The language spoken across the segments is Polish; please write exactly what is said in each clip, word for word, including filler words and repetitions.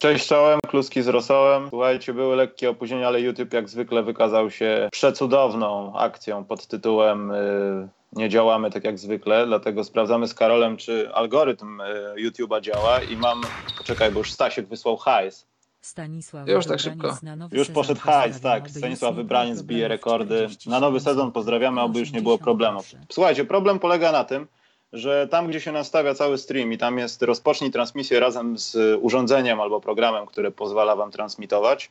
Cześć czołem, kluski z rosołem. Słuchajcie, były lekkie opóźnienia, ale YouTube jak zwykle wykazał się przecudowną akcją pod tytułem yy, nie działamy tak jak zwykle, dlatego sprawdzamy z Karolem, czy algorytm yy, YouTube'a działa i mam, poczekaj, bo już Stasiek wysłał hajs. Stanisław Już tak szybko. Na nowy Już sezon poszedł hajs, pozdrawiam, tak. oby Stanisław już nie Wybraniec było bije problemów. rekordy. czterdzieści Na nowy siedem sezon pozdrawiamy, oby już nie było osiemdziesiąt, problemów. proszę. Słuchajcie, problem polega na tym, że tam, gdzie się nastawia cały stream i tam jest rozpocznij transmisję razem z urządzeniem albo programem, który pozwala wam transmitować,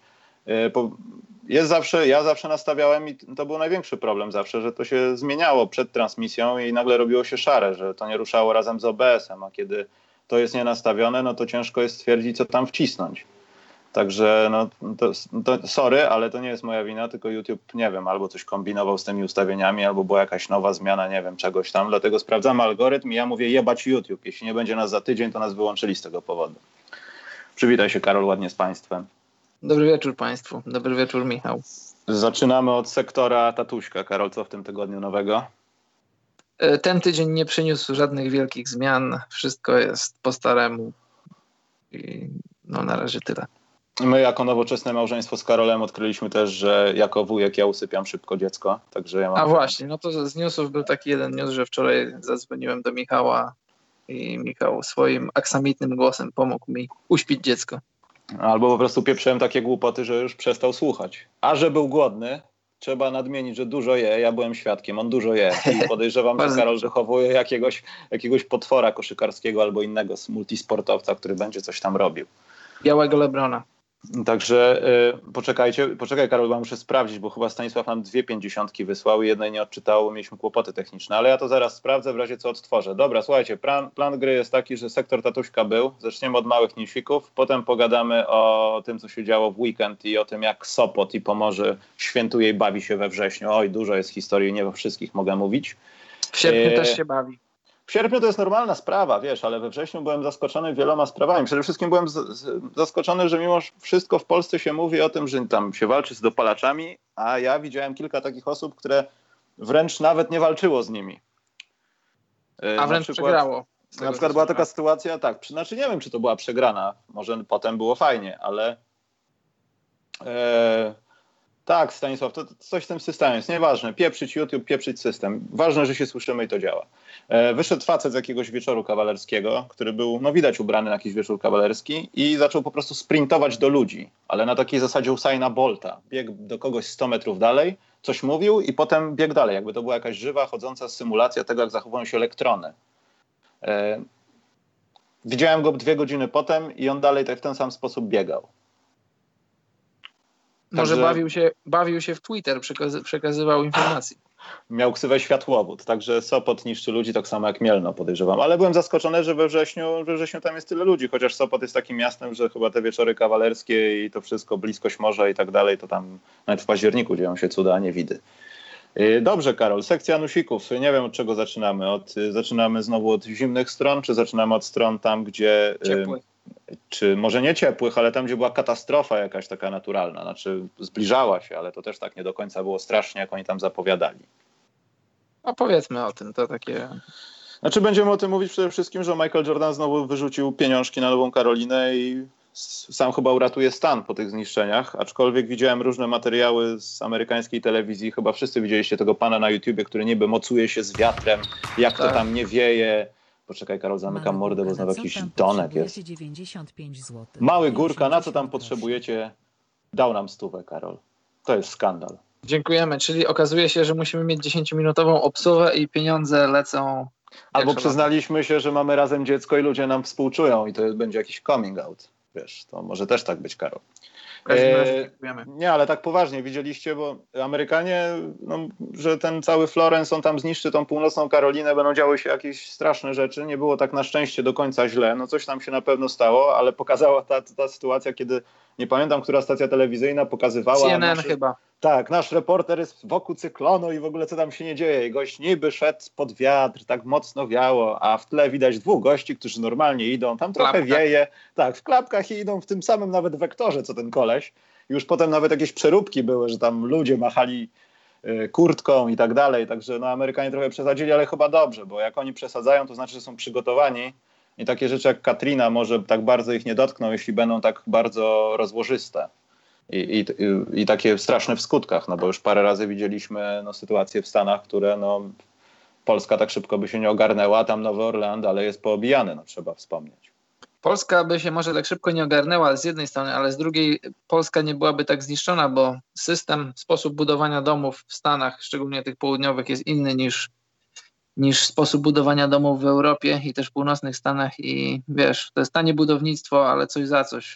jest zawsze, ja zawsze nastawiałem i to był największy problem zawsze, że to się zmieniało przed transmisją i nagle robiło się szare, że to nie ruszało razem z O B S-em, a kiedy to jest nienastawione, no to ciężko jest stwierdzić, co tam wcisnąć. Także no, to, to, sorry, ale to nie jest moja wina, tylko YouTube, nie wiem, albo coś kombinował z tymi ustawieniami, albo była jakaś nowa zmiana, nie wiem, czegoś tam. Dlatego sprawdzamy algorytm i ja mówię jebać YouTube. Jeśli nie będzie nas za tydzień, to nas wyłączyli z tego powodu. Przywitaj się, Karol, ładnie z Państwem. Dobry wieczór Państwu. Dobry wieczór, Michał. Zaczynamy od sektora tatuśka. Karol, co w tym tygodniu nowego? Ten tydzień nie przyniósł żadnych wielkich zmian. Wszystko jest po staremu. I no na razie tyle. My jako nowoczesne małżeństwo z Karolem odkryliśmy też, że jako wujek ja usypiam szybko dziecko. Także ja mam... A właśnie, no to z newsów był taki jeden news, że wczoraj zadzwoniłem do Michała i Michał swoim aksamitnym głosem pomógł mi uśpić dziecko. Albo po prostu pieprzyłem takie głupoty, że już przestał słuchać. A że był głodny, trzeba nadmienić, że dużo je. Ja byłem świadkiem, on dużo je. I podejrzewam, że Karol wychowuje jakiegoś, jakiegoś potwora koszykarskiego albo innego multisportowca, który będzie coś tam robił. Białego Lebrona. Także y, poczekajcie, poczekaj Karol, bo muszę sprawdzić, bo chyba Stanisław nam dwie pięćdziesiątki wysłał i jednej nie odczytało, mieliśmy kłopoty techniczne, ale ja to zaraz sprawdzę, w razie co odtworzę. Dobra, słuchajcie, plan, plan gry jest taki, że sektor tatuśka był, zaczniemy od małych newsików, potem pogadamy o tym, co się działo w weekend i o tym, jak Sopot i Pomorze świętuje i bawi się we wrześniu. Oj, dużo jest historii, nie o wszystkich mogę mówić. W sierpniu y- też się bawi. W sierpniu to jest normalna sprawa, wiesz, ale we wrześniu byłem zaskoczony wieloma sprawami. Przede wszystkim byłem z, z, zaskoczony, że mimo wszystko w Polsce się mówi o tym, że tam się walczy z dopalaczami, a ja widziałem kilka takich osób, które wręcz nawet nie walczyło z nimi. Yy, a wręcz przykład, przegrało. Na przykład była taka sytuacja, tak, znaczy nie wiem, czy to była przegrana, może potem było fajnie, ale... E, tak, Stanisław, to, to coś w tym systemie jest nieważne. Pieprzyć YouTube, pieprzyć system. Ważne, że się słyszymy i to działa. E, wyszedł facet z jakiegoś wieczoru kawalerskiego, który był, no widać, ubrany na jakiś wieczór kawalerski i zaczął po prostu sprintować do ludzi, ale na takiej zasadzie Usaina Bolta. Biegł do kogoś sto metrów dalej, coś mówił i potem biegł dalej, jakby to była jakaś żywa, chodząca symulacja tego, jak zachowują się elektrony. E, widziałem go dwie godziny potem i on dalej tak w ten sam sposób biegał. Może także bawił się, bawił się w Twitter, przekazy, przekazywał informacje. Miał ksywę światłowód, także Sopot niszczy ludzi tak samo jak Mielno, podejrzewam. Ale byłem zaskoczony, że we wrześniu, we wrześniu tam jest tyle ludzi, chociaż Sopot jest takim miastem, że chyba te wieczory kawalerskie i to wszystko, bliskość morza i tak dalej, to tam nawet w październiku dzieją się cuda, a nie widy. Dobrze, Karol, sekcja nusików. Nie wiem, od czego zaczynamy. Od, zaczynamy znowu od zimnych stron, czy zaczynamy od stron tam, gdzie... Ciepłych. Czy może nie ciepłych, ale tam, gdzie była katastrofa jakaś taka naturalna. Znaczy zbliżała się, ale to też tak nie do końca było strasznie, jak oni tam zapowiadali. Opowiedzmy o tym, to takie... Znaczy będziemy o tym mówić przede wszystkim, że Michael Jordan znowu wyrzucił pieniążki na Nową Karolinę i sam chyba uratuje stan po tych zniszczeniach, aczkolwiek widziałem różne materiały z amerykańskiej telewizji, chyba wszyscy widzieliście tego pana na YouTubie, który niby mocuje się z wiatrem, jak tak. To tam nie wieje. Poczekaj, Karol, zamykam mordę, bo znowu jakiś donek jest. Mały Górka, na co tam potrzebujecie? Dał nam stówę, Karol. To jest skandal. Dziękujemy, czyli okazuje się, że musimy mieć dziesięciominutową obsługę i pieniądze lecą... Albo przyznaliśmy się, że mamy razem dziecko i ludzie nam współczują i to będzie jakiś coming out. Wiesz, to może też tak być, Karol. E, nie, ale tak poważnie, widzieliście, bo Amerykanie, no, że ten cały Florence, on tam zniszczy tą północną Karolinę, będą działy się jakieś straszne rzeczy, nie było tak na szczęście do końca źle, no coś tam się na pewno stało, ale pokazała ta, ta sytuacja, kiedy, nie pamiętam, która stacja telewizyjna pokazywała... C N N nasz, chyba. Tak, nasz reporter jest wokół cyklonu i w ogóle co tam się nie dzieje i gość niby szedł pod wiatr, tak mocno wiało, a w tle widać dwóch gości, którzy normalnie idą, tam trochę klapkach. wieje, tak, w klapkach i idą w tym samym nawet wektorze, co ten koleś. Już potem nawet jakieś przeróbki były, że tam ludzie machali y, kurtką i tak dalej, także no Amerykanie trochę przesadzili, ale chyba dobrze, bo jak oni przesadzają, to znaczy, że są przygotowani i takie rzeczy jak Katrina może tak bardzo ich nie dotkną, jeśli będą tak bardzo rozłożyste i, i, i takie straszne w skutkach, no bo już parę razy widzieliśmy no, sytuacje w Stanach, które no, Polska tak szybko by się nie ogarnęła, tam Nowy Orlean, ale jest poobijany, no trzeba wspomnieć. Polska by się może tak szybko nie ogarnęła z jednej strony, ale z drugiej Polska nie byłaby tak zniszczona, bo system, sposób budowania domów w Stanach, szczególnie tych południowych, jest inny niż, niż sposób budowania domów w Europie i też w północnych Stanach i wiesz, to jest tanie budownictwo, ale coś za coś.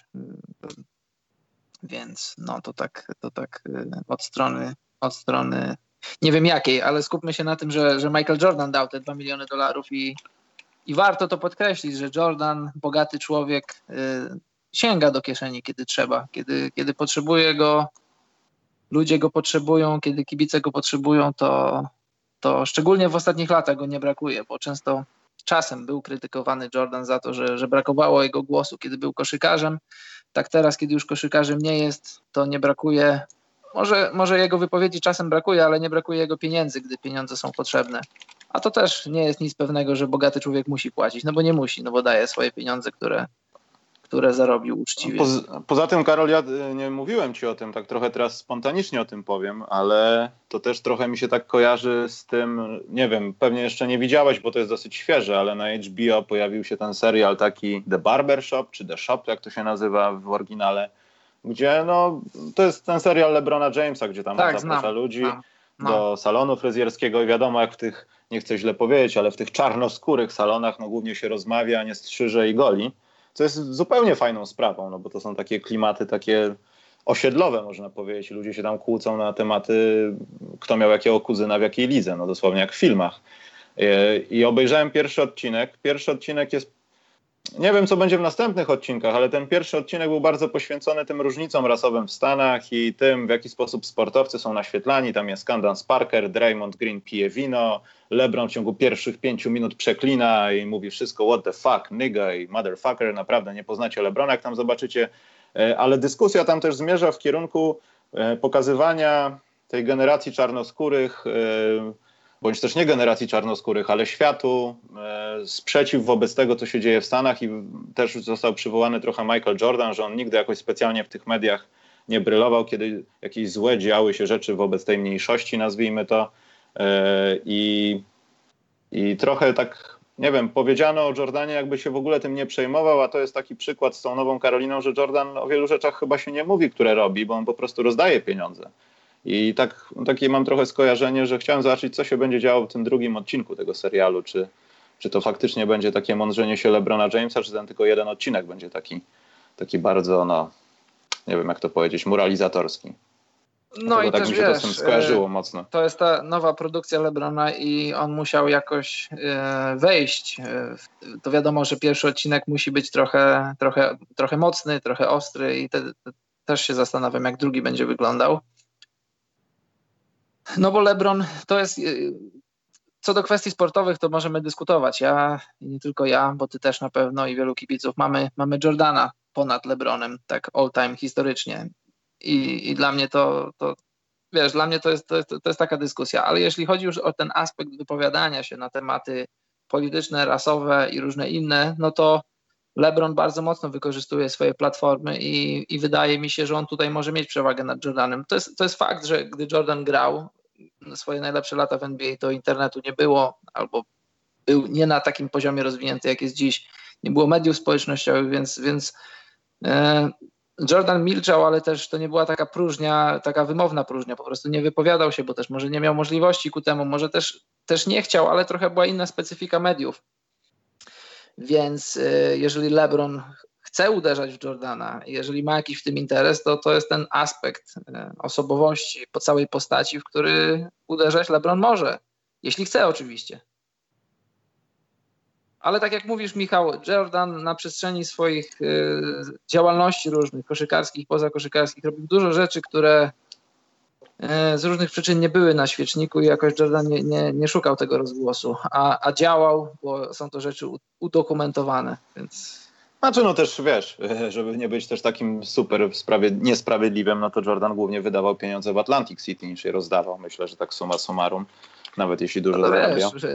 Więc no to tak, to tak od strony, od strony nie wiem jakiej, ale skupmy się na tym, że, że Michael Jordan dał te dwa miliony dolarów i I warto to podkreślić, że Jordan, bogaty człowiek, y, sięga do kieszeni, kiedy trzeba, kiedy, kiedy potrzebuje go, ludzie go potrzebują, kiedy kibice go potrzebują, to, to szczególnie w ostatnich latach go nie brakuje, bo często czasem był krytykowany Jordan za to, że, że brakowało jego głosu, kiedy był koszykarzem. Tak teraz, kiedy już koszykarzem nie jest, to nie brakuje, może, może jego wypowiedzi czasem brakuje, ale nie brakuje jego pieniędzy, gdy pieniądze są potrzebne. A to też nie jest nic pewnego, że bogaty człowiek musi płacić, no bo nie musi, no bo daje swoje pieniądze, które, które zarobił uczciwie. Poza, poza tym, Karol, ja nie mówiłem ci o tym, tak trochę teraz spontanicznie o tym powiem, ale to też trochę mi się tak kojarzy z tym, nie wiem, pewnie jeszcze nie widziałeś, bo to jest dosyć świeże, ale na H B O pojawił się ten serial taki The Barber Shop, czy The Shop, jak to się nazywa w oryginale, gdzie no, to jest ten serial LeBrona Jamesa, gdzie tam tak, on zaprasza znam, ludzi znam, no. do salonu fryzjerskiego i wiadomo, jak w tych, nie chcę źle powiedzieć, ale w tych czarnoskórych salonach no głównie się rozmawia, nie strzyże i goli, co jest zupełnie fajną sprawą, no bo to są takie klimaty takie osiedlowe, można powiedzieć. Ludzie się tam kłócą na tematy, kto miał jakiego kuzyna w jakiej lidze, no dosłownie jak w filmach. I obejrzałem pierwszy odcinek. Pierwszy odcinek jest, nie wiem co będzie w następnych odcinkach, ale ten pierwszy odcinek był bardzo poświęcony tym różnicom rasowym w Stanach i tym, w jaki sposób sportowcy są naświetlani. Tam jest Candace Parker, Draymond Green pije wino, LeBron w ciągu pierwszych pięciu minut przeklina i mówi wszystko what the fuck, nigga i motherfucker. Naprawdę nie poznacie LeBrona, jak tam zobaczycie. Ale dyskusja tam też zmierza w kierunku pokazywania tej generacji czarnoskórych, bądź też nie generacji czarnoskórych, ale światu, e, sprzeciw wobec tego, co się dzieje w Stanach i też został przywołany trochę Michael Jordan, że on nigdy jakoś specjalnie w tych mediach nie brylował, kiedy jakieś złe działy się rzeczy wobec tej mniejszości, nazwijmy to. E, i, I trochę tak, nie wiem, powiedziano o Jordanie, jakby się w ogóle tym nie przejmował, a to jest taki przykład z tą Nową Karoliną, że Jordan o wielu rzeczach chyba się nie mówi, które robi, bo on po prostu rozdaje pieniądze. I tak, takie mam trochę skojarzenie, że chciałem zobaczyć, co się będzie działo w tym drugim odcinku tego serialu. Czy, czy to faktycznie będzie takie mądrzenie się LeBrona Jamesa, czy ten tylko jeden odcinek będzie taki, taki bardzo, no, nie wiem jak to powiedzieć, moralizatorski. No i tak też mi się wiesz, to z tym skojarzyło mocno. To jest ta nowa produkcja LeBrona i on musiał jakoś wejść. To wiadomo, że pierwszy odcinek musi być trochę, trochę, trochę mocny, trochę ostry i te, te, też się zastanawiam, jak drugi będzie wyglądał. No bo LeBron to jest, co do kwestii sportowych to możemy dyskutować. Ja i nie tylko ja, bo ty też na pewno i wielu kibiców mamy, mamy Jordana ponad LeBronem, tak all time historycznie. I, i dla mnie to, to wiesz, dla mnie to jest, to, jest, to jest taka dyskusja, ale jeśli chodzi już o ten aspekt wypowiadania się na tematy polityczne, rasowe i różne inne, no to LeBron bardzo mocno wykorzystuje swoje platformy i, i wydaje mi się, że on tutaj może mieć przewagę nad Jordanem. To jest, to jest fakt, że gdy Jordan grał swoje najlepsze lata w N B A, to internetu nie było, albo był nie na takim poziomie rozwinięty, jak jest dziś. Nie było mediów społecznościowych, więc, więc e, Jordan milczał, ale też to nie była taka próżnia, taka wymowna próżnia, po prostu nie wypowiadał się, bo też może nie miał możliwości ku temu, może też, też nie chciał, ale trochę była inna specyfika mediów. Więc e, jeżeli LeBron chce uderzać w Jordana, jeżeli ma jakiś w tym interes, to to jest ten aspekt osobowości po całej postaci, w który uderzać LeBron może. Jeśli chce oczywiście. Ale tak jak mówisz, Michał, Jordan na przestrzeni swoich y, działalności różnych, koszykarskich, pozakoszykarskich, robił dużo rzeczy, które y, z różnych przyczyn nie były na świeczniku i jakoś Jordan nie, nie, nie szukał tego rozgłosu, a, a działał, bo są to rzeczy udokumentowane, więc... Znaczy no też wiesz, żeby nie być też takim super sprawie- niesprawiedliwym, no to Jordan głównie wydawał pieniądze w Atlantic City niż je rozdawał. Myślę, że tak summa summarum, nawet jeśli dużo no zarabiał. Wiesz, że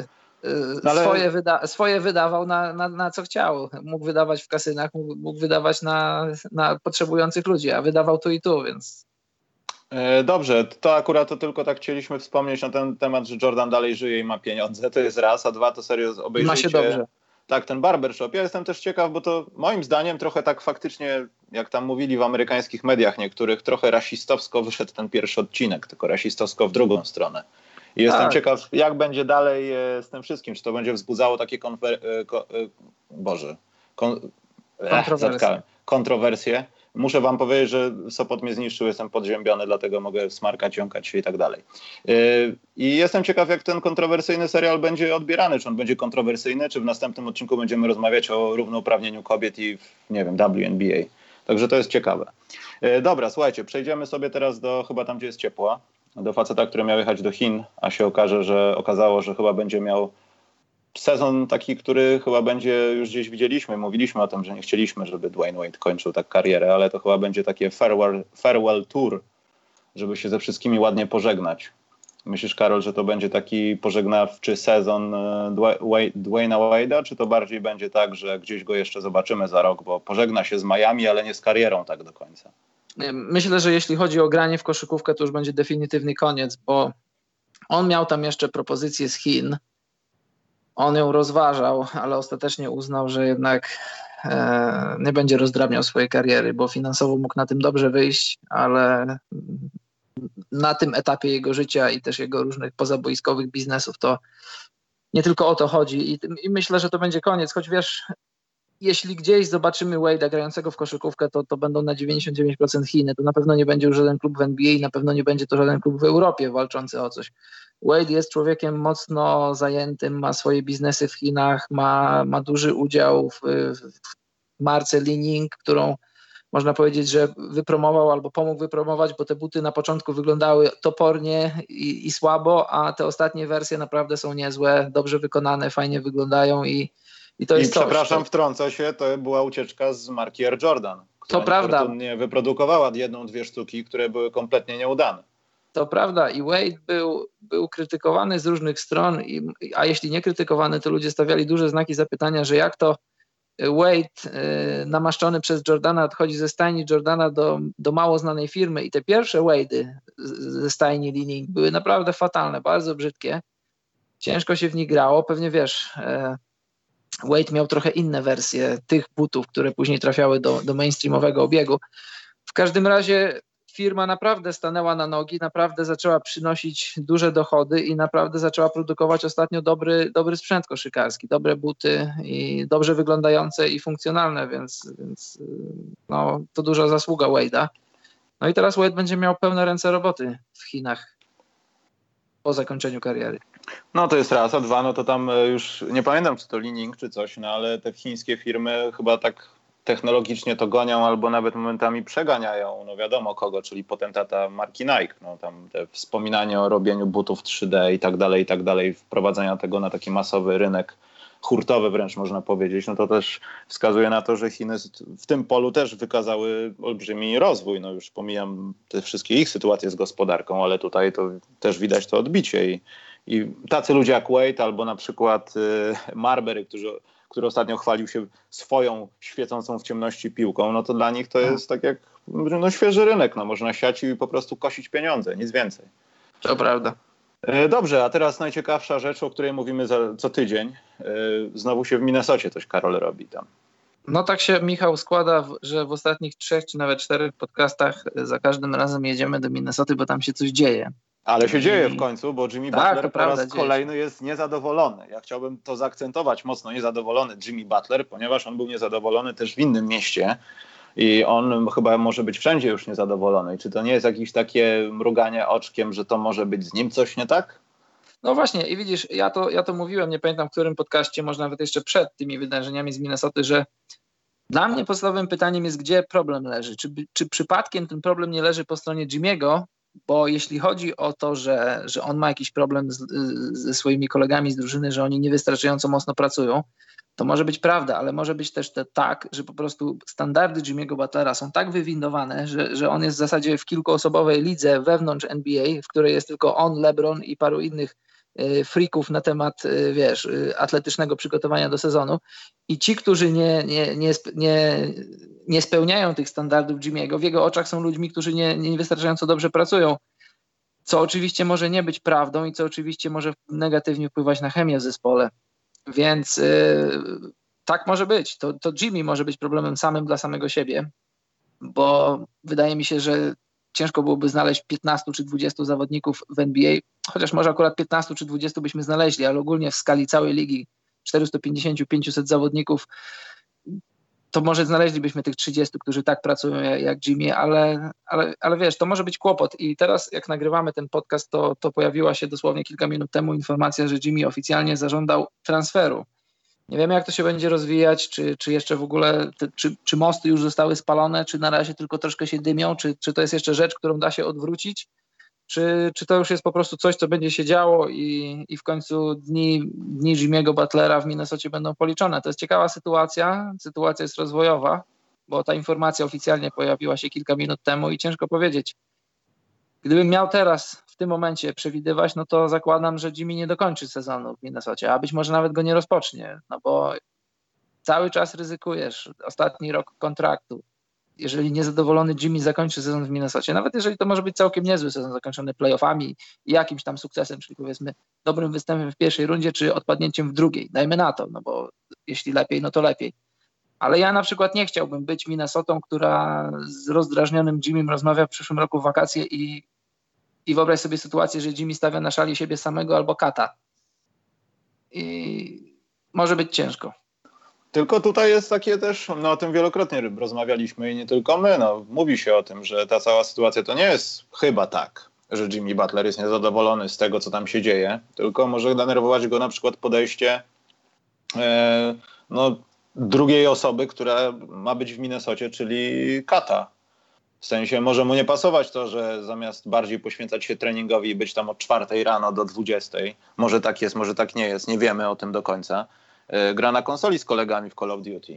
no ale... swoje, wyda swoje wydawał na, na, na co chciał. Mógł wydawać w kasynach, mógł, mógł wydawać na, na potrzebujących ludzi, a wydawał tu i tu, więc... Dobrze, to akurat to tylko tak chcieliśmy wspomnieć na ten temat, że Jordan dalej żyje i ma pieniądze, to jest raz, a dwa to serio obejrzyjcie. Ma się dobrze. Tak, ten barbershop. Ja jestem też ciekaw, bo to moim zdaniem trochę tak faktycznie, jak tam mówili w amerykańskich mediach niektórych, trochę rasistowsko wyszedł ten pierwszy odcinek, tylko rasistowsko w drugą stronę. I jestem tak. ciekaw, jak będzie dalej z tym wszystkim, czy to będzie wzbudzało takie konwer... Ko... Boże, kon... kontrowersje. Ech, kontrowersje. Muszę wam powiedzieć, że Sopot mnie zniszczył, jestem podziębiony, dlatego mogę smarkać, jąkać się i tak dalej. I jestem ciekaw, jak ten kontrowersyjny serial będzie odbierany. Czy on będzie kontrowersyjny, czy w następnym odcinku będziemy rozmawiać o równouprawnieniu kobiet i, nie wiem, W N B A. Także to jest ciekawe. Dobra, słuchajcie, przejdziemy sobie teraz do, chyba tam, gdzie jest ciepła, do faceta, który miał jechać do Chin, a się okaże, że okazało, że chyba będzie miał sezon taki, który chyba będzie, już gdzieś widzieliśmy, mówiliśmy o tym, że nie chcieliśmy, żeby Dwayne Wade kończył tak karierę, ale to chyba będzie takie farewell, farewell tour, żeby się ze wszystkimi ładnie pożegnać. Myślisz, Karol, że to będzie taki pożegnawczy sezon Dwayna Wade'a, czy to bardziej będzie tak, że gdzieś go jeszcze zobaczymy za rok, bo pożegna się z Miami, ale nie z karierą tak do końca? Myślę, że jeśli chodzi o granie w koszykówkę, to już będzie definitywny koniec, bo on miał tam jeszcze propozycję z Chin. On ją rozważał, ale ostatecznie uznał, że jednak e, nie będzie rozdrabniał swojej kariery, bo finansowo mógł na tym dobrze wyjść, ale na tym etapie jego życia i też jego różnych pozaboiskowych biznesów to nie tylko o to chodzi. I, i myślę, że to będzie koniec, choć wiesz, jeśli gdzieś zobaczymy Wade'a grającego w koszykówkę, to, to będą na dziewięćdziesiąt dziewięć procent Chiny. To na pewno nie będzie już żaden klub w N B A, na pewno nie będzie to żaden klub w Europie walczący o coś. Wade jest człowiekiem mocno zajętym, ma swoje biznesy w Chinach, ma, ma duży udział w, w marce Li Ning, którą można powiedzieć, że wypromował albo pomógł wypromować, bo te buty na początku wyglądały topornie i, i słabo, a te ostatnie wersje naprawdę są niezłe, dobrze wykonane, fajnie wyglądają i I, to I jest przepraszam, coś, to... wtrącę się, to była ucieczka z marki Air Jordan, która to prawda. wyprodukowała jedną, dwie sztuki, które były kompletnie nieudane. To prawda i Wade był, był krytykowany z różnych stron, i, a jeśli nie krytykowany, to ludzie stawiali duże znaki zapytania, że jak to Wade y, namaszczony przez Jordana odchodzi ze stajni Jordana do, do mało znanej firmy i te pierwsze Wade'y ze stajni Li Ning były naprawdę fatalne, bardzo brzydkie. Ciężko się w nich grało, pewnie wiesz... Y, Wade miał trochę inne wersje tych butów, które później trafiały do, do mainstreamowego obiegu. W każdym razie firma naprawdę stanęła na nogi, naprawdę zaczęła przynosić duże dochody i naprawdę zaczęła produkować ostatnio dobry, dobry sprzęt koszykarski, dobre buty i dobrze wyglądające i funkcjonalne, więc, więc no, to duża zasługa Wade'a. No i teraz Wade będzie miał pełne ręce roboty w Chinach po zakończeniu kariery. No to jest raz, a dwa, no to tam już nie pamiętam, czy to Li Ning, czy coś, no ale te chińskie firmy chyba tak technologicznie to gonią albo nawet momentami przeganiają, no wiadomo kogo, czyli potentata marki Nike. No tam te wspominanie o robieniu butów trzy D i tak dalej, i tak dalej, wprowadzania tego na taki masowy rynek, hurtowy wręcz można powiedzieć, no to też wskazuje na to, że Chiny w tym polu też wykazały olbrzymi rozwój. No już pomijam te wszystkie ich sytuacje z gospodarką, ale tutaj to też widać to odbicie i I tacy ludzie jak Wade albo na przykład y, Marbury, którzy, który ostatnio chwalił się swoją świecącą w ciemności piłką, no to dla nich to jest tak jak no, świeży rynek. No, można siać i po prostu kosić pieniądze, nic więcej. To prawda. Y, dobrze, a teraz najciekawsza rzecz, o której mówimy za, co tydzień. Y, znowu się w Minnesocie coś Karol robi tam. No tak się, Michał, składa, że w ostatnich trzech czy nawet czterech podcastach za każdym razem jedziemy do Minnesoty, bo tam się coś dzieje. Ale się dzieje w końcu, bo Jimmy tak, Butler po prawda, raz kolejny jest niezadowolony. Ja chciałbym to zaakcentować mocno, niezadowolony Jimmy Butler, ponieważ on był niezadowolony też w innym mieście i on chyba może być wszędzie już niezadowolony. Czy to nie jest jakieś takie mruganie oczkiem, że to może być z nim coś nie tak? No właśnie i widzisz, ja to, ja to mówiłem, nie pamiętam w którym podcaście, może nawet jeszcze przed tymi wydarzeniami z Minnesoty, że dla mnie podstawowym pytaniem jest, gdzie problem leży. Czy, czy przypadkiem ten problem nie leży po stronie Jimmy'ego? Bo jeśli chodzi o to, że, że on ma jakiś problem z, ze swoimi kolegami z drużyny, że oni niewystarczająco mocno pracują, to może być prawda, ale może być też te tak, że po prostu standardy Jimmy'ego Butlera są tak wywindowane, że, że on jest w zasadzie w kilkuosobowej lidze wewnątrz N B A, w której jest tylko on, LeBron i paru innych freaków na temat, wiesz, atletycznego przygotowania do sezonu i ci, którzy nie, nie, nie, nie, nie spełniają tych standardów Jimmy'ego, w jego oczach są ludźmi, którzy nie, nie wystarczająco dobrze pracują, co oczywiście może nie być prawdą i co oczywiście może negatywnie wpływać na chemię w zespole. Więc yy, tak może być. To, to Jimmy może być problemem samym dla samego siebie, bo wydaje mi się, że ciężko byłoby znaleźć piętnastu czy dwudziestu zawodników w N B A, chociaż może akurat piętnastu czy dwudziestu byśmy znaleźli, ale ogólnie w skali całej ligi czterysta pięćdziesiąt do pięciuset zawodników, to może znaleźlibyśmy tych trzydziestu, którzy tak pracują jak Jimmy, ale, ale, ale wiesz, to może być kłopot. I teraz jak nagrywamy ten podcast, to, to pojawiła się dosłownie kilka minut temu informacja, że Jimmy oficjalnie zażądał transferu. Nie wiemy, jak to się będzie rozwijać, czy, czy jeszcze w ogóle, te, czy, czy mosty już zostały spalone, czy na razie tylko troszkę się dymią, czy, czy to jest jeszcze rzecz, którą da się odwrócić, czy, czy to już jest po prostu coś, co będzie się działo i, i w końcu dni, dni Jimmy'ego Butlera w Minnesocie będą policzone. To jest ciekawa sytuacja, sytuacja jest rozwojowa, bo ta informacja oficjalnie pojawiła się kilka minut temu i ciężko powiedzieć. Gdybym miał teraz w tym momencie przewidywać, no to zakładam, że Jimmy nie dokończy sezonu w Minnesocie, a być może nawet go nie rozpocznie, no bo cały czas ryzykujesz. Ostatni rok kontraktu. Jeżeli niezadowolony Jimmy zakończy sezon w Minnesocie, nawet jeżeli to może być całkiem niezły sezon zakończony playoffami i jakimś tam sukcesem, czyli powiedzmy dobrym występem w pierwszej rundzie, czy odpadnięciem w drugiej, dajmy na to, no bo jeśli lepiej, no to lepiej. Ale ja na przykład nie chciałbym być Minnesotą, która z rozdrażnionym Jimmym rozmawia w przyszłym roku w wakacje i, i wyobraź sobie sytuację, że Jimmy stawia na szali siebie samego albo Kata. I może być ciężko. Tylko tutaj jest takie też, no o tym wielokrotnie rozmawialiśmy i nie tylko my, no mówi się o tym, że ta cała sytuacja to nie jest chyba tak, że Jimmy Butler jest niezadowolony z tego, co tam się dzieje, tylko może denerwować go na przykład podejście e, no, drugiej osoby, która ma być w Minnesocie, czyli Kata. W sensie może mu nie pasować to, że zamiast bardziej poświęcać się treningowi i być tam od czwartej rano do dwudziestej, może tak jest, może tak nie jest, nie wiemy o tym do końca, gra na konsoli z kolegami w Call of Duty.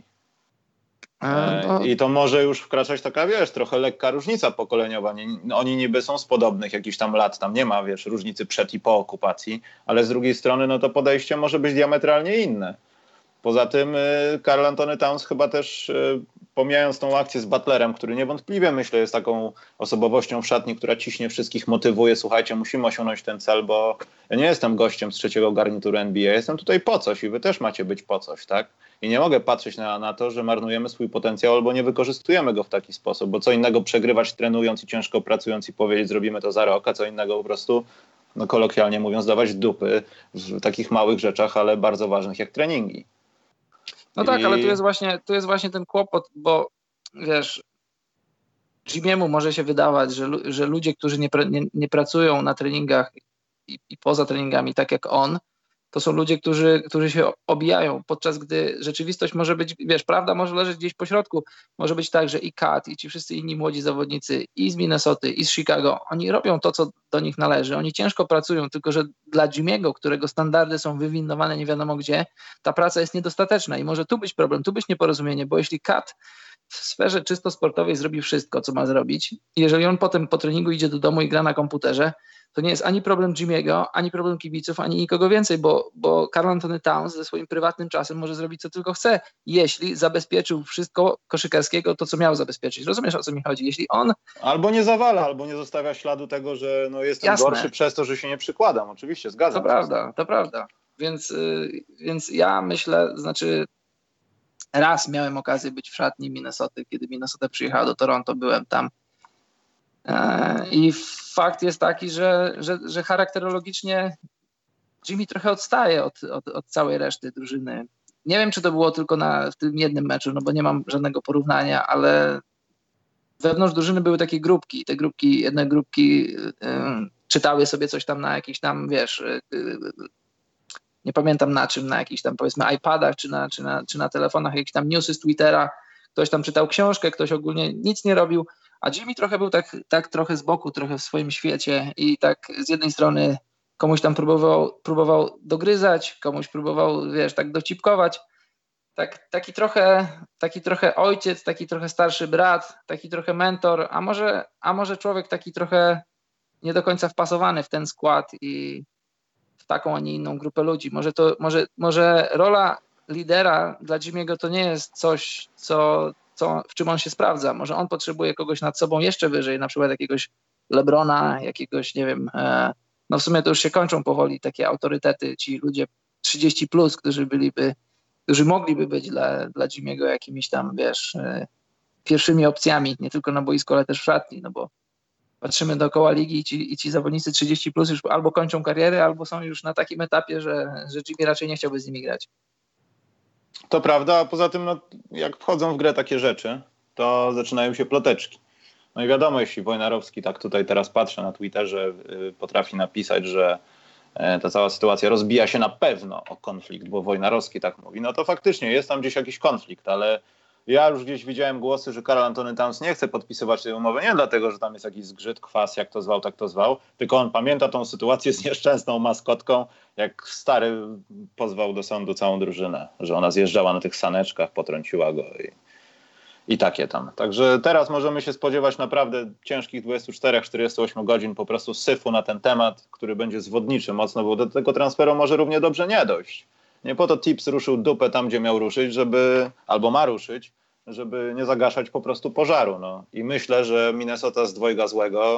E, I to może już wkraczać taka, wiesz, trochę lekka różnica pokoleniowa. Nie, oni niby są z podobnych jakichś tam lat, tam nie ma, wiesz, różnicy przed i po okupacji, ale z drugiej strony, no to podejście może być diametralnie inne. Poza tym Karl Anthony Towns chyba też, pomijając tą akcję z Butlerem, który niewątpliwie, myślę, jest taką osobowością w szatni, która ciśnie wszystkich, motywuje, słuchajcie, musimy osiągnąć ten cel, bo ja nie jestem gościem z trzeciego garnituru N B A, jestem tutaj po coś i wy też macie być po coś, tak? I nie mogę patrzeć na, na to, że marnujemy swój potencjał albo nie wykorzystujemy go w taki sposób, bo co innego przegrywać trenując i ciężko pracując i powiedzieć, zrobimy to za rok, a co innego po prostu, no kolokwialnie mówiąc, dawać dupy w takich małych rzeczach, ale bardzo ważnych jak treningi. No tak, I... ale tu jest właśnie, tu jest właśnie ten kłopot, bo wiesz, Jimmy'emu może się wydawać, że, że ludzie, którzy nie, nie, nie pracują na treningach i, i poza treningami tak jak on, to są ludzie, którzy, którzy się obijają, podczas gdy rzeczywistość może być, wiesz, prawda może leżeć gdzieś po środku. Może być tak, że i Kat, i ci wszyscy inni młodzi zawodnicy i z Minnesoty, i z Chicago, oni robią to, co do nich należy. Oni ciężko pracują, tylko że dla Jimmy'ego, którego standardy są wywindowane nie wiadomo gdzie, ta praca jest niedostateczna i może tu być problem, tu być nieporozumienie, bo jeśli Kat w sferze czysto sportowej zrobi wszystko, co ma zrobić, i jeżeli on potem po treningu idzie do domu i gra na komputerze, to nie jest ani problem Jimmy'ego, ani problem kibiców, ani nikogo więcej, bo, bo Karl Anthony Towns ze swoim prywatnym czasem może zrobić co tylko chce, jeśli zabezpieczył wszystko koszykarskiego, to co miał zabezpieczyć. Rozumiesz, o co mi chodzi? Jeśli on... Albo nie zawala, albo nie zostawia śladu tego, że no jestem Jasne. gorszy przez to, że się nie przykładam. Oczywiście, zgadzam to się. To prawda, to prawda. Więc, yy, więc ja myślę, znaczy raz miałem okazję być w szatni Minnesoty, kiedy Minnesota przyjechała do Toronto, byłem tam. I fakt jest taki, że, że, że charakterologicznie Jimmy trochę odstaje od, od, od całej reszty drużyny. Nie wiem, czy to było tylko na, w tym jednym meczu, no bo nie mam żadnego porównania, ale wewnątrz drużyny były takie grupki. Te grupki, jedne grupki yy, czytały sobie coś tam na jakichś tam, wiesz, yy, nie pamiętam na czym, na jakichś tam powiedzmy iPadach, czy na, czy na, czy na telefonach, jakieś tam newsy z Twittera. Ktoś tam czytał książkę, ktoś ogólnie nic nie robił. A Jimmy trochę był tak, tak trochę z boku, trochę w swoim świecie i tak z jednej strony komuś tam próbował, próbował dogryzać, komuś próbował, wiesz, tak dowcipkować. Tak, taki, trochę, taki trochę ojciec, taki trochę starszy brat, taki trochę mentor, a może, a może człowiek taki trochę nie do końca wpasowany w ten skład i, w taką, a nie inną grupę ludzi. Może, to, może, może rola lidera dla Jimmy'ego to nie jest coś, co, co, w czym on się sprawdza. Może on potrzebuje kogoś nad sobą jeszcze wyżej, na przykład jakiegoś LeBrona, jakiegoś, nie wiem, e, no w sumie to już się kończą powoli takie autorytety, ci ludzie trzydzieści plus, którzy byliby, którzy mogliby być dla, dla Jimmy'ego jakimiś tam, wiesz, e, pierwszymi opcjami, nie tylko na boisku, ale też w szatni, no bo patrzymy dookoła ligi i ci, i ci zawodnicy trzydzieści plus już albo kończą karierę, albo są już na takim etapie, że, że Jimmy raczej nie chciałby z nimi grać. To prawda, a poza tym, no, jak wchodzą w grę takie rzeczy, to zaczynają się ploteczki. No i wiadomo, jeśli Wojnarowski, tak tutaj teraz patrzę na Twitterze, yy, potrafi napisać, że yy, ta cała sytuacja rozbija się na pewno o konflikt, bo Wojnarowski tak mówi, no to faktycznie jest tam gdzieś jakiś konflikt, ale ja już gdzieś widziałem głosy, że Karl Antony Towns nie chce podpisywać tej umowy, nie dlatego, że tam jest jakiś zgrzyt, kwas, jak to zwał, tak to zwał, tylko on pamięta tą sytuację z nieszczęsną maskotką, jak stary pozwał do sądu całą drużynę, że ona zjeżdżała na tych saneczkach, potrąciła go i, i takie tam. Także teraz możemy się spodziewać naprawdę ciężkich dwudziestu czterech do czterdziestu ośmiu godzin po prostu syfu na ten temat, który będzie zwodniczy mocno, bo do tego transferu może równie dobrze nie dojść. Nie po to Tips ruszył dupę tam, gdzie miał ruszyć, żeby, albo ma ruszyć, żeby nie zagaszać po prostu pożaru. No. I myślę, że Minnesota z dwojga złego,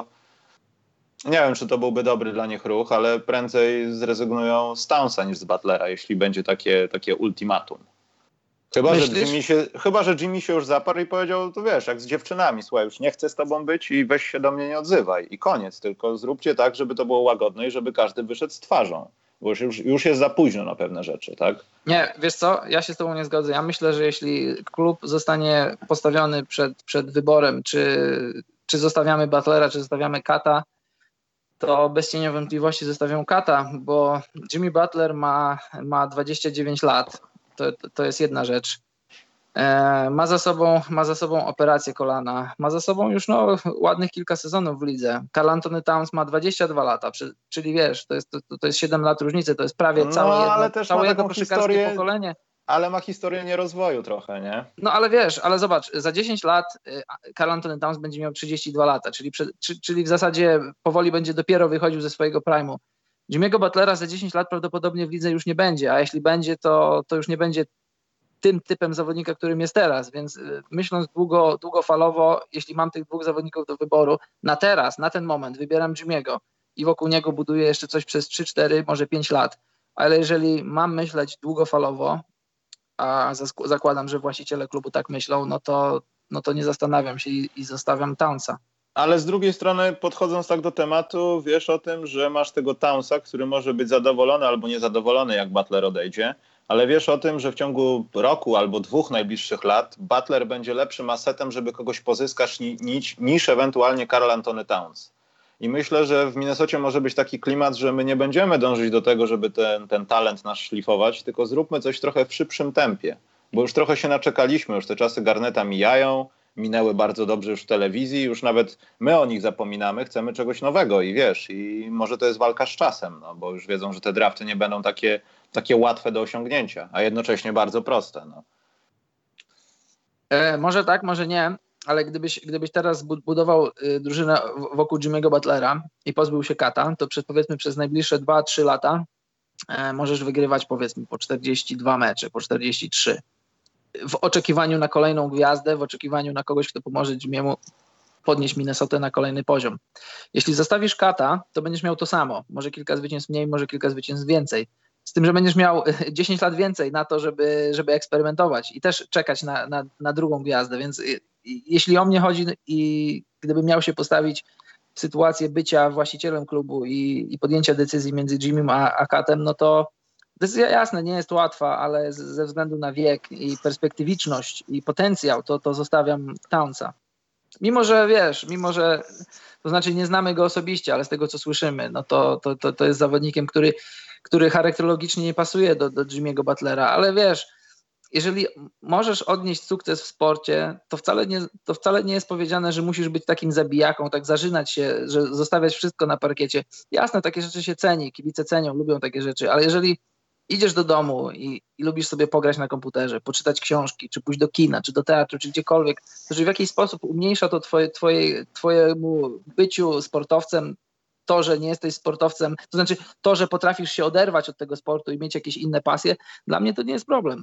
nie wiem, czy to byłby dobry dla nich ruch, ale prędzej zrezygnują z Townsa niż z Butlera, jeśli będzie takie, takie ultimatum. Chyba że, Jimmy się, chyba, że Jimmy się już zaparł i powiedział, to wiesz, jak z dziewczynami, słuchaj, już nie chcę z tobą być i weź się do mnie nie odzywaj. I koniec, tylko zróbcie tak, żeby to było łagodne i żeby każdy wyszedł z twarzą. Bo już, już jest za późno na pewne rzeczy, tak? Nie, wiesz co, ja się z tobą nie zgodzę. Ja myślę, że jeśli klub zostanie postawiony przed, przed wyborem, czy, czy zostawiamy Butlera, czy zostawiamy Kata, to bez cienia wątpliwości zostawią Kata, bo Jimmy Butler ma, ma dwadzieścia dziewięć lat. To, to, to jest jedna rzecz. E, ma za sobą, ma za sobą operację kolana. Ma za sobą już no, ładnych kilka sezonów w lidze. Karl Antony Towns ma dwadzieścia dwa lata, przy, czyli wiesz, to jest, to, to jest siedem lat różnicy, to jest prawie no, całe jedno, ale też całe ma jedno taką koszykarskie historię, pokolenie. Ale ma historię nierozwoju trochę, nie? No ale wiesz, ale zobacz, za dziesięć lat Karl Antony Towns będzie miał trzydzieści dwa lata, czyli, czyli w zasadzie powoli będzie dopiero wychodził ze swojego prime'u. Jimmy'ego Butlera za dziesięć lat prawdopodobnie w lidze już nie będzie, a jeśli będzie, to, to już nie będzie tym typem zawodnika, którym jest teraz, więc myśląc długo, długofalowo, jeśli mam tych dwóch zawodników do wyboru, na teraz, na ten moment wybieram Jimmy'ego i wokół niego buduję jeszcze coś przez trzy, cztery, może pięć lat, ale jeżeli mam myśleć długofalowo, a zakładam, że właściciele klubu tak myślą, no to, no to nie zastanawiam się i, i zostawiam Townsa. Ale z drugiej strony, podchodząc tak do tematu, wiesz o tym, że masz tego Townsa, który może być zadowolony albo niezadowolony, jak Butler odejdzie, ale wiesz o tym, że w ciągu roku albo dwóch najbliższych lat Butler będzie lepszym asetem, żeby kogoś pozyskać niż, niż ewentualnie Karl Antony Towns. I myślę, że w Minnesocie może być taki klimat, że my nie będziemy dążyć do tego, żeby ten, ten talent nasz szlifować, tylko zróbmy coś trochę w szybszym tempie, bo już trochę się naczekaliśmy, już te czasy Garneta mijają, minęły bardzo dobrze już w telewizji, już nawet my o nich zapominamy, chcemy czegoś nowego i wiesz, i może to jest walka z czasem, no, bo już wiedzą, że te drafty nie będą takie, takie łatwe do osiągnięcia, a jednocześnie bardzo proste. No. E, może tak, może nie. Ale gdybyś, gdybyś teraz budował drużynę wokół Jimmy'ego Butlera i pozbył się Kata, to przez, powiedzmy przez najbliższe dwa trzy lata e, możesz wygrywać powiedzmy po czterdzieści dwa mecze, po czterdzieści trzy. W oczekiwaniu na kolejną gwiazdę, w oczekiwaniu na kogoś, kto pomoże Jimmy'emu podnieść Minnesotę na kolejny poziom. Jeśli zostawisz Kata, to będziesz miał to samo. Może kilka zwycięstw mniej, może kilka zwycięstw więcej. Z tym, że będziesz miał dziesięć lat więcej na to, żeby, żeby eksperymentować i też czekać na, na, na drugą gwiazdę, więc jeśli o mnie chodzi i gdybym miał się postawić w sytuację bycia właścicielem klubu i, i podjęcia decyzji między Jimmym a, a Katem, no to decyzja jasna, nie jest łatwa, ale z, ze względu na wiek i perspektywiczność i potencjał, to, to zostawiam Townsa. Mimo, że wiesz, mimo, że to znaczy nie znamy go osobiście, ale z tego, co słyszymy, no to, to, to, to jest zawodnikiem, który, który charakterologicznie nie pasuje do, do Jimmy'ego Butlera, ale wiesz, jeżeli możesz odnieść sukces w sporcie, to wcale, nie, to wcale nie jest powiedziane, że musisz być takim zabijaką, tak zażynać się, że zostawiać wszystko na parkiecie. Jasne, takie rzeczy się ceni, kibice cenią, lubią takie rzeczy, ale jeżeli idziesz do domu i, i lubisz sobie pograć na komputerze, poczytać książki, czy pójść do kina, czy do teatru, czy gdziekolwiek, to że w jakiś sposób umniejsza to twoje, twoje, twojemu byciu sportowcem to, że nie jesteś sportowcem, to znaczy to, że potrafisz się oderwać od tego sportu i mieć jakieś inne pasje, dla mnie to nie jest problem.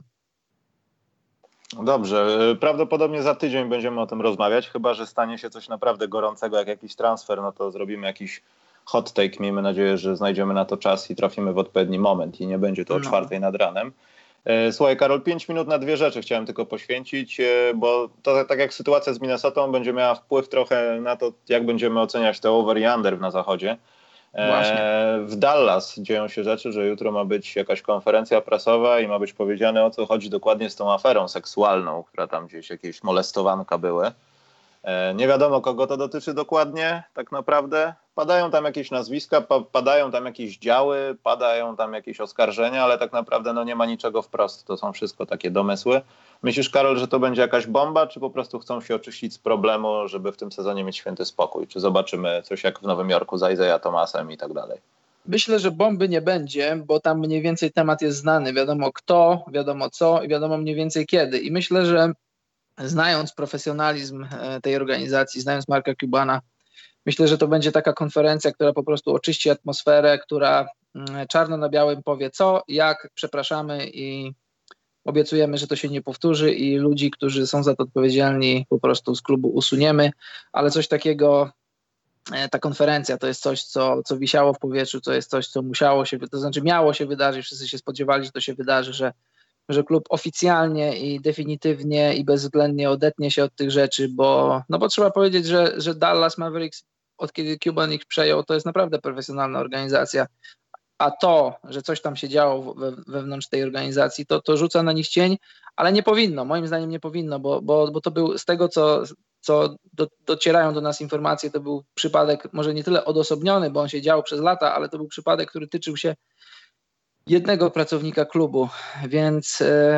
Dobrze, prawdopodobnie za tydzień będziemy o tym rozmawiać, chyba że stanie się coś naprawdę gorącego, jak jakiś transfer, no to zrobimy jakiś hot take, miejmy nadzieję, że znajdziemy na to czas i trafimy w odpowiedni moment i nie będzie to o No. czwartej nad ranem. Słuchaj, Karol, pięć minut na dwie rzeczy chciałem tylko poświęcić, bo to tak jak sytuacja z Minnesotą będzie miała wpływ trochę na to, jak będziemy oceniać te over i under na zachodzie. Właśnie. W Dallas dzieją się rzeczy, że jutro ma być jakaś konferencja prasowa i ma być powiedziane, o co chodzi dokładnie z tą aferą seksualną, która tam gdzieś jakieś molestowanka były. Nie wiadomo, kogo to dotyczy dokładnie, tak naprawdę. Padają tam jakieś nazwiska, pa- padają tam jakieś działy, padają tam jakieś oskarżenia, ale tak naprawdę no, nie ma niczego wprost. To są wszystko takie domysły. Myślisz, Karol, że to będzie jakaś bomba, czy po prostu chcą się oczyścić z problemu, żeby w tym sezonie mieć święty spokój? Czy zobaczymy coś jak w Nowym Jorku z Isaiah Thomasem i tak dalej? Myślę, że bomby nie będzie, bo tam mniej więcej temat jest znany. Wiadomo kto, wiadomo co i wiadomo mniej więcej kiedy. I myślę, że znając profesjonalizm tej organizacji, znając Marka Cubana, myślę, że to będzie taka konferencja, która po prostu oczyści atmosferę, która czarno na białym powie co, jak, przepraszamy i obiecujemy, że to się nie powtórzy i ludzi, którzy są za to odpowiedzialni, po prostu z klubu usuniemy, ale coś takiego, ta konferencja to jest coś, co, co wisiało w powietrzu, to jest coś, co musiało się, to znaczy miało się wydarzyć, wszyscy się spodziewali, że to się wydarzy, że że klub oficjalnie i definitywnie i bezwzględnie odetnie się od tych rzeczy, bo, no bo trzeba powiedzieć, że, że Dallas Mavericks, od kiedy Cuban ich przejął, to jest naprawdę profesjonalna organizacja, a to, że coś tam się działo we, wewnątrz tej organizacji, to, to rzuca na nich cień, ale nie powinno, moim zdaniem nie powinno, bo, bo, bo to był z tego, co, co do, docierają do nas informacje, to był przypadek może nie tyle odosobniony, bo on się działo przez lata, ale to był przypadek, który tyczył się jednego pracownika klubu, więc,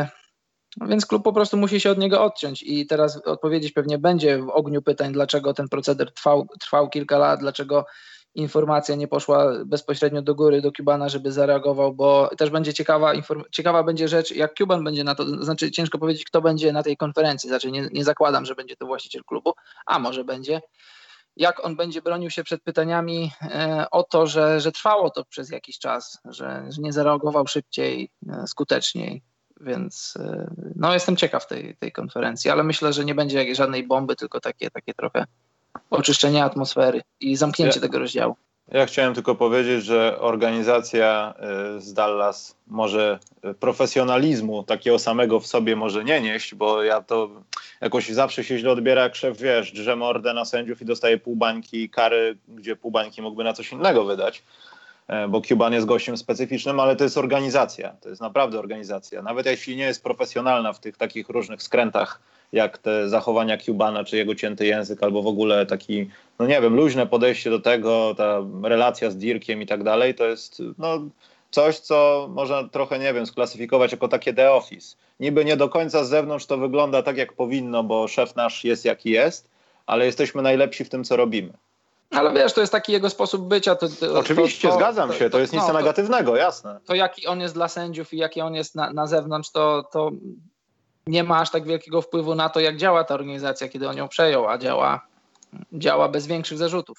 więc klub po prostu musi się od niego odciąć i teraz odpowiedzieć pewnie będzie w ogniu pytań, dlaczego ten proceder trwał, trwał kilka lat, dlaczego informacja nie poszła bezpośrednio do góry, do Cubana, żeby zareagował, bo też będzie ciekawa, ciekawa będzie rzecz, jak Cuban będzie na to, znaczy ciężko powiedzieć, kto będzie na tej konferencji, znaczy nie, nie zakładam, że będzie to właściciel klubu, a może będzie, jak on będzie bronił się przed pytaniami e, o to, że, że trwało to przez jakiś czas, że, że nie zareagował szybciej, e, skuteczniej, więc e, no jestem ciekaw tej, tej konferencji, ale myślę, że nie będzie jakiejś żadnej bomby, tylko takie, takie trochę oczyszczenie atmosfery i zamknięcie Ja, tego rozdziału. Ja chciałem tylko powiedzieć, że organizacja z Dallas może profesjonalizmu takiego samego w sobie może nie nieść, bo ja to jakoś zawsze się źle odbiera, jak szef, wiesz, drze mordę na sędziów i dostaje pół bańki kary, gdzie pół bańki mógłby na coś innego wydać, bo Cuban jest gościem specyficznym, ale to jest organizacja, to jest naprawdę organizacja. Nawet jeśli nie jest profesjonalna w tych takich różnych skrętach, jak te zachowania Cubana, czy jego cięty język, albo w ogóle taki, no nie wiem, luźne podejście do tego, ta relacja z Dirkiem i tak dalej, to jest no, coś, co można trochę, nie wiem, sklasyfikować jako takie The Office. Niby nie do końca z zewnątrz to wygląda tak, jak powinno, bo szef nasz jest, jaki jest, ale jesteśmy najlepsi w tym, co robimy. Ale wiesz, to jest taki jego sposób bycia. To, to, Oczywiście, to, to, zgadzam się, to, to jest nic no, negatywnego, jasne. To jaki on jest dla sędziów i jaki on jest na, na zewnątrz, to, to nie ma aż tak wielkiego wpływu na to, jak działa ta organizacja, kiedy on ją przejął, a działa, działa bez większych zarzutów.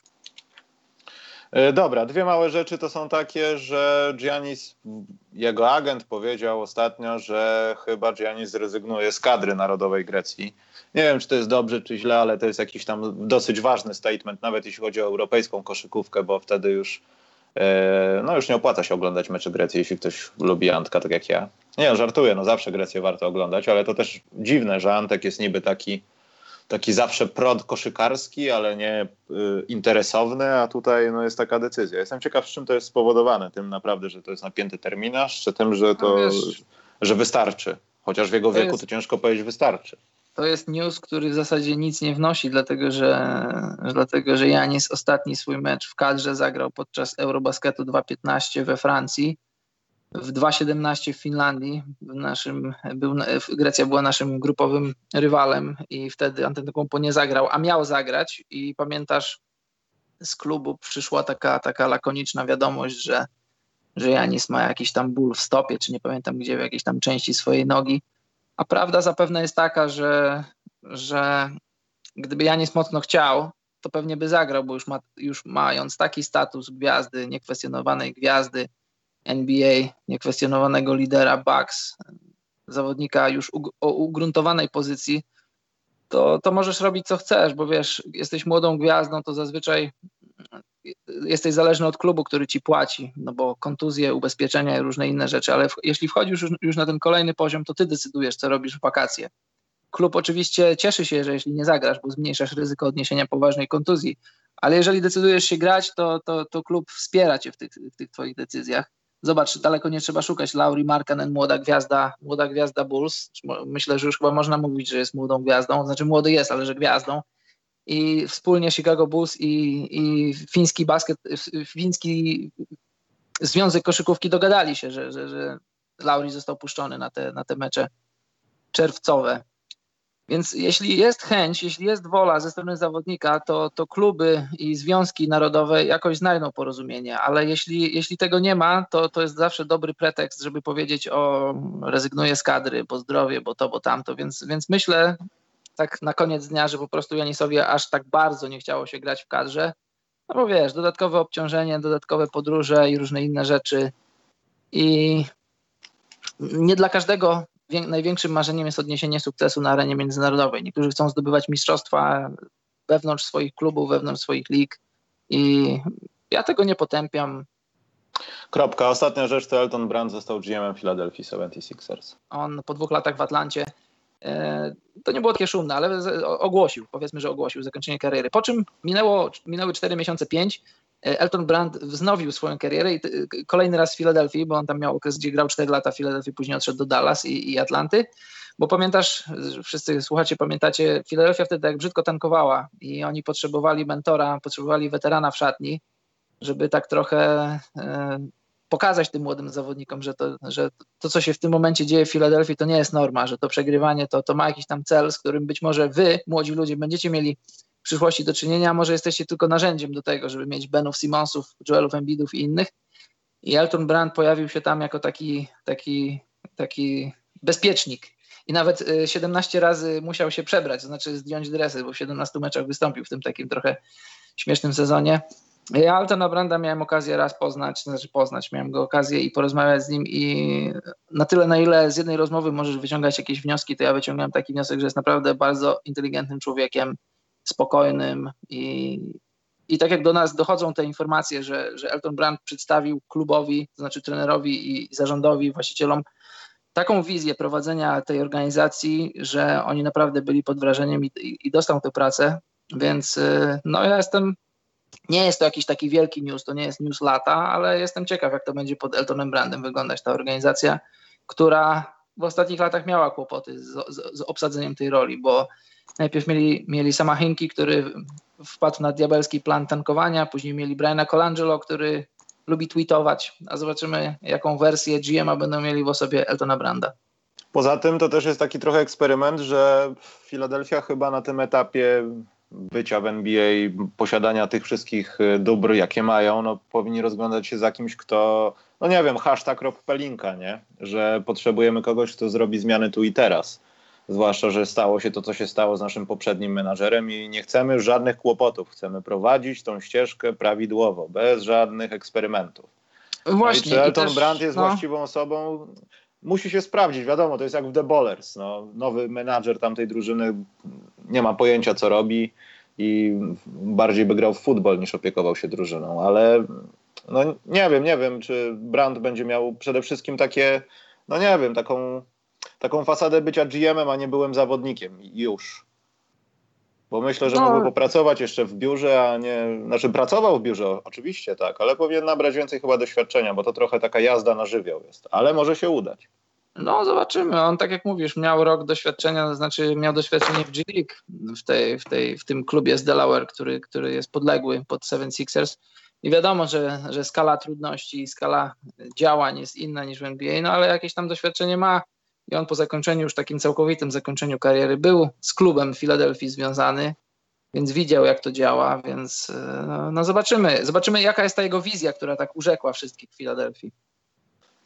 Dobra, dwie małe rzeczy to są takie, że Giannis, jego agent powiedział ostatnio, że chyba Giannis zrezygnuje z kadry narodowej Grecji. Nie wiem, czy to jest dobrze, czy źle, ale to jest jakiś tam dosyć ważny statement, nawet jeśli chodzi o europejską koszykówkę, bo wtedy już, no już nie opłaca się oglądać meczy Grecji, jeśli ktoś lubi Antka, tak jak ja. Nie, no, żartuję, no zawsze Grecję warto oglądać, ale to też dziwne, że Antek jest niby taki taki zawsze prod koszykarski, ale nie y, interesowny, a tutaj no, jest taka decyzja. Jestem ciekaw, z czym to jest spowodowane. Tym naprawdę, że to jest napięty terminarz, czy tym, że to, no wiesz, że wystarczy. Chociaż w jego to wieku jest, to ciężko powiedzieć wystarczy. To jest news, który w zasadzie nic nie wnosi, dlatego że, dlatego, że Giannis ostatni swój mecz w kadrze zagrał podczas Eurobasketu dwa piętnaście we Francji, w dwa siedemnaście w Finlandii. W naszym, był, Grecja była naszym grupowym rywalem i wtedy Antetokounmpo nie zagrał, a miał zagrać i pamiętasz, z klubu przyszła taka, taka lakoniczna wiadomość, że, że Giannis ma jakiś tam ból w stopie, czy nie pamiętam gdzie, w jakiejś tam części swojej nogi, a prawda zapewne jest taka, że, że gdyby Giannis mocno chciał, to pewnie by zagrał, bo już, ma, już mając taki status gwiazdy, niekwestionowanej gwiazdy N B A, niekwestionowanego lidera Bucks, zawodnika już u, o ugruntowanej pozycji, to, to możesz robić co chcesz, bo wiesz, jesteś młodą gwiazdą, to zazwyczaj jesteś zależny od klubu, który ci płaci, no bo kontuzje, ubezpieczenia i różne inne rzeczy, ale w, jeśli wchodzisz już, już na ten kolejny poziom, to ty decydujesz, co robisz w wakacje. Klub oczywiście cieszy się, że jeśli nie zagrasz, bo zmniejszasz ryzyko odniesienia poważnej kontuzji, ale jeżeli decydujesz się grać, to, to, to klub wspiera cię w tych, w tych twoich decyzjach. Zobacz, daleko nie trzeba szukać. Lauri Markkanen, młoda gwiazda, młoda gwiazda Bulls. Myślę, że już chyba można mówić, że jest młodą gwiazdą. Znaczy młody jest, ale że gwiazdą. I wspólnie Chicago Bulls i, i fiński basket, fiński Związek Koszykówki dogadali się, że, że, że Lauri został puszczony na te, na te mecze czerwcowe. Więc jeśli jest chęć, jeśli jest wola ze strony zawodnika, to, to kluby i związki narodowe jakoś znajdą porozumienie, ale jeśli, jeśli tego nie ma, to, to jest zawsze dobry pretekst, żeby powiedzieć o rezygnuję z kadry, bo zdrowie, bo to, bo tamto, więc, więc myślę tak na koniec dnia, że po prostu Janisowi aż tak bardzo nie chciało się grać w kadrze, no bo wiesz, dodatkowe obciążenie, dodatkowe podróże i różne inne rzeczy i nie dla każdego największym marzeniem jest odniesienie sukcesu na arenie międzynarodowej. Niektórzy chcą zdobywać mistrzostwa wewnątrz swoich klubów, wewnątrz swoich lig i ja tego nie potępiam. Kropka. Ostatnia rzecz to Elton Brand został G M-em Philadelphia seventy-sixers. On po dwóch latach w Atlancie, to nie było takie szumne, ale ogłosił, powiedzmy, że ogłosił zakończenie kariery. Po czym minęło, minęły cztery miesiące, pięć. Elton Brand wznowił swoją karierę i kolejny raz w Filadelfii, bo on tam miał okres, gdzie grał cztery lata w Filadelfii, później odszedł do Dallas i, i Atlanty, bo pamiętasz, wszyscy słuchacze pamiętacie, Filadelfia wtedy tak brzydko tankowała i oni potrzebowali mentora, potrzebowali weterana w szatni, żeby tak trochę e, pokazać tym młodym zawodnikom, że to, że to, co się w tym momencie dzieje w Filadelfii, to nie jest norma, że to przegrywanie to, to ma jakiś tam cel, z którym być może wy, młodzi ludzie, będziecie mieli w przyszłości do czynienia, a może jesteście tylko narzędziem do tego, żeby mieć Benów Simmonsów, Joelów Embidów i innych. I Elton Brand pojawił się tam jako taki, taki, taki bezpiecznik. I nawet siedemnaście razy musiał się przebrać, to znaczy zdjąć dresy, bo w siedemnastu meczach wystąpił w tym takim trochę śmiesznym sezonie. Ja Eltona Branda miałem okazję raz poznać, znaczy poznać, miałem go okazję i porozmawiać z nim i na tyle, na ile z jednej rozmowy możesz wyciągać jakieś wnioski, to ja wyciągałem taki wniosek, że jest naprawdę bardzo inteligentnym człowiekiem, spokojnym i, i tak jak do nas dochodzą te informacje, że, że Elton Brand przedstawił klubowi, to znaczy trenerowi i zarządowi, właścicielom taką wizję prowadzenia tej organizacji, że oni naprawdę byli pod wrażeniem i, i, i dostał tę pracę, więc no ja jestem, nie jest to jakiś taki wielki news, to nie jest news lata, ale jestem ciekaw, jak to będzie pod Eltonem Brandem wyglądać ta organizacja, która w ostatnich latach miała kłopoty z, z, z obsadzeniem tej roli, bo najpierw mieli, mieli Sama Hinkie, który wpadł na diabelski plan tankowania, później mieli Briana Colangelo, który lubi tweetować, a zobaczymy, jaką wersję G M a będą mieli w osobie Eltona Branda. Poza tym to też jest taki trochę eksperyment, że Philadelphia chyba na tym etapie bycia w N B A, posiadania tych wszystkich dóbr, jakie mają, no powinni rozglądać się za kimś, kto, no nie wiem, hashtag Rob Pelinka, nie? Że potrzebujemy kogoś, kto zrobi zmiany tu i teraz. Zwłaszcza, że stało się to, co się stało z naszym poprzednim menadżerem i nie chcemy już żadnych kłopotów. Chcemy prowadzić tą ścieżkę prawidłowo, bez żadnych eksperymentów. Właśnie. No i czy Elton też, Brand jest no... właściwą osobą? Musi się sprawdzić, wiadomo, to jest jak w The Ballers. No, nowy menadżer tamtej drużyny nie ma pojęcia, co robi i bardziej by grał w futbol niż opiekował się drużyną, ale no nie wiem, nie wiem, czy Brand będzie miał przede wszystkim takie, no nie wiem, taką taką fasadę bycia G M em, a nie byłem zawodnikiem i już. Bo myślę, że no. mógłby popracować jeszcze w biurze, a nie... Znaczy pracował w biurze, oczywiście tak, ale powinien nabrać więcej chyba doświadczenia, bo to trochę taka jazda na żywioł jest. Ale może się udać. No zobaczymy. On, tak jak mówisz, miał rok doświadczenia, to znaczy miał doświadczenie w G League, w, tej, w, tej, w tym klubie z Delaware, który, który jest podległy pod seventy-sixers. I wiadomo, że, że skala trudności, skala działań jest inna niż w N B A, no ale jakieś tam doświadczenie ma. I on po zakończeniu, już takim całkowitym zakończeniu kariery był z klubem Filadelfii związany, więc widział, jak to działa, więc no, no zobaczymy. Zobaczymy, jaka jest ta jego wizja, która tak urzekła wszystkich w Filadelfii.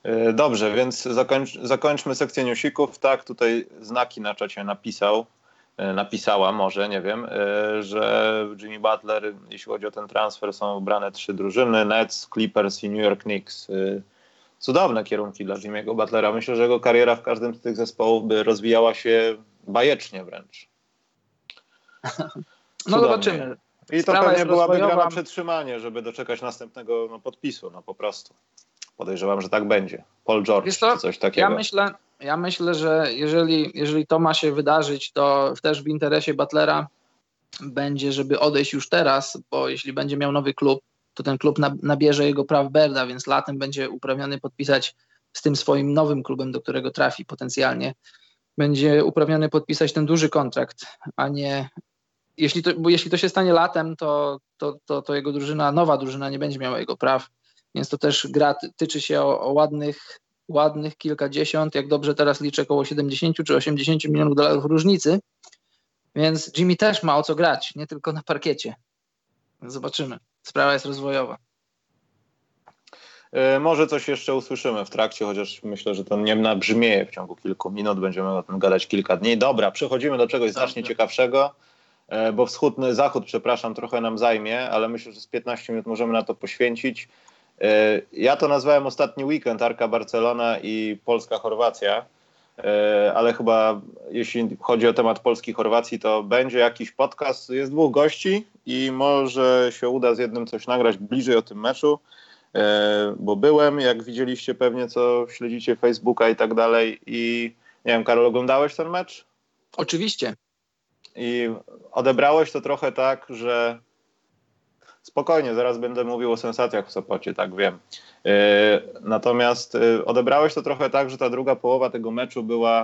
Dobrze, więc zakończ, zakończmy sekcję newsików. Tak, tutaj znaki na czacie napisał. napisała może, nie wiem, że Jimmy Butler, jeśli chodzi o ten transfer, są ubrane trzy drużyny, Nets, Clippers i New York Knicks. Cudowne kierunki dla Jimmy'ego Butlera. Myślę, że jego kariera w każdym z tych zespołów by rozwijała się bajecznie wręcz. Cudownie. No zobaczymy. I to Sprawa pewnie byłaby rozwojowa. gra na przetrzymanie, żeby doczekać następnego no, podpisu, no po prostu. Podejrzewam, że tak będzie. Paul George co, czy coś takiego. Ja myślę, ja myślę, że jeżeli, jeżeli to ma się wydarzyć, to też w interesie Butlera będzie, żeby odejść już teraz, bo jeśli będzie miał nowy klub, to ten klub nabierze jego praw Birda, więc latem będzie uprawniony podpisać z tym swoim nowym klubem, do którego trafi potencjalnie. Będzie uprawniony podpisać ten duży kontrakt, a nie... Jeśli to, bo jeśli to się stanie latem, to, to, to, to jego drużyna, nowa drużyna nie będzie miała jego praw, więc to też gra tyczy się o, o ładnych, ładnych kilkadziesiąt, jak dobrze teraz liczę, około siedemdziesiąt czy osiemdziesiąt milionów dolarów różnicy, więc Jimmy też ma o co grać, nie tylko na parkiecie. Zobaczymy. Sprawa jest rozwojowa. Yy, może coś jeszcze usłyszymy w trakcie, chociaż myślę, że to nie nabrzmieje w ciągu kilku minut. Będziemy o tym gadać kilka dni. Dobra, przechodzimy do czegoś znacznie ciekawszego, yy, bo wschód, zachód, przepraszam, trochę nam zajmie, ale myślę, że z piętnaście minut możemy na to poświęcić. Yy, ja to nazwałem ostatni weekend, Arka Barcelona i Polska-Chorwacja. Ale chyba jeśli chodzi o temat Polski-Chorwacji, to będzie jakiś podcast. Jest dwóch gości i może się uda z jednym coś nagrać bliżej o tym meczu, bo byłem, jak widzieliście pewnie, co śledzicie Facebooka i tak dalej. I nie wiem, Karol, oglądałeś ten mecz? Oczywiście. I odebrałeś to trochę tak, że spokojnie, zaraz będę mówił o sensacjach w Sopocie, tak wiem. Yy, natomiast yy, odebrałeś to trochę tak, że ta druga połowa tego meczu była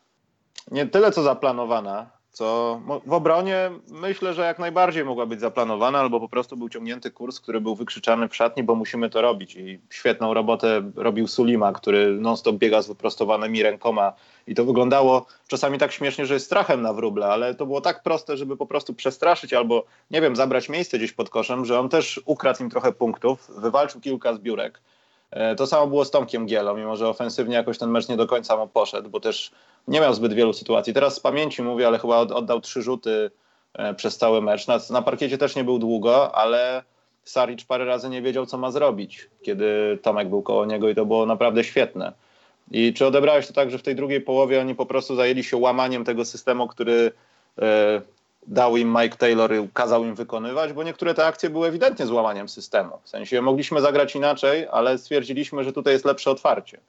nie tyle co zaplanowana, co w obronie myślę, że jak najbardziej mogła być zaplanowana, albo po prostu był ciągnięty kurs, który był wykrzyczany w szatni, bo musimy to robić. I świetną robotę robił Sulima, który non-stop biega z wyprostowanymi rękoma i to wyglądało czasami tak śmiesznie, że jest strachem na wróble, ale to było tak proste, żeby po prostu przestraszyć albo, nie wiem, zabrać miejsce gdzieś pod koszem, że on też ukradł im trochę punktów, wywalczył kilka zbiórek. To samo było z Tomkiem Gielą, mimo że ofensywnie jakoś ten mecz nie do końca mu poszedł, bo też nie miał zbyt wielu sytuacji. Teraz z pamięci mówię, ale chyba oddał trzy rzuty przez cały mecz. Na, na parkiecie też nie był długo, ale Saric parę razy nie wiedział, co ma zrobić, kiedy Tomek był koło niego i to było naprawdę świetne. I czy odebrałeś to tak, że w tej drugiej połowie oni po prostu zajęli się łamaniem tego systemu, który e, dał im Mike Taylor i kazał im wykonywać, bo niektóre te akcje były ewidentnie z łamaniem systemu. W sensie mogliśmy zagrać inaczej, ale stwierdziliśmy, że tutaj jest lepsze otwarcie.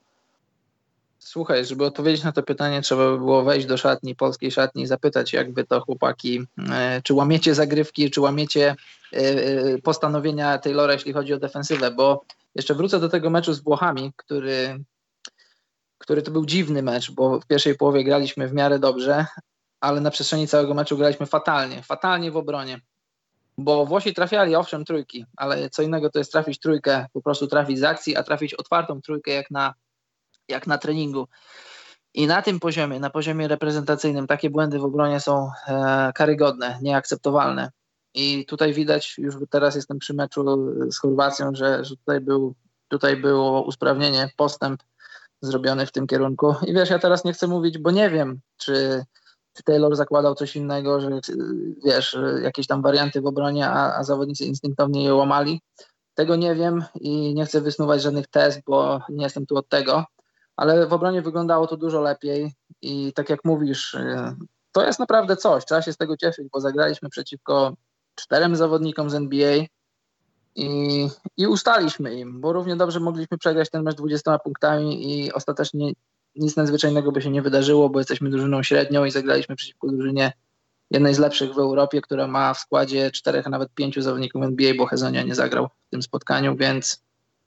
Słuchaj, żeby odpowiedzieć na to pytanie, trzeba by było wejść do szatni, polskiej szatni i zapytać, jakby to chłopaki, e, czy łamiecie zagrywki, czy łamiecie e, postanowienia Taylora, jeśli chodzi o defensywę, bo jeszcze wrócę do tego meczu z Włochami, który, który to był dziwny mecz, bo w pierwszej połowie graliśmy w miarę dobrze, ale na przestrzeni całego meczu graliśmy fatalnie, fatalnie w obronie, bo Włosi trafiali, owszem, trójki, ale co innego to jest trafić trójkę, po prostu trafić z akcji, a trafić otwartą trójkę jak na jak na treningu. I na tym poziomie, na poziomie reprezentacyjnym takie błędy w obronie są e, karygodne, nieakceptowalne. I tutaj widać, już teraz jestem przy meczu z Chorwacją, że, że tutaj, był, tutaj było usprawnienie, postęp zrobiony w tym kierunku. I wiesz, ja teraz nie chcę mówić, bo nie wiem, czy, czy Taylor zakładał coś innego, że wiesz, jakieś tam warianty w obronie, a, a zawodnicy instynktownie je łamali. Tego nie wiem i nie chcę wysnuwać żadnych tez, bo nie jestem tu od tego. Ale w obronie wyglądało to dużo lepiej i tak jak mówisz, to jest naprawdę coś, trzeba się z tego cieszyć, bo zagraliśmy przeciwko czterem zawodnikom z N B A i, i ustaliśmy im, bo równie dobrze mogliśmy przegrać ten mecz dwudziestoma punktami i ostatecznie nic nadzwyczajnego by się nie wydarzyło, bo jesteśmy drużyną średnią i zagraliśmy przeciwko drużynie jednej z lepszych w Europie, która ma w składzie czterech, a nawet pięciu zawodników N B A, bo Hezonia nie zagrał w tym spotkaniu, więc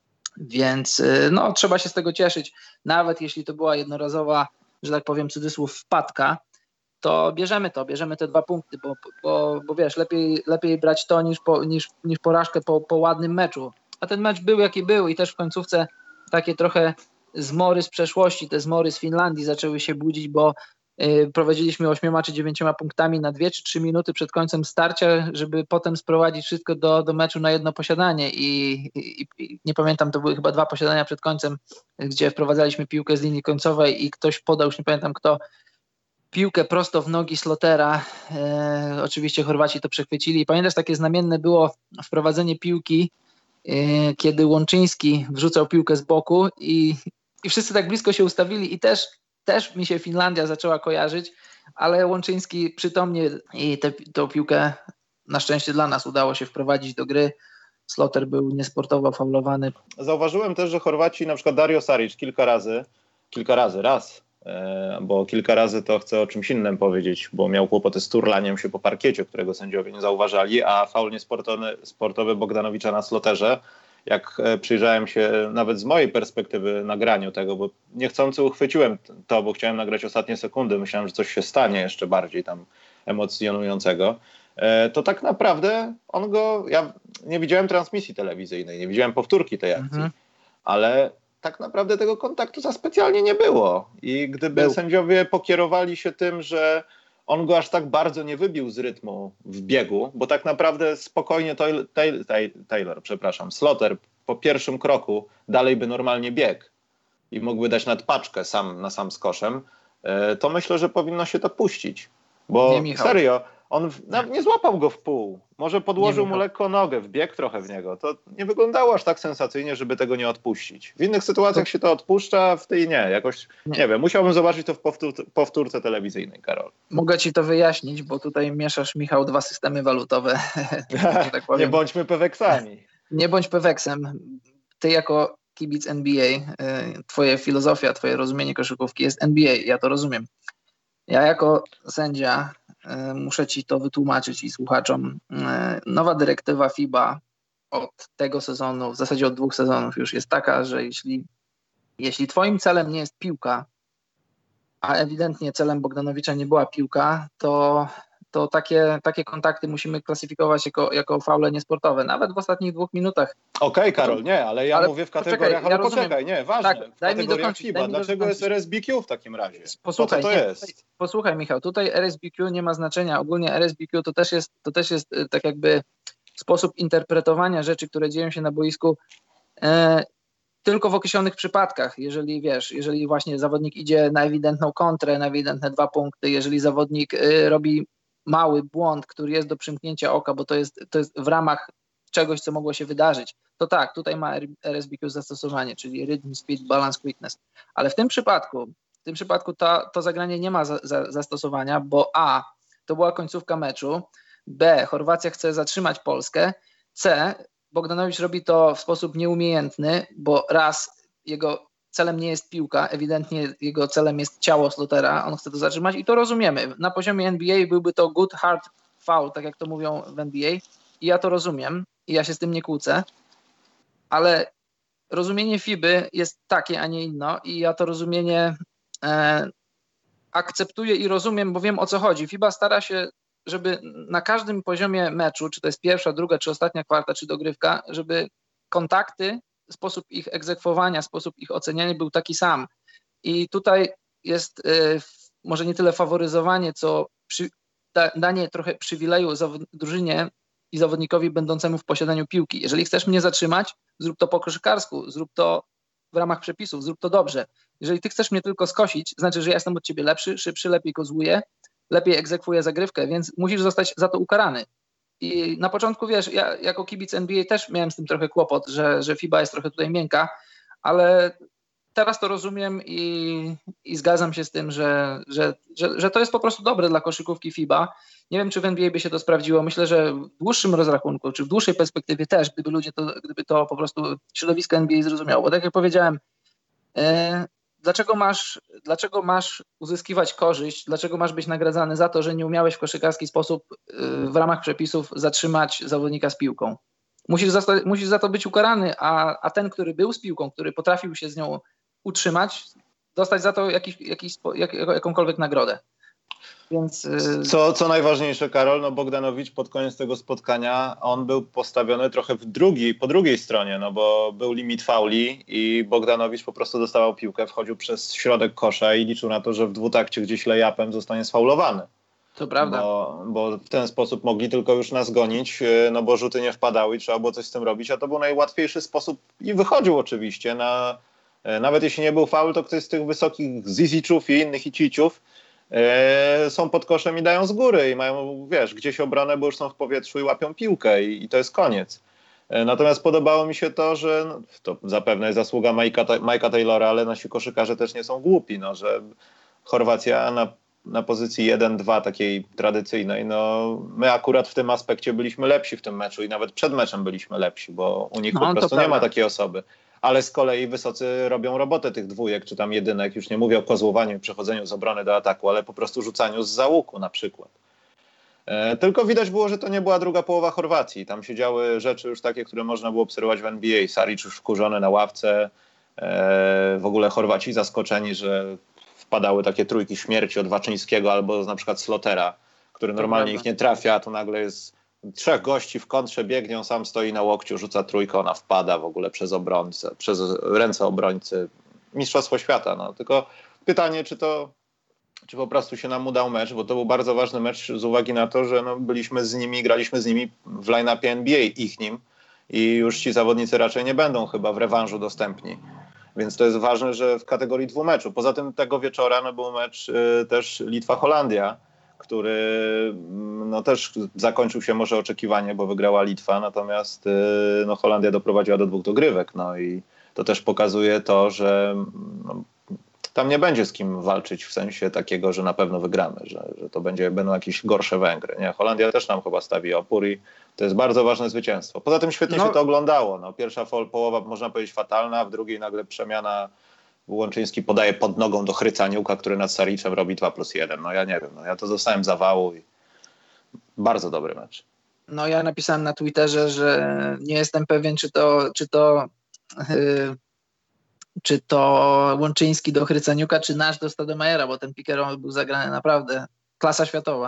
Więc no, trzeba się z tego cieszyć. Nawet jeśli to była jednorazowa, że tak powiem, cudzysłów wpadka, to bierzemy to, bierzemy te dwa punkty, bo, bo, bo wiesz, lepiej, lepiej brać to niż, po, niż, niż porażkę po, po ładnym meczu. A ten mecz był jaki był i też w końcówce takie trochę zmory z przeszłości, te zmory z Finlandii zaczęły się budzić, bo y, prowadziliśmy ośmioma czy dziewięcioma punktami na dwie czy trzy minuty przed końcem starcia, żeby potem sprowadzić wszystko do, do meczu na jedno posiadanie i, i, i nie pamiętam, to były chyba dwa posiadania przed końcem, gdzie wprowadzaliśmy piłkę z linii końcowej i ktoś podał, już nie pamiętam kto, piłkę prosto w nogi Slotera. E, oczywiście Chorwaci to przechwycili. Pamiętasz, takie znamienne było wprowadzenie piłki, e, kiedy Łączyński wrzucał piłkę z boku i, i wszyscy tak blisko się ustawili i też, też mi się Finlandia zaczęła kojarzyć, ale Łączyński przytomnie i tę piłkę na szczęście dla nas udało się wprowadzić do gry. Sloter był niesportowo faulowany. Zauważyłem też, że Chorwaci, na przykład Dario Saric kilka razy, kilka razy, raz, e, bo kilka razy to chcę o czymś innym powiedzieć, bo miał kłopoty z turlaniem się po parkiecie, którego sędziowie nie zauważali, a faul niesportowy sportowy Bogdanowicza na Sloterze, jak e, przyjrzałem się nawet z mojej perspektywy nagraniu tego, bo niechcący uchwyciłem to, bo chciałem nagrać ostatnie sekundy, myślałem, że coś się stanie jeszcze bardziej tam emocjonującego. To tak naprawdę on go, ja nie widziałem transmisji telewizyjnej, nie widziałem powtórki tej akcji, mhm. ale tak naprawdę tego kontaktu za specjalnie nie było i gdyby Był. sędziowie pokierowali się tym, że on go aż tak bardzo nie wybił z rytmu w biegu, bo tak naprawdę spokojnie Taylor, Taylor, Taylor przepraszam, Sloter po pierwszym kroku dalej by normalnie biegł i mógłby dać nadpaczkę sam na sam z koszem, to myślę, że powinno się to puścić, bo nie, serio, on w, nie złapał go w pół. Może podłożył nie, mu lekko nogę, wbiegł trochę w niego. To nie wyglądało aż tak sensacyjnie, żeby tego nie odpuścić. W innych sytuacjach to... się to odpuszcza, w tej nie. Jakoś, nie. nie wiem, musiałbym zobaczyć to w powtórce, powtórce telewizyjnej, Karol. Mogę ci to wyjaśnić, bo tutaj mieszasz, Michał, dwa systemy walutowe. tak powiem. Nie bądźmy peweksami. Nie bądź peweksem. Ty jako kibic N B A, twoja filozofia, twoje rozumienie koszykówki jest N B A. Ja to rozumiem. Ja jako sędzia muszę ci to wytłumaczyć i słuchaczom. Nowa dyrektywa FIBA od tego sezonu, w zasadzie od dwóch sezonów już jest taka, że jeśli, jeśli twoim celem nie jest piłka, a ewidentnie celem Bogdanowicza nie była piłka, to, to takie, takie kontakty musimy klasyfikować jako, jako faule niesportowe, nawet w ostatnich dwóch minutach. Okej, okay, Karol, nie, ale ja ale mówię w kategoriach, poczekaj, ale ja poczekaj, nie, ważne, tak, w daj kategoriach mi dokończyć, FIBA. Dlaczego jest R S B Q w takim razie? Posłuchaj, to nie, jest? Posłuchaj, Michał, tutaj R S B Q nie ma znaczenia. Ogólnie R S B Q to też jest, to też jest tak jakby sposób interpretowania rzeczy, które dzieją się na boisku e, tylko w określonych przypadkach. Jeżeli wiesz, jeżeli właśnie zawodnik idzie na ewidentną kontrę, na ewidentne dwa punkty, jeżeli zawodnik y, robi mały błąd, który jest do przymknięcia oka, bo to jest, to jest w ramach czegoś, co mogło się wydarzyć, to tak, tutaj ma R S B Q zastosowanie, czyli Rhythm, Speed, Balance, Quickness. Ale w tym przypadku, w tym przypadku to, to zagranie nie ma za, za, zastosowania, bo A, to była końcówka meczu, B, Chorwacja chce zatrzymać Polskę, C, Bogdanowicz robi to w sposób nieumiejętny, bo raz jego celem nie jest piłka, ewidentnie jego celem jest ciało Slotera, on chce to zatrzymać i to rozumiemy. Na poziomie N B A byłby to good hard foul, tak jak to mówią w N B A i ja to rozumiem i ja się z tym nie kłócę, ale rozumienie FIBY jest takie, a nie inno i ja to rozumienie e, akceptuję i rozumiem, bo wiem, o co chodzi. FIBA stara się, żeby na każdym poziomie meczu, czy to jest pierwsza, druga, czy ostatnia kwarta, czy dogrywka, żeby kontakty, sposób ich egzekwowania, sposób ich oceniania był taki sam. I tutaj jest y, może nie tyle faworyzowanie, co przy, da, danie trochę przywileju zawod- drużynie i zawodnikowi będącemu w posiadaniu piłki. Jeżeli chcesz mnie zatrzymać, zrób to po koszykarsku, zrób to w ramach przepisów, zrób to dobrze. Jeżeli ty chcesz mnie tylko skosić, znaczy, że ja jestem od ciebie lepszy, szybszy, lepiej kozłuję, lepiej egzekwuję zagrywkę, więc musisz zostać za to ukarany. I na początku, wiesz, ja jako kibic N B A też miałem z tym trochę kłopot, że, że FIBA jest trochę tutaj miękka, ale teraz to rozumiem i, i zgadzam się z tym, że, że, że, że to jest po prostu dobre dla koszykówki FIBA. Nie wiem, czy w N B A by się to sprawdziło. Myślę, że w dłuższym rozrachunku, czy w dłuższej perspektywie też, gdyby ludzie to, gdyby to po prostu środowisko N B A zrozumiało. Bo tak jak powiedziałem, e, dlaczego masz, dlaczego masz uzyskiwać korzyść, dlaczego masz być nagradzany za to, że nie umiałeś w koszykarski sposób e, w ramach przepisów zatrzymać zawodnika z piłką? Musisz za, musisz za to być ukarany, a, a ten, który był z piłką, który potrafił się z nią utrzymać, dostać za to jakiś, jakiś, jak, jakąkolwiek nagrodę. Więc, co, co najważniejsze, Karol, no Bogdanowicz pod koniec tego spotkania, on był postawiony trochę w drugi, po drugiej stronie, no bo był limit fauli i Bogdanowicz po prostu dostawał piłkę, wchodził przez środek kosza i liczył na to, że w dwutakcie gdzieś lay-upem zostanie sfaulowany. To prawda. Bo, bo w ten sposób mogli tylko już nas gonić, no bo rzuty nie wpadały i trzeba było coś z tym robić, a to był najłatwiejszy sposób i wychodził oczywiście na... Nawet jeśli nie był faul, to ktoś z tych wysokich Ziziczów i innych Iciciów e, są pod koszem i dają z góry i mają, wiesz, gdzieś obronę, bo już są w powietrzu i łapią piłkę i, i to jest koniec. E, natomiast podobało mi się to, że no, to zapewne jest zasługa Mike'a, Mike'a Taylora, ale nasi koszykarze też nie są głupi, no, że Chorwacja na, na pozycji jeden dwa takiej tradycyjnej, no my akurat w tym aspekcie byliśmy lepsi w tym meczu i nawet przed meczem byliśmy lepsi, bo u nich No, po prostu nie prawda. ma takiej osoby. Ale z kolei wysocy robią robotę tych dwójek, czy tam jedynek, już nie mówię o kozłowaniu i przechodzeniu z obrony do ataku, ale po prostu rzucaniu z załuku na przykład. E, tylko widać było, że to nie była druga połowa Chorwacji. Tam się działy rzeczy już takie, które można było obserwować w N B A. Saric już wkurzony na ławce, e, w ogóle Chorwaci zaskoczeni, że wpadały takie trójki śmierci od Waczyńskiego albo na przykład Slotera, który normalnie ich nie trafia, a tu nagle jest trzech gości w kontrze, biegnie, on sam stoi na łokciu, rzuca trójkę, ona wpada w ogóle przez obrońcę, przez ręce obrońcy. Mistrzostwo świata, no. Tylko pytanie, czy to, czy po prostu się nam udał mecz, bo to był bardzo ważny mecz z uwagi na to, że no, byliśmy z nimi, graliśmy z nimi w line-upie N B A ich nim i już ci zawodnicy raczej nie będą chyba w rewanżu dostępni. Więc to jest ważne, że w kategorii dwumeczu. Poza tym tego wieczora no, był mecz y, też Litwa-Holandia, który no, też zakończył się może oczekiwanie, bo wygrała Litwa, natomiast y, no, Holandia doprowadziła do dwóch dogrywek. No i to też pokazuje to, że no, tam nie będzie z kim walczyć w sensie takiego, że na pewno wygramy, że, że to będzie, będą jakieś gorsze Węgry. Nie? Holandia też nam chyba stawi opór i to jest bardzo ważne zwycięstwo. Poza tym świetnie No. się to oglądało. No, pierwsza połowa można powiedzieć fatalna, a w drugiej nagle przemiana. Łączyński podaje pod nogą do Chrycaniuka, który nad Sariczem robi dwa plus jeden. No ja nie wiem, no ja to dostałem zawału i bardzo dobry mecz. No ja napisałem na Twitterze, że nie jestem pewien, czy to czy to yy, czy to Łączyński do Chrycaniuka, czy nasz do Stademajera, bo ten pick-and-roll był zagrany naprawdę klasa światowa.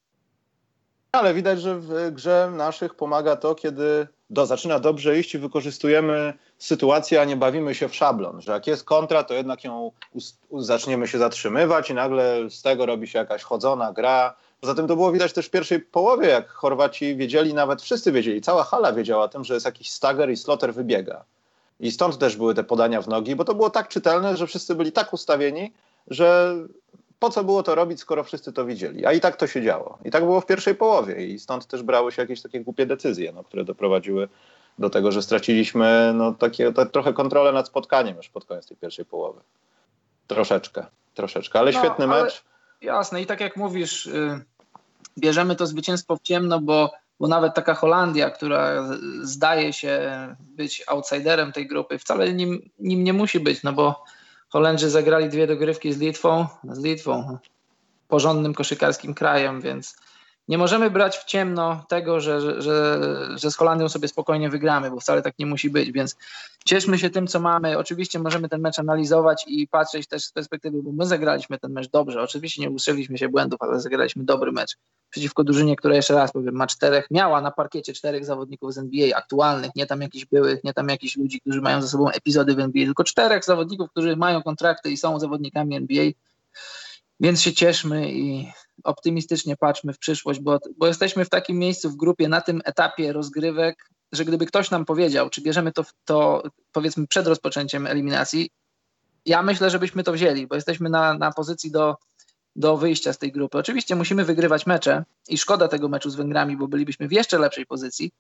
Ale widać, że w grze naszych pomaga to, kiedy do, zaczyna dobrze iść i wykorzystujemy sytuację, a nie bawimy się w szablon. Że jak jest kontra, to jednak ją us, zaczniemy się zatrzymywać i nagle z tego robi się jakaś chodzona gra. Poza tym to było widać też w pierwszej połowie, jak Chorwaci wiedzieli, nawet wszyscy wiedzieli, cała hala wiedziała o tym, że jest jakiś stagger i Sloter wybiega. I stąd też były te podania w nogi, bo to było tak czytelne, że wszyscy byli tak ustawieni, że po co było to robić, skoro wszyscy to widzieli? A i tak to się działo. I tak było w pierwszej połowie i stąd też brały się jakieś takie głupie decyzje, no, które doprowadziły do tego, że straciliśmy no, takie, tak, trochę kontrolę nad spotkaniem już pod koniec tej pierwszej połowy. Troszeczkę, troszeczkę, ale no, świetny ale mecz. Jasne i tak jak mówisz, yy, bierzemy to zwycięstwo w ciemno, bo, bo nawet taka Holandia, która zdaje się być outsiderem tej grupy, wcale nim, nim nie musi być, no bo Holendrzy zagrali dwie dogrywki z Litwą, z Litwą, porządnym koszykarskim krajem, więc nie możemy brać w ciemno tego, że, że, że, że z Holandią sobie spokojnie wygramy, bo wcale tak nie musi być, więc cieszmy się tym, co mamy. Oczywiście możemy ten mecz analizować i patrzeć też z perspektywy, bo my zagraliśmy ten mecz dobrze. Oczywiście nie ustrzeliliśmy się błędów, ale zagraliśmy dobry mecz przeciwko drużynie, która, jeszcze raz powiem, ma czterech, miała na parkiecie czterech zawodników z N B A aktualnych, nie tam jakichś byłych, nie tam jakichś ludzi, którzy mają ze sobą epizody w N B A, tylko czterech zawodników, którzy mają kontrakty i są zawodnikami N B A, więc się cieszmy i optymistycznie patrzmy w przyszłość, bo, bo jesteśmy w takim miejscu w grupie, na tym etapie rozgrywek, że gdyby ktoś nam powiedział, czy bierzemy to, to powiedzmy przed rozpoczęciem eliminacji, ja myślę, że byśmy to wzięli, bo jesteśmy na, na pozycji do, do wyjścia z tej grupy. Oczywiście musimy wygrywać mecze i szkoda tego meczu z Węgrami, bo bylibyśmy w jeszcze lepszej pozycji,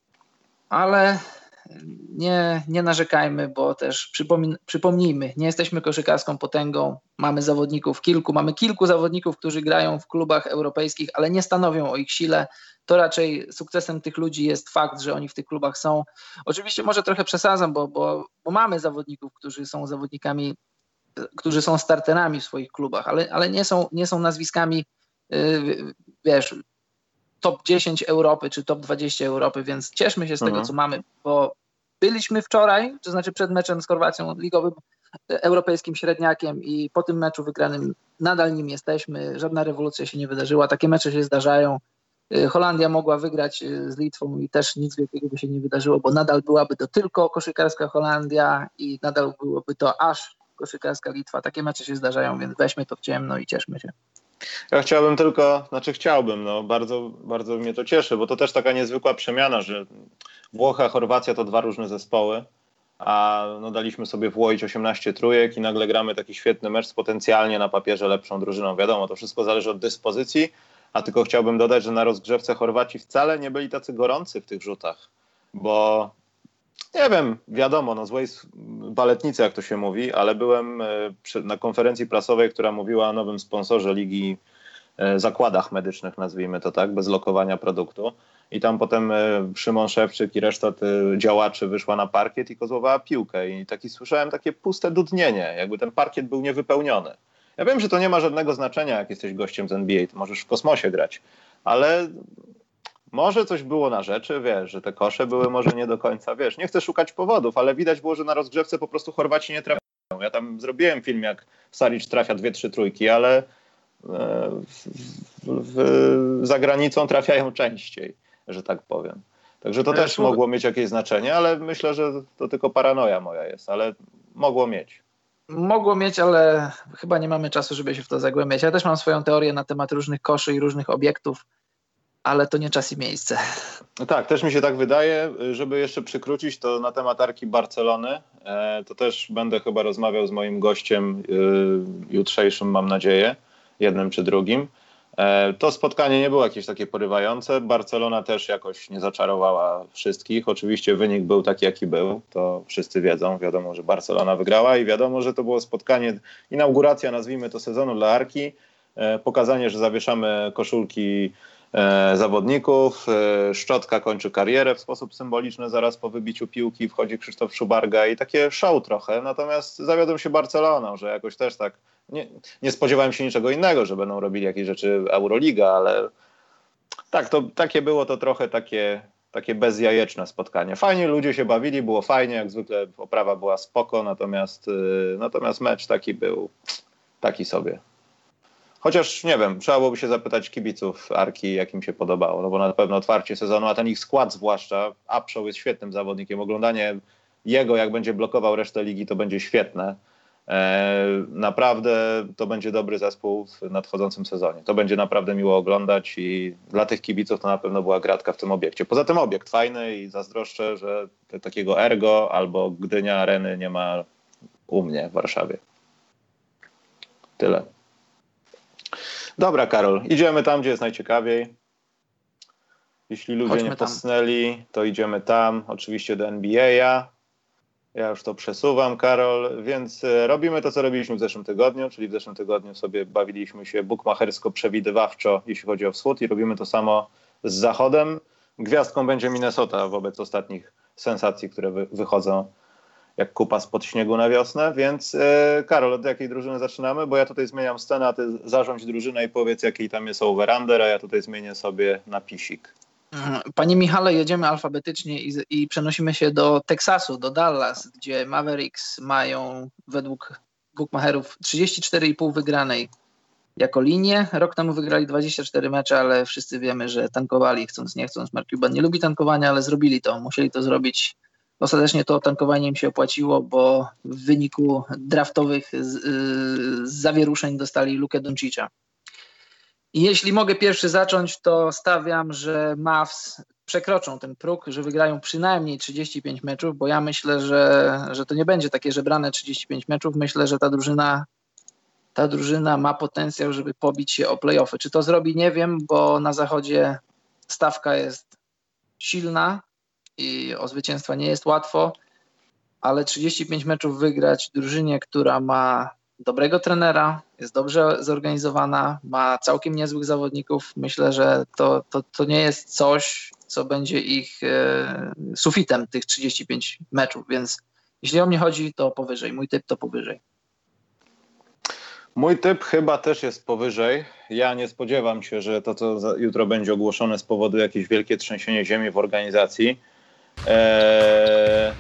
ale nie, nie narzekajmy, bo też przypomin- przypomnijmy, nie jesteśmy koszykarską potęgą, mamy zawodników kilku, mamy kilku zawodników, którzy grają w klubach europejskich, ale nie stanowią o ich sile. To raczej sukcesem tych ludzi jest fakt, że oni w tych klubach są. Oczywiście może trochę przesadzam, bo, bo, bo mamy zawodników, którzy są zawodnikami, którzy są starterami w swoich klubach, ale, ale nie są, nie są nazwiskami, yy, wiesz, top dziesięć Europy czy top dwadzieścia Europy, więc cieszmy się z tego, Mhm. co mamy, bo byliśmy wczoraj, to znaczy przed meczem z Chorwacją ligowym europejskim średniakiem i po tym meczu wygranym nadal nim jesteśmy, żadna rewolucja się nie wydarzyła, takie mecze się zdarzają. Holandia mogła wygrać z Litwą i też nic wielkiego by się nie wydarzyło, bo nadal byłaby to tylko koszykarska Holandia i nadal byłoby to aż koszykarska Litwa. Takie mecze się zdarzają, więc weźmy to w ciemno i cieszmy się. Ja chciałbym tylko, znaczy chciałbym, no bardzo, bardzo mnie to cieszy, bo to też taka niezwykła przemiana, że Włochy, a Chorwacja to dwa różne zespoły, a no, daliśmy sobie włoić osiemnaście trójek i nagle gramy taki świetny mecz z potencjalnie na papierze lepszą drużyną. Wiadomo, to wszystko zależy od dyspozycji, a tylko chciałbym dodać, że na rozgrzewce Chorwaci wcale nie byli tacy gorący w tych rzutach, bo nie wiem, wiadomo, no złej baletnicy, jak to się mówi, ale byłem na konferencji prasowej, która mówiła o nowym sponsorze ligi, zakładach medycznych, nazwijmy to tak, bez lokowania produktu. I tam potem Szymon Szewczyk i reszta działaczy wyszła na parkiet i kozłowała piłkę. I taki słyszałem takie puste dudnienie, jakby ten parkiet był niewypełniony. Ja wiem, że to nie ma żadnego znaczenia, jak jesteś gościem z N B A, to możesz w kosmosie grać, ale może coś było na rzeczy, wiesz, że te kosze były może nie do końca, wiesz, nie chcę szukać powodów, ale widać było, że na rozgrzewce po prostu Chorwaci nie trafiają. Ja tam zrobiłem film, jak Saric trafia dwie, trzy trójki, ale w, w, w, za granicą trafiają częściej, że tak powiem. Także to też mogło mieć jakieś znaczenie, ale myślę, że to tylko paranoja moja jest, ale mogło mieć. Mogło mieć, ale chyba nie mamy czasu, żeby się w to zagłębiać. Ja też mam swoją teorię na temat różnych koszy i różnych obiektów, ale to nie czas i miejsce. No tak, też mi się tak wydaje. Żeby jeszcze przykrócić to na temat Arki Barcelony, to też będę chyba rozmawiał z moim gościem jutrzejszym, mam nadzieję, jednym czy drugim. To spotkanie nie było jakieś takie porywające. Barcelona też jakoś nie zaczarowała wszystkich. Oczywiście wynik był taki, jaki był. To wszyscy wiedzą. Wiadomo, że Barcelona wygrała i wiadomo, że to było spotkanie, inauguracja, nazwijmy to, sezonu dla Arki. Pokazanie, że zawieszamy koszulki zawodników. Szczotka kończy karierę w sposób symboliczny. Zaraz po wybiciu piłki wchodzi Krzysztof Szubarga i takie show trochę. Natomiast zawiodłem się Barceloną, że jakoś też tak nie, nie spodziewałem się niczego innego, że będą robili jakieś rzeczy Euroliga, ale tak, to takie było to trochę takie, takie bezjajeczne spotkanie. Fajnie ludzie się bawili, było fajnie, jak zwykle oprawa była spoko, natomiast, natomiast mecz taki był taki sobie. Chociaż nie wiem, trzeba byłoby się zapytać kibiców Arki, jak im się podobało, no bo na pewno otwarcie sezonu, a ten ich skład zwłaszcza, Upshaw jest świetnym zawodnikiem, oglądanie jego, jak będzie blokował resztę ligi, to będzie świetne. Eee, naprawdę to będzie dobry zespół w nadchodzącym sezonie. To będzie naprawdę miło oglądać i dla tych kibiców to na pewno była gratka w tym obiekcie. Poza tym obiekt fajny i zazdroszczę, że te, takiego Ergo albo Gdynia Areny nie ma u mnie w Warszawie. Tyle. Dobra, Karol, idziemy tam, gdzie jest najciekawiej. Jeśli ludzie Chodźmy nie posnęli, to idziemy tam, oczywiście do N B A. Ja już to przesuwam, Karol, więc robimy to, co robiliśmy w zeszłym tygodniu, czyli w zeszłym tygodniu sobie bawiliśmy się bukmachersko-przewidywawczo, jeśli chodzi o wschód, i robimy to samo z zachodem. Gwiazdką będzie Minnesota wobec ostatnich sensacji, które wy- wychodzą jak kupa spod śniegu na wiosnę, więc e, Karol, od jakiej drużyny zaczynamy? Bo ja tutaj zmieniam scenę, a ty zarządź drużynę i powiedz, jaki tam jest over-under, a ja tutaj zmienię sobie na pisik. Panie Michale, jedziemy alfabetycznie i, i przenosimy się do Teksasu, do Dallas, gdzie Mavericks mają według bookmacherów trzydzieści cztery i pół wygranej jako linię. Rok temu wygrali dwadzieścia cztery mecze, ale wszyscy wiemy, że tankowali, chcąc nie chcąc. Mark Cuban nie lubi tankowania, ale zrobili to, musieli to zrobić. Ostatecznie to tankowanie im się opłaciło, bo w wyniku draftowych z, z zawieruszeń dostali Lukę Doncicza. I jeśli mogę pierwszy zacząć, to stawiam, że Mavs przekroczą ten próg, że wygrają przynajmniej trzydzieści pięć meczów, bo ja myślę, że, że to nie będzie takie żebrane trzydzieści pięć meczów. Myślę, że ta drużyna, ta drużyna ma potencjał, żeby pobić się o play-offy. Czy to zrobi? Nie wiem, bo na zachodzie stawka jest silna i o zwycięstwa nie jest łatwo, ale trzydzieści pięć meczów wygrać drużynie, która ma dobrego trenera, jest dobrze zorganizowana, ma całkiem niezłych zawodników. Myślę, że to, to, to nie jest coś, co będzie ich e, sufitem tych trzydzieści pięć meczów, więc jeśli o mnie chodzi, to powyżej. Mój typ to powyżej. Mój typ chyba też jest powyżej. Ja nie spodziewam się, że to, co jutro będzie ogłoszone, spowoduje jakieś wielkie trzęsienie ziemi w organizacji. Eee...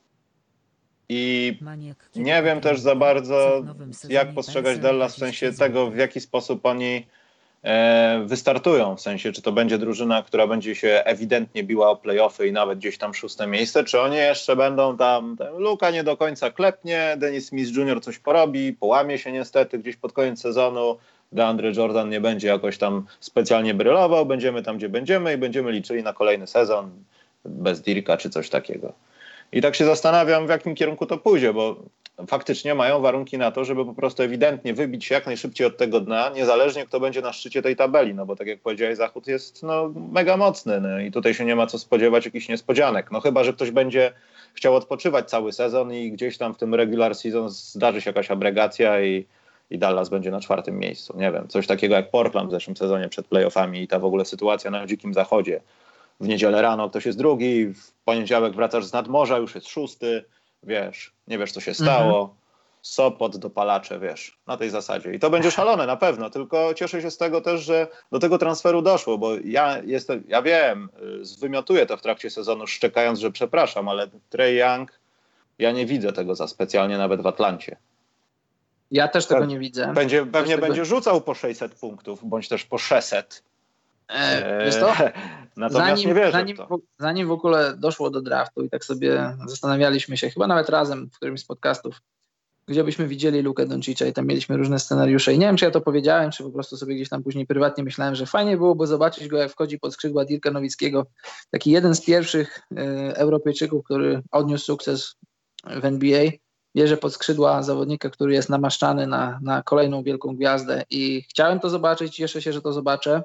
I nie wiem też za bardzo, jak postrzegać Dallas w sensie tego, w jaki sposób oni e, wystartują. W sensie, czy to będzie drużyna, która będzie się ewidentnie biła o play-offy i nawet gdzieś tam szóste miejsce, czy oni jeszcze będą tam, tam Luka nie do końca klepnie, Dennis Smith junior coś porobi, połamie się niestety gdzieś pod koniec sezonu, DeAndre Jordan nie będzie jakoś tam specjalnie brylował, będziemy tam, gdzie będziemy i będziemy liczyli na kolejny sezon bez Dirka czy coś takiego. I tak się zastanawiam, w jakim kierunku to pójdzie, bo faktycznie mają warunki na to, żeby po prostu ewidentnie wybić się jak najszybciej od tego dna, niezależnie kto będzie na szczycie tej tabeli, no bo tak jak powiedziałeś, Zachód jest no, mega mocny, no, i tutaj się nie ma co spodziewać jakichś niespodzianek. No chyba że ktoś będzie chciał odpoczywać cały sezon i gdzieś tam w tym regular season zdarzy się jakaś abregacja i, i Dallas będzie na czwartym miejscu. Nie wiem, coś takiego jak Portland w zeszłym sezonie przed playoffami i ta w ogóle sytuacja na Dzikim Zachodzie. W niedzielę rano ktoś jest drugi, w poniedziałek wracasz z nadmorza, już jest szósty, wiesz, nie wiesz co się stało, mhm. Sopot, dopalacze, wiesz, na tej zasadzie. I to będzie szalone na pewno, tylko cieszę się z tego też, że do tego transferu doszło, bo ja jestem, ja wiem, zwymiotuję to w trakcie sezonu, szczekając, że przepraszam, ale Trae Young, ja nie widzę tego za specjalnie nawet w Atlancie. Ja też tego nie widzę. Będzie, pewnie tego... będzie rzucał po sześćset punktów, bądź też po sześćset. E, wiesz to? Natomiast zanim, nie wierzę zanim, w to. Zanim w ogóle doszło do draftu i tak sobie zastanawialiśmy się, chyba nawet razem w którymś z podcastów, gdzie byśmy widzieli Lukę Doncicza i tam mieliśmy różne scenariusze i nie wiem, czy ja to powiedziałem, czy po prostu sobie gdzieś tam później prywatnie myślałem, że fajnie byłoby zobaczyć go, jak wchodzi pod skrzydła Dirka Nowickiego. Taki jeden z pierwszych e, Europejczyków, który odniósł sukces w N B A. Bierze pod skrzydła zawodnika, który jest namaszczany na, na kolejną wielką gwiazdę i chciałem to zobaczyć, cieszę się, że to zobaczę.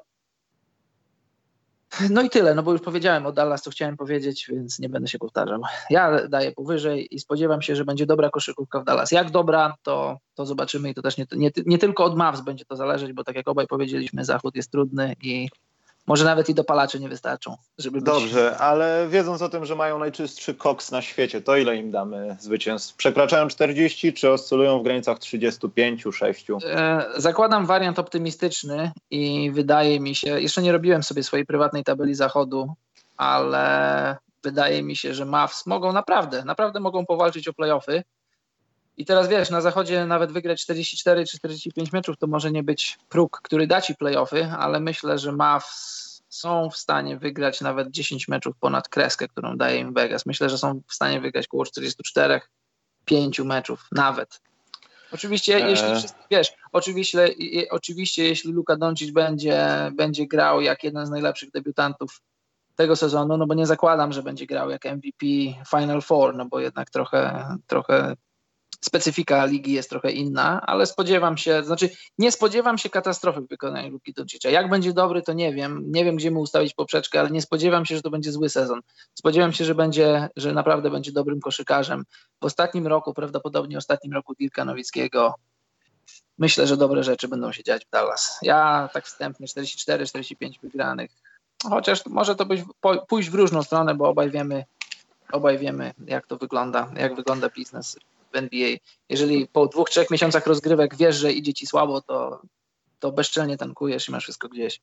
No i tyle, no bo już powiedziałem o Dallas, co chciałem powiedzieć, więc nie będę się powtarzał. Ja daję powyżej i spodziewam się, że będzie dobra koszykówka w Dallas. Jak dobra, to, to zobaczymy i to też nie, nie, nie tylko od Mavs będzie to zależeć, bo tak jak obaj powiedzieliśmy, Zachód jest trudny i może nawet i dopalacze nie wystarczą, żeby być... Dobrze, ale wiedząc o tym, że mają najczystszy koks na świecie, to ile im damy zwycięstw? Przekraczają czterdzieści, czy oscylują w granicach trzydzieści pięć, sześć? E, zakładam wariant optymistyczny i wydaje mi się, jeszcze nie robiłem sobie swojej prywatnej tabeli Zachodu, ale wydaje mi się, że Mavs mogą naprawdę, naprawdę mogą powalczyć o play-offy. I teraz wiesz, na Zachodzie nawet wygrać czterdzieści cztery czy czterdzieści pięć meczów to może nie być próg, który da ci play-offy, ale myślę, że Mavs są w stanie wygrać nawet dziesięć meczów ponad kreskę, którą daje im Vegas. Myślę, że są w stanie wygrać około czterdzieści cztery, pięć meczów nawet. Oczywiście, eee. jeśli wszyscy, wiesz, oczywiście, i, oczywiście jeśli Luka Doncic będzie, będzie grał jak jeden z najlepszych debiutantów tego sezonu, no bo nie zakładam, że będzie grał jak M V P Final Four, no bo jednak trochę, trochę specyfika ligi jest trochę inna, ale spodziewam się, znaczy nie spodziewam się katastrofy w wykonaniu Luki Doncicza. Jak będzie dobry, to nie wiem. Nie wiem, gdzie mu ustawić poprzeczkę, ale nie spodziewam się, że to będzie zły sezon. Spodziewam się, że będzie, że naprawdę będzie dobrym koszykarzem. W ostatnim roku, prawdopodobnie w ostatnim roku Dirka Nowickiego, myślę, że dobre rzeczy będą się dziać w Dallas. Ja tak wstępnie czterdzieści cztery czterdzieści pięć wygranych, chociaż może to być, pójść w różną stronę, bo obaj wiemy, obaj wiemy, jak to wygląda, jak wygląda biznes w N B A. Jeżeli po dwóch, trzech miesiącach rozgrywek wiesz, że idzie ci słabo, to, to bezczelnie tankujesz i masz wszystko gdzieś.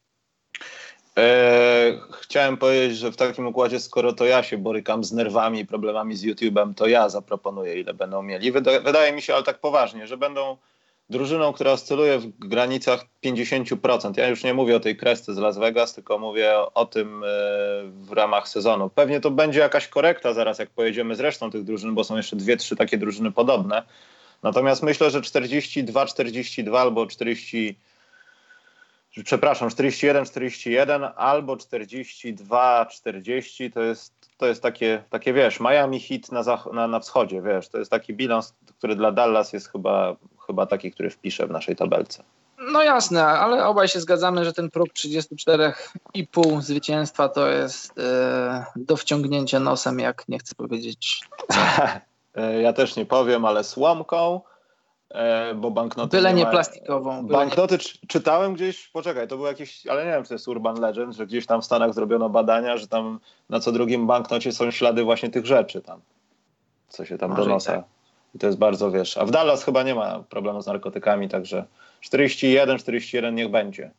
Eee, chciałem powiedzieć, że w takim układzie, skoro to ja się borykam z nerwami i problemami z YouTube'em, to ja zaproponuję, ile będą mieli. Wyda- wydaje mi się, ale tak poważnie, że będą drużyną, która oscyluje w granicach pięćdziesiąt procent. Ja już nie mówię o tej kresce z Las Vegas, tylko mówię o, o tym e, w ramach sezonu. Pewnie to będzie jakaś korekta zaraz, jak pojedziemy z resztą tych drużyn, bo są jeszcze dwie, trzy takie drużyny podobne. Natomiast myślę, że czterdzieści dwa czterdzieści dwa albo czterdzieści, przepraszam, czterdzieści jeden czterdzieści jeden albo czterdzieści dwa czterdzieści to jest, to jest takie, takie, wiesz, Miami Heat na, zach- na, na wschodzie, wiesz, to jest taki bilans, który dla Dallas jest chyba, chyba taki, który wpiszę w naszej tabelce. No jasne, ale obaj się zgadzamy, że ten próg trzydzieści cztery i pół zwycięstwa to jest e, do wciągnięcia nosem, jak nie chcę powiedzieć. Ja też nie powiem, ale słomką, e, bo banknoty Byle nie, nie ma... plastikową. Byle banknoty nie... Czy, czytałem gdzieś, poczekaj, to był jakiś, ale nie wiem, czy to jest Urban Legend, że gdzieś tam w Stanach zrobiono badania, że tam na co drugim banknocie są ślady właśnie tych rzeczy tam, co się tam Może do nosa. I, tak. I to jest bardzo, wiesz, a w Dallas chyba nie ma problemu z narkotykami, także czterdzieści jeden czterdzieści jeden niech będzie.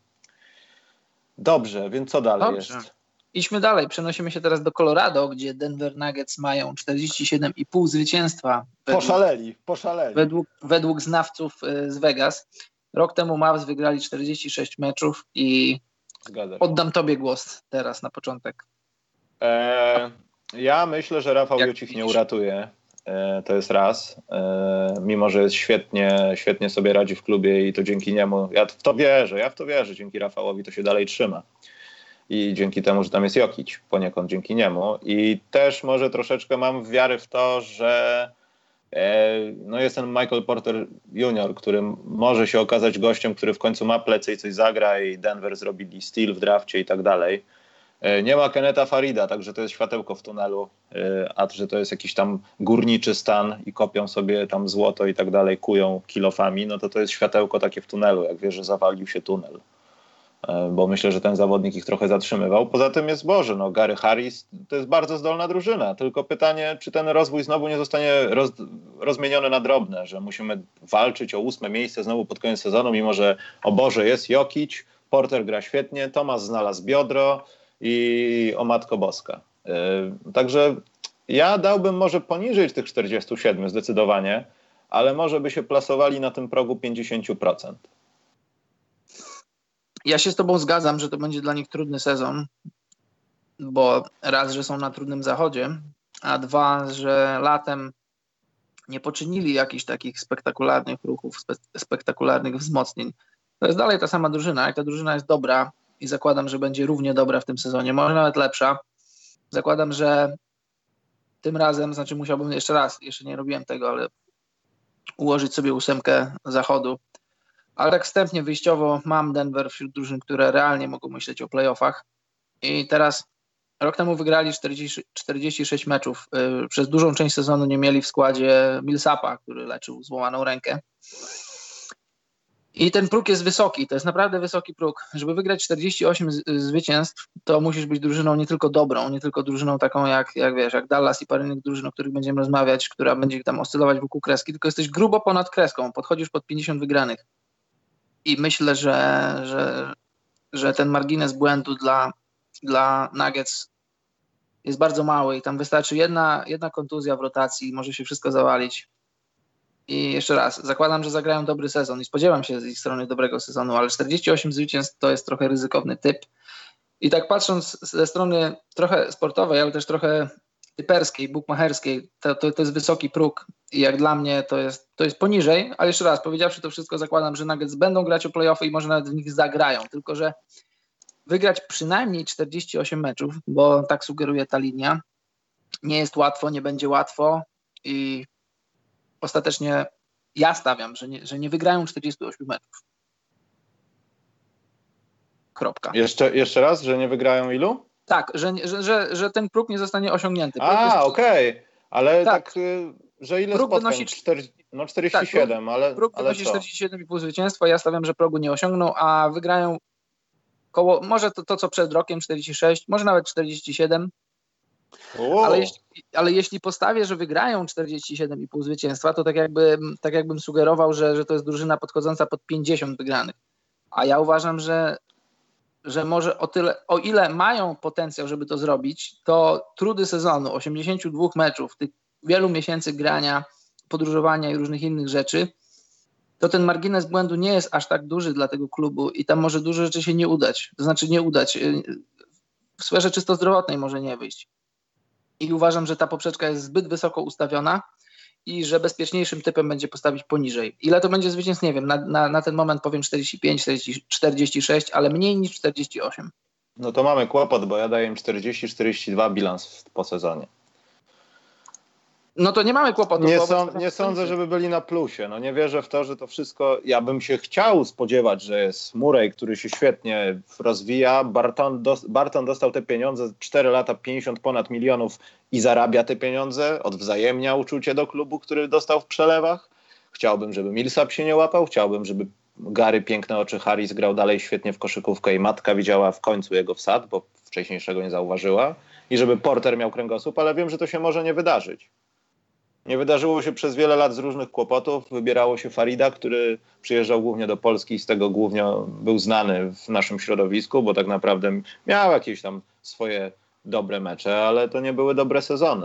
Dobrze, więc co dalej Dobrze. jest? Idźmy dalej. Przenosimy się teraz do Colorado, gdzie Denver Nuggets mają czterdzieści siedem i pół zwycięstwa. Według, poszaleli, poszaleli. Według, według znawców z Vegas. Rok temu Mavs wygrali czterdzieści sześć meczów i Zgadza się. Oddam tobie głos teraz na początek. E, ja myślę, że Rafał Jak Jucik widzisz? nie uratuje. E, to jest raz. E, mimo, że jest świetnie, świetnie sobie radzi w klubie i to dzięki niemu, ja w to wierzę, ja w to wierzę, dzięki Rafałowi to się dalej trzyma. i dzięki temu, że tam jest Jokic, poniekąd dzięki niemu. I też może troszeczkę mam wiary w to, że no jest ten Michael Porter junior, który może się okazać gościem, który w końcu ma plecy i coś zagra i Denver zrobili steal w drafcie i tak dalej. Nie ma Kennetha Farida, także to jest światełko w tunelu, a że to jest jakiś tam górniczy stan i kopią sobie tam złoto i tak dalej, kują kilofami, no to to jest światełko takie w tunelu, jak wiesz, że zawalił się tunel. Bo myślę, że ten zawodnik ich trochę zatrzymywał. Poza tym jest Boże, no Gary Harris to jest bardzo zdolna drużyna, tylko pytanie, czy ten rozwój znowu nie zostanie roz, rozmieniony na drobne, że musimy walczyć o ósme miejsce znowu pod koniec sezonu, mimo że o Boże jest Jokic, Porter gra świetnie, Thomas znalazł biodro i o Matko Boska. Yy, także ja dałbym może poniżej tych czterdziestu siedmiu zdecydowanie, ale może by się plasowali na tym progu pięćdziesiąt procent. Ja się z tobą zgadzam, że to będzie dla nich trudny sezon, bo raz, że są na trudnym zachodzie, a dwa, że latem nie poczynili jakichś takich spektakularnych ruchów, spe- spektakularnych wzmocnień. To jest dalej ta sama drużyna. Jak ta drużyna jest dobra i zakładam, że będzie równie dobra w tym sezonie, może nawet lepsza, zakładam, że tym razem, znaczy musiałbym jeszcze raz, jeszcze nie robiłem tego, ale ułożyć sobie ósemkę zachodu. Ale tak wstępnie, wyjściowo mam Denver wśród drużyn, które realnie mogą myśleć o playoffach. I teraz rok temu wygrali czterdzieści, czterdzieści sześć meczów. Yy, przez dużą część sezonu nie mieli w składzie Millsapa, który leczył złamaną rękę. I ten próg jest wysoki, to jest naprawdę wysoki próg. Żeby wygrać czterdzieści osiem z- zwycięstw, to musisz być drużyną nie tylko dobrą, nie tylko drużyną taką jak, jak wiesz, jak Dallas i parę innych drużyn, o których będziemy rozmawiać, która będzie tam oscylować wokół kreski, tylko jesteś grubo ponad kreską, podchodzisz pod pięćdziesiąt wygranych. I myślę, że, że, że ten margines błędu dla, dla Nuggets jest bardzo mały i tam wystarczy jedna, jedna kontuzja w rotacji i może się wszystko zawalić. I jeszcze raz, zakładam, że zagrają dobry sezon i spodziewam się z ich strony dobrego sezonu, ale czterdzieści osiem zwycięstw to jest trochę ryzykowny typ. I tak patrząc ze strony trochę sportowej, ale też trochę typerskiej, bukmacherskiej, to, to, to jest wysoki próg i jak dla mnie to jest, to jest poniżej, ale jeszcze raz, powiedziawszy to wszystko, zakładam, że Nuggets będą grać o play-offy i może nawet w nich zagrają, tylko że wygrać przynajmniej czterdzieści osiem meczów, bo tak sugeruje ta linia, nie jest łatwo, nie będzie łatwo i ostatecznie ja stawiam, że nie, że nie wygrają czterdziestu ośmiu meczów. Kropka. Jeszcze, jeszcze raz, że nie wygrają ilu? Tak, że, że, że, że ten próg nie zostanie osiągnięty. Próg A, jest... okej, okay. Ale tak, tak y, że ile próg spotkań? wynosi... czterdzieści, no czterdzieści siedem, tak, ale próg ale wynosi co? czterdzieści siedem i pół zwycięstwa, ja stawiam, że progu nie osiągną, a wygrają koło, może to, to co przed rokiem, czterdzieści sześć, może nawet czterdzieści siedem, Wow. ale, jeśli, ale jeśli postawię, że wygrają czterdzieści siedem i pół zwycięstwa, to tak, jakby, tak jakbym sugerował, że, że to jest drużyna podchodząca pod pięćdziesiąt wygranych. A ja uważam, że, że może o tyle, o ile mają potencjał, żeby to zrobić, to trudy sezonu, osiemdziesięciu dwóch meczów, tych wielu miesięcy grania, podróżowania i różnych innych rzeczy, to ten margines błędu nie jest aż tak duży dla tego klubu i tam może dużo rzeczy się nie udać. To znaczy nie udać. W sferze czysto zdrowotnej może nie wyjść. I uważam, że ta poprzeczka jest zbyt wysoko ustawiona i że bezpieczniejszym typem będzie postawić poniżej. Ile to będzie zwycięstw? Nie wiem. Na, na, na ten moment powiem czterdzieści pięć, czterdzieści sześć, ale mniej niż czterdzieści osiem. No to mamy kłopot, bo ja daję im czterdzieści czterdzieści dwa bilans po sezonie. No to nie mamy kłopotu. Nie, sąd, nie sądzę, żeby byli na plusie. No nie wierzę w to, że to wszystko... Ja bym się chciał spodziewać, że jest Murray, który się świetnie rozwija. Barton, dos, Barton dostał te pieniądze, cztery lata, pięćdziesiąt ponad milionów i zarabia te pieniądze. Odwzajemnia uczucie do klubu, który dostał w przelewach. Chciałbym, żeby Millsap się nie łapał. Chciałbym, żeby Gary Piękne Oczy Harris grał dalej świetnie w koszykówkę i matka widziała w końcu jego wsad, bo wcześniejszego nie zauważyła. I żeby Porter miał kręgosłup, ale wiem, że to się może nie wydarzyć. Nie wydarzyło się przez wiele lat z różnych kłopotów. Wybierało się Farida, który przyjeżdżał głównie do Polski i z tego głównie był znany w naszym środowisku, bo tak naprawdę miał jakieś tam swoje dobre mecze, ale to nie były dobre sezony.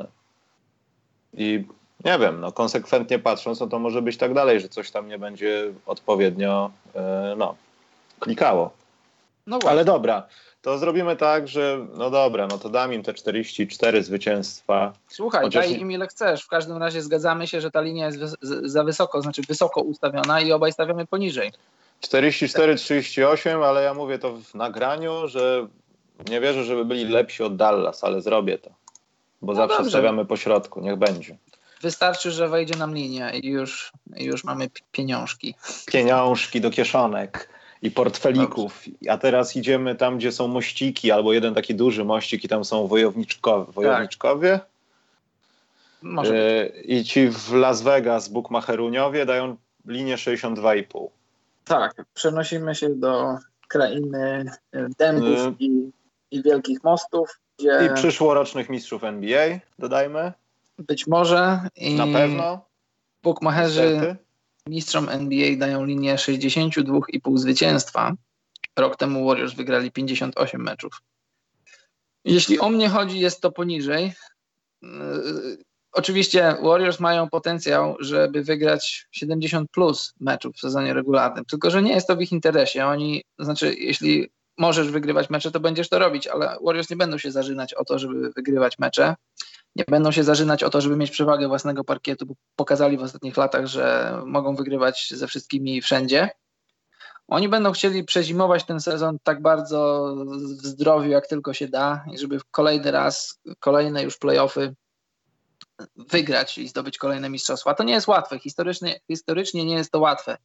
I nie wiem, no konsekwentnie patrząc, no to może być tak dalej, że coś tam nie będzie odpowiednio e, no, klikało. No ale dobra. To zrobimy tak, że no dobra, no to dam im te czterdzieści cztery zwycięstwa. Słuchaj, Chociaż... daj im ile chcesz. W każdym razie zgadzamy się, że ta linia jest za wysoko, znaczy wysoko ustawiona i obaj stawiamy poniżej. czterdzieści cztery trzydzieści osiem, ale ja mówię to w nagraniu, że Nie wierzę, żeby byli lepsi od Dallas, ale zrobię to. Bo no zawsze dobrze. Stawiamy po środku, niech będzie. Wystarczy, że wejdzie nam linia i już, i już mamy pieniążki. Pieniążki do kieszonek i portfelików. Dobrze. A teraz idziemy tam, gdzie są mościki, albo jeden taki duży mościk i tam są wojowniczkowie. Wojowniczkowie? Tak. Może yy, I ci w Las Vegas bukmacheruniowie dają linię sześćdziesiąt dwa i pół. Tak, przenosimy się do krainy dębów yy. i, i wielkich mostów. Gdzie... I przyszłorocznych mistrzów N B A, dodajmy. Być może. I na pewno. Bukmacherzy Niestety. mistrzom N B A dają linię sześćdziesiąt dwa i pół zwycięstwa. Rok temu Warriors wygrali pięćdziesiąt osiem meczów. Jeśli o mnie chodzi, jest to poniżej. Yy, oczywiście Warriors mają potencjał, żeby wygrać siedemdziesiąt plus meczów w sezonie regularnym, tylko że nie jest to w ich interesie. Oni, znaczy jeśli możesz wygrywać mecze, to będziesz to robić, ale Warriors nie będą się zażynać o to, żeby wygrywać mecze. Nie będą się zażynać o to, żeby mieć przewagę własnego parkietu, bo pokazali w ostatnich latach, że mogą wygrywać ze wszystkimi wszędzie. Oni będą chcieli przezimować ten sezon tak bardzo w zdrowiu, jak tylko się da i żeby kolejny raz, kolejne już play-offy wygrać i zdobyć kolejne mistrzostwa. To nie jest łatwe. Historycznie, historycznie nie jest to łatwe.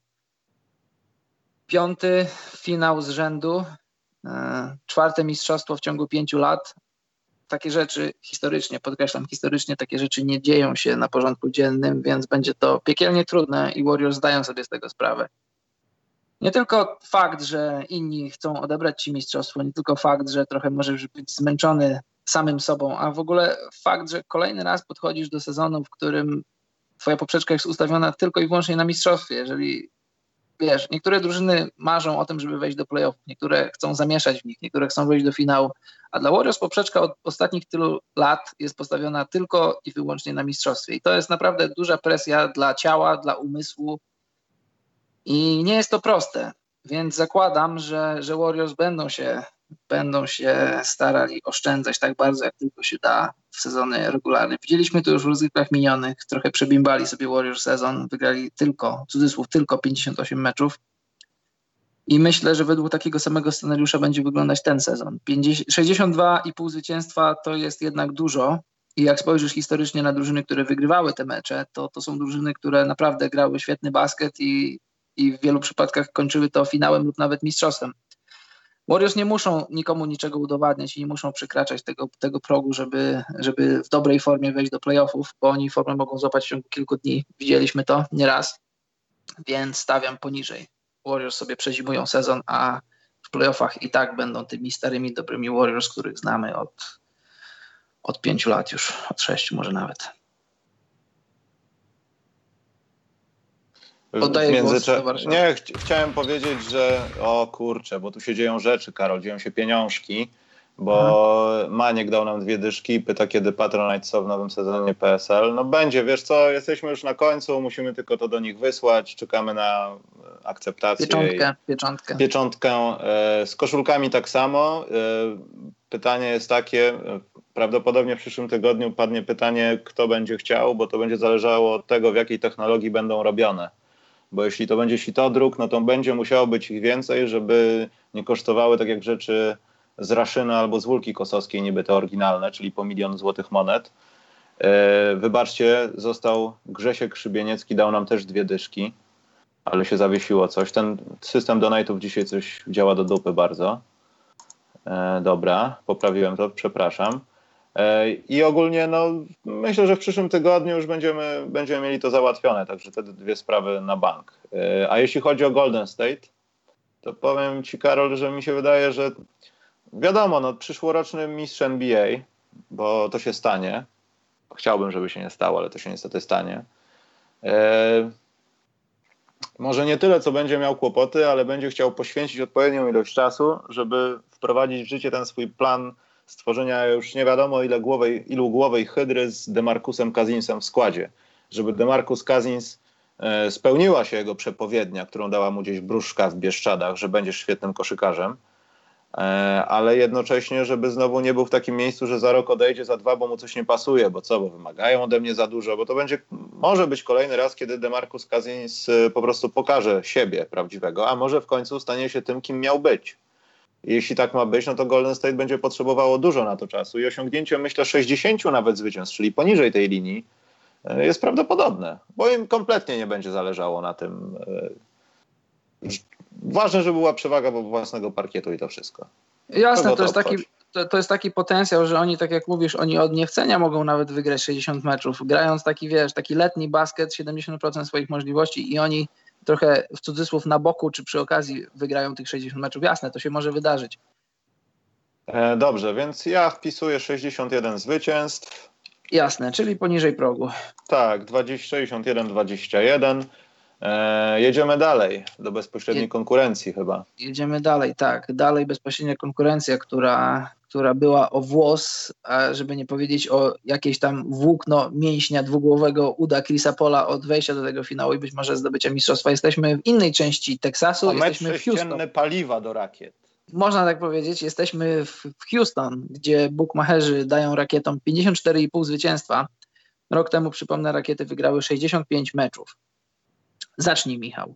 Piąty finał z rzędu, czwarte mistrzostwo w ciągu pięciu lat. Takie rzeczy historycznie, podkreślam historycznie, takie rzeczy nie dzieją się na porządku dziennym, więc będzie to piekielnie trudne i Warriors zdają sobie z tego sprawę. Nie tylko fakt, że inni chcą odebrać ci mistrzostwo, nie tylko fakt, że trochę możesz być zmęczony samym sobą, a w ogóle fakt, że kolejny raz podchodzisz do sezonu, w którym twoja poprzeczka jest ustawiona tylko i wyłącznie na mistrzostwie. Jeżeli wiesz, niektóre drużyny marzą o tym, żeby wejść do play-off, niektóre chcą zamieszać w nich, niektóre chcą wejść do finału, a dla Warriors poprzeczka od ostatnich tylu lat jest postawiona tylko i wyłącznie na mistrzostwie. I to jest naprawdę duża presja dla ciała, dla umysłu i nie jest to proste, więc zakładam, że, że Warriors będą się, będą się starali oszczędzać tak bardzo, jak tylko się da w sezonie regularnym. Widzieliśmy to już w rozgrywkach minionych, trochę przebimbali sobie Warriors sezon, wygrali tylko, cudzysłów, tylko pięćdziesiąt osiem meczów i myślę, że według takiego samego scenariusza będzie wyglądać ten sezon. pięćdziesiąt, sześćdziesiąt dwa i pół zwycięstwa to jest jednak dużo i jak spojrzysz historycznie na drużyny, które wygrywały te mecze, to to są drużyny, które naprawdę grały świetny basket i, i w wielu przypadkach kończyły to finałem lub nawet mistrzostwem. Warriors nie muszą nikomu niczego udowadniać i nie muszą przekraczać tego, tego progu, żeby, żeby w dobrej formie wejść do playoffów, bo oni formę mogą złapać w ciągu kilku dni. Widzieliśmy to nieraz, więc stawiam poniżej. Warriors sobie przezimują sezon, a w playoffach i tak będą tymi starymi, dobrymi Warriors, których znamy od, od pięciu lat już, od sześciu może nawet. Oddaję głos do Warszawy. Nie, ch- chciałem powiedzieć, że o kurczę, bo tu się dzieją rzeczy, Karol, dzieją się pieniążki, bo Aha. Maniek dał nam dwie dyszki i pyta, kiedy Patronite są w nowym sezonie P S L. No będzie, wiesz co, jesteśmy już na końcu, musimy tylko to do nich wysłać, czekamy na akceptację. Pieczątkę, pieczątkę. Pieczątkę. Z koszulkami tak samo. Pytanie jest takie, prawdopodobnie w przyszłym tygodniu padnie pytanie, kto będzie chciał, bo to będzie zależało od tego, w jakiej technologii będą robione. Bo jeśli to będzie sitodruk, no to będzie musiało być ich więcej, żeby nie kosztowały tak jak rzeczy z Raszyny albo z Wólki Kosowskiej, niby te oryginalne, czyli po milion złotych monet. Yy, wybaczcie, został Grzesiek Szybieniecki, dał nam też dwie dyszki, ale się zawiesiło coś. Ten system donate'ów dzisiaj coś działa do dupy bardzo. Yy, dobra, poprawiłem to, przepraszam. I ogólnie no, myślę, że w przyszłym tygodniu już będziemy, będziemy mieli to załatwione, także te dwie sprawy na bank. A jeśli chodzi o Golden State, to powiem Ci, Karol, że mi się wydaje, że wiadomo, no, przyszłoroczny mistrz N B A, bo to się stanie, chciałbym, żeby się nie stało, ale to się niestety stanie, e, może nie tyle, co będzie miał kłopoty, ale będzie chciał poświęcić odpowiednią ilość czasu, żeby wprowadzić w życie ten swój plan stworzenia już nie wiadomo ile głowej, ilu głowej hydry z DeMarcusem Cousinsem w składzie. Żeby DeMarcus Cousins e, spełniła się jego przepowiednia, którą dała mu gdzieś Bruszka w Bieszczadach, że będziesz świetnym koszykarzem, e, ale jednocześnie, żeby znowu nie był w takim miejscu, że za rok odejdzie, za dwa, bo mu coś nie pasuje, bo co, bo wymagają ode mnie za dużo, bo to będzie, może być kolejny raz, kiedy DeMarcus Cousins e, po prostu pokaże siebie prawdziwego, a może w końcu stanie się tym, kim miał być. Jeśli tak ma być, no to Golden State będzie potrzebowało dużo na to czasu i osiągnięcie, myślę, sześćdziesięciu nawet zwycięstw, czyli poniżej tej linii, jest prawdopodobne, bo im kompletnie nie będzie zależało na tym. Ważne, żeby była przewaga własnego parkietu i to wszystko. Jasne, to, to jest, taki, to, to jest taki potencjał, że oni, tak jak mówisz, oni od niechcenia mogą nawet wygrać sześćdziesiąt meczów, grając taki, wiesz, taki letni basket, siedemdziesiąt procent swoich możliwości i oni trochę w cudzysłów na boku, czy przy okazji wygrają tych sześćdziesiąt meczów. Jasne, to się może wydarzyć. E, dobrze, więc ja wpisuję sześćdziesiąt jeden zwycięstw. Jasne, czyli poniżej progu. Tak, sześćdziesiąt jeden dwadzieścia jeden. E, jedziemy dalej, do bezpośredniej Je- konkurencji chyba. Jedziemy dalej, tak. Dalej bezpośrednia konkurencja, która, która była o włos, a żeby nie powiedzieć o jakieś tam włókno mięśnia dwugłowego uda Chrisa Paula od wejścia do tego finału i być może zdobycia mistrzostwa. Jesteśmy w innej części Teksasu. O jesteśmy metr w Houston. sześcienny paliwa do rakiet. Można tak powiedzieć. Jesteśmy w Houston, gdzie bookmacherzy dają rakietom pięćdziesiąt cztery i pół zwycięstwa. Rok temu, przypomnę, rakiety wygrały sześćdziesiąt pięć meczów. Zacznij, Michał.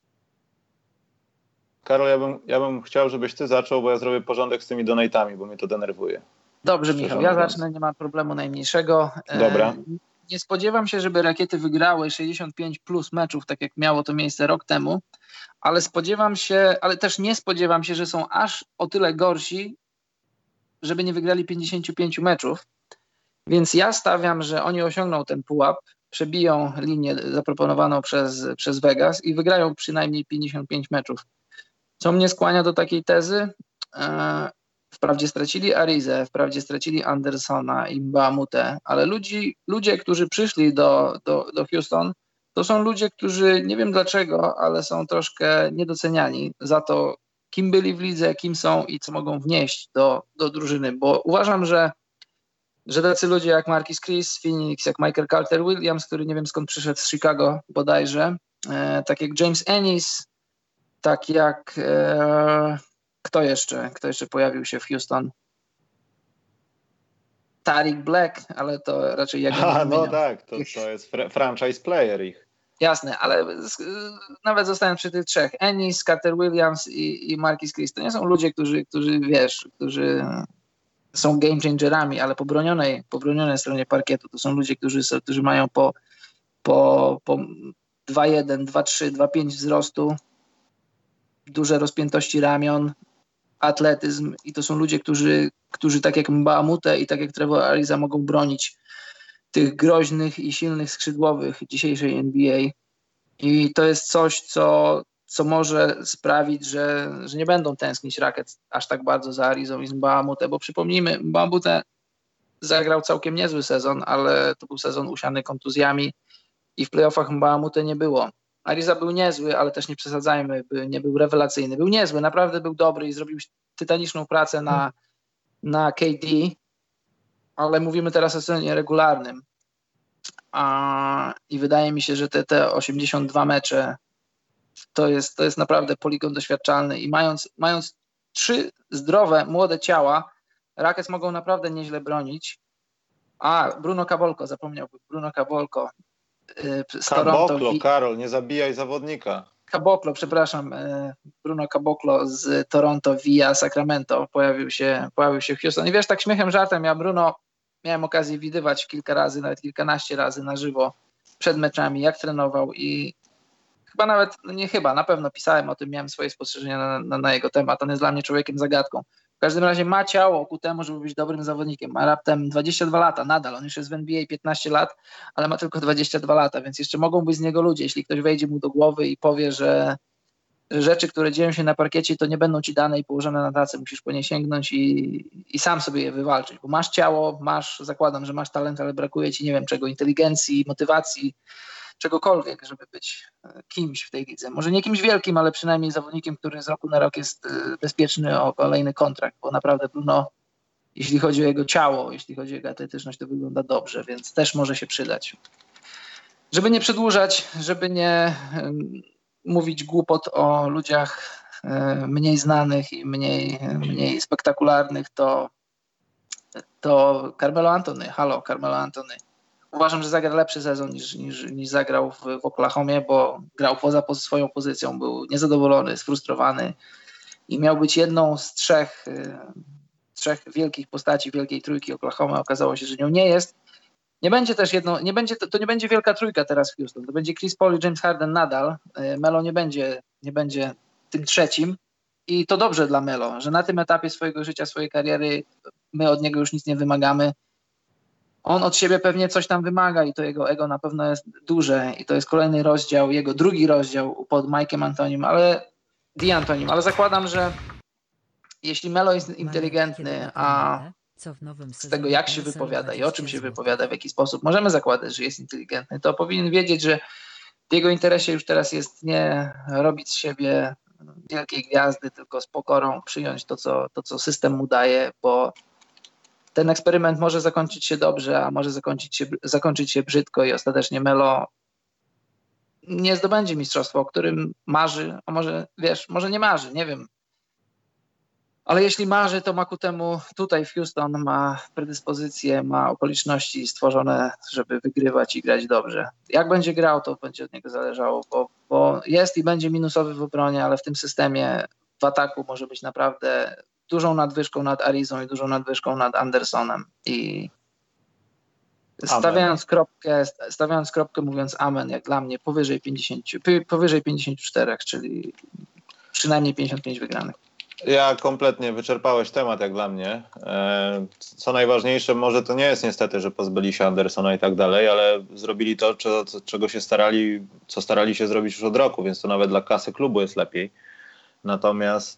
Karol, ja bym, ja bym chciał, żebyś ty zaczął, bo ja zrobię porządek z tymi donatami, bo mnie to denerwuje. Dobrze, Szczerze Michał, ja mówiąc. zacznę, nie ma problemu najmniejszego. Dobra. E, nie spodziewam się, żeby rakiety wygrały sześćdziesiąt pięć plus meczów, tak jak miało to miejsce rok temu, ale spodziewam się, ale też nie spodziewam się, że są aż o tyle gorsi, żeby nie wygrali pięćdziesiąt pięć meczów. Więc ja stawiam, że oni osiągną ten pułap, przebiją linię zaproponowaną przez, przez Vegas i wygrają przynajmniej pięćdziesiąt pięć meczów. Co mnie skłania do takiej tezy? E, wprawdzie stracili Arizę, wprawdzie stracili Andersona i Mbamute, ale ludzi, ludzie, którzy przyszli do, do, do Houston, to są ludzie, którzy nie wiem dlaczego, ale są troszkę niedoceniani za to, kim byli w lidze, kim są i co mogą wnieść do, do drużyny, bo uważam, że że tacy ludzie jak Marquis Chris z Phoenix, jak Michael Carter-Williams, który nie wiem skąd przyszedł z Chicago bodajże, e, tak jak James Ennis, tak jak e, kto jeszcze, kto jeszcze pojawił się w Houston? Tariq Black, ale to raczej jak A, no tak, to, to jest fr- franchise player ich. Jasne, ale z, nawet zostając przy tych trzech, Ennis, Carter-Williams i, i Marquis Chris, to nie są ludzie, którzy, którzy wiesz, którzy są game changerami, ale po bronionej, po bronionej stronie parkietu to są ludzie, którzy, są, którzy mają po, po, po dwa jeden, dwa trzy, dwa pięć wzrostu, duże rozpiętości ramion, atletyzm i to są ludzie, którzy, którzy tak jak Mbamute i tak jak Trevor Ariza mogą bronić tych groźnych i silnych skrzydłowych dzisiejszej N B A i to jest coś, co co może sprawić, że, że nie będą tęsknić Rockets aż tak bardzo za Arizą i z Mbamute, bo przypomnijmy, Mbamute zagrał całkiem niezły sezon, ale to był sezon usiany kontuzjami i w playoffach Mbamute nie było. Ariza był niezły, ale też nie przesadzajmy, nie był rewelacyjny. Był niezły, naprawdę był dobry i zrobił tytaniczną pracę na, na K D, ale mówimy teraz o sezonie regularnym. A, i wydaje mi się, że te, te osiemdziesiąt dwa mecze To jest, to jest naprawdę poligon doświadczalny i mając, mając trzy zdrowe, młode ciała, Rockets mogą naprawdę nieźle bronić. A, Bruno Caboclo, zapomniałbym, Bruno Caboclo z Toronto. Caboclo, Karol, nie zabijaj zawodnika. Caboclo, przepraszam, Bruno Caboclo z Toronto via Sacramento pojawił się, pojawił się w Houston. I wiesz, tak śmiechem, żartem, ja Bruno miałem okazję widywać kilka razy, nawet kilkanaście razy na żywo przed meczami, jak trenował i chyba nawet, no nie chyba, na pewno pisałem o tym, miałem swoje spostrzeżenia na, na, na jego temat. On jest dla mnie człowiekiem zagadką. W każdym razie ma ciało ku temu, żeby być dobrym zawodnikiem. Ma raptem dwadzieścia dwa lata, nadal. On już jest w N B A piętnaście lat, ale ma tylko dwadzieścia dwa lata, więc jeszcze mogą być z niego ludzie. Jeśli ktoś wejdzie mu do głowy i powie, że rzeczy, które dzieją się na parkiecie, to nie będą ci dane i położone na tacy. Musisz po nie sięgnąć i, i sam sobie je wywalczyć. Bo masz ciało, masz, zakładam, że masz talent, ale brakuje ci, nie wiem czego, inteligencji, motywacji, czegokolwiek, żeby być kimś w tej lidze. Może nie kimś wielkim, ale przynajmniej zawodnikiem, który z roku na rok jest bezpieczny o kolejny kontrakt, bo naprawdę Bruno, jeśli chodzi o jego ciało, jeśli chodzi o jego atletyczność, to wygląda dobrze, więc też może się przydać. Żeby nie przedłużać, żeby nie um, mówić głupot o ludziach um, mniej znanych i mniej, mniej spektakularnych, to, to Carmelo Anthony. Halo, Carmelo Anthony. Uważam, że zagra lepszy sezon niż, niż, niż zagrał w, w Oklahomie, bo grał poza swoją pozycją, był niezadowolony, sfrustrowany. i miał być jedną z trzech, trzech wielkich postaci Wielkiej Trójki Oklahoma. Okazało się, że nią nie jest. Nie będzie też jedno, nie będzie, to, to nie będzie wielka trójka teraz w Houston. To będzie Chris Paul i James Harden nadal. Melo nie będzie, nie będzie tym trzecim. I to dobrze dla Melo, że na tym etapie swojego życia, swojej kariery my od niego już nic nie wymagamy. On od siebie pewnie coś tam wymaga i to jego ego na pewno jest duże i to jest kolejny rozdział, jego drugi rozdział pod Mike'em Antonim, ale D'Antonim, ale zakładam, że jeśli Melo jest inteligentny, a z tego jak się wypowiada i o czym się wypowiada, w jaki sposób możemy zakładać, że jest inteligentny, to powinien wiedzieć, że w jego interesie już teraz jest nie robić z siebie wielkiej gwiazdy, tylko z pokorą przyjąć to, co, to, co system mu daje, bo ten eksperyment może zakończyć się dobrze, a może zakończyć się, zakończyć się brzydko i ostatecznie Melo nie zdobędzie mistrzostwa, o którym marzy, a może, wiesz, może nie marzy, nie wiem. Ale jeśli marzy, to ma ku temu tutaj w Houston, ma predyspozycje, ma okoliczności stworzone, żeby wygrywać i grać dobrze. Jak będzie grał, to będzie od niego zależało, bo, bo jest i będzie minusowy w obronie, ale w tym systemie w ataku może być naprawdę dużą nadwyżką nad Arizą i dużą nadwyżką nad Andersonem. I stawiając kropkę, stawiając kropkę, mówiąc amen, jak dla mnie, powyżej pięćdziesiąt, powyżej pięćdziesiąt cztery, czyli przynajmniej pięćdziesiąt pięć wygranych. Ja kompletnie wyczerpałeś temat jak dla mnie. Co najważniejsze, może to nie jest niestety, że pozbyli się Andersona i tak dalej, ale zrobili to, czego się starali, co starali się zrobić już od roku, więc to nawet dla kasy klubu jest lepiej. Natomiast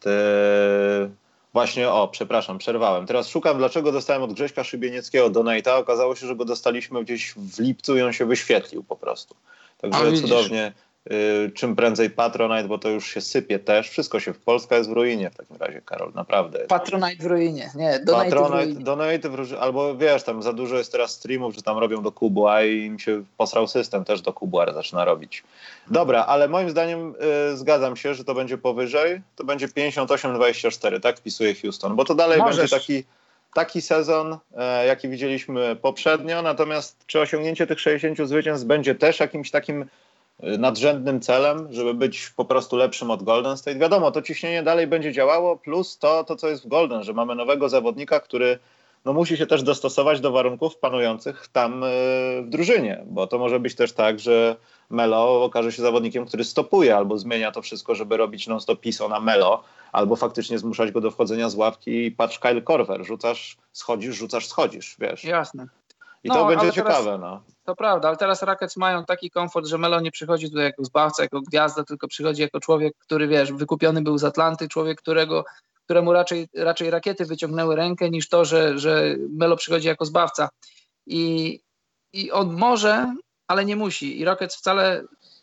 właśnie, o, przepraszam, przerwałem. Teraz szukam, dlaczego dostałem od Grześka Szybienieckiego donate'a. Okazało się, że go dostaliśmy gdzieś w lipcu i on się wyświetlił po prostu. Także cudownie. Czym prędzej Patronite, bo to już się sypie też. Wszystko się, Polska jest w ruinie w takim razie, Karol, naprawdę. Patronite w ruinie, nie, donate Patronite, w ruinie. Donate w ruinie, albo wiesz, tam za dużo jest teraz streamów, że tam robią do Kubła i im się posrał system, też do Kubła zaczyna robić. Dobra, ale moim zdaniem y, zgadzam się, że to będzie powyżej, to będzie pięćdziesiąt osiem dwadzieścia cztery, tak wpisuje Houston, bo to dalej Możesz. będzie taki, taki sezon, e, jaki widzieliśmy poprzednio, natomiast czy osiągnięcie tych sześćdziesięciu zwycięstw będzie też jakimś takim nadrzędnym celem, żeby być po prostu lepszym od Golden State. Wiadomo, to ciśnienie dalej będzie działało, plus to, to co jest w Golden, że mamy nowego zawodnika, który no, musi się też dostosować do warunków panujących tam yy, w drużynie, bo to może być też tak, że Melo okaże się zawodnikiem, który stopuje albo zmienia to wszystko, żeby robić non-stop piso na Melo, albo faktycznie zmuszać go do wchodzenia z ławki i patrz Kyle Korver, rzucasz, schodzisz, rzucasz, schodzisz, wiesz. Jasne. I no, to będzie ciekawe. Teraz... no. To prawda, ale teraz Rockets mają taki komfort, że Melo nie przychodzi tutaj jako zbawca, jako gwiazda, tylko przychodzi jako człowiek, który, wiesz, wykupiony był z Atlanty, człowiek, którego, któremu raczej, raczej rakiety wyciągnęły rękę niż to, że, że Melo przychodzi jako zbawca. I, I on może, ale nie musi. I Rockets wcale,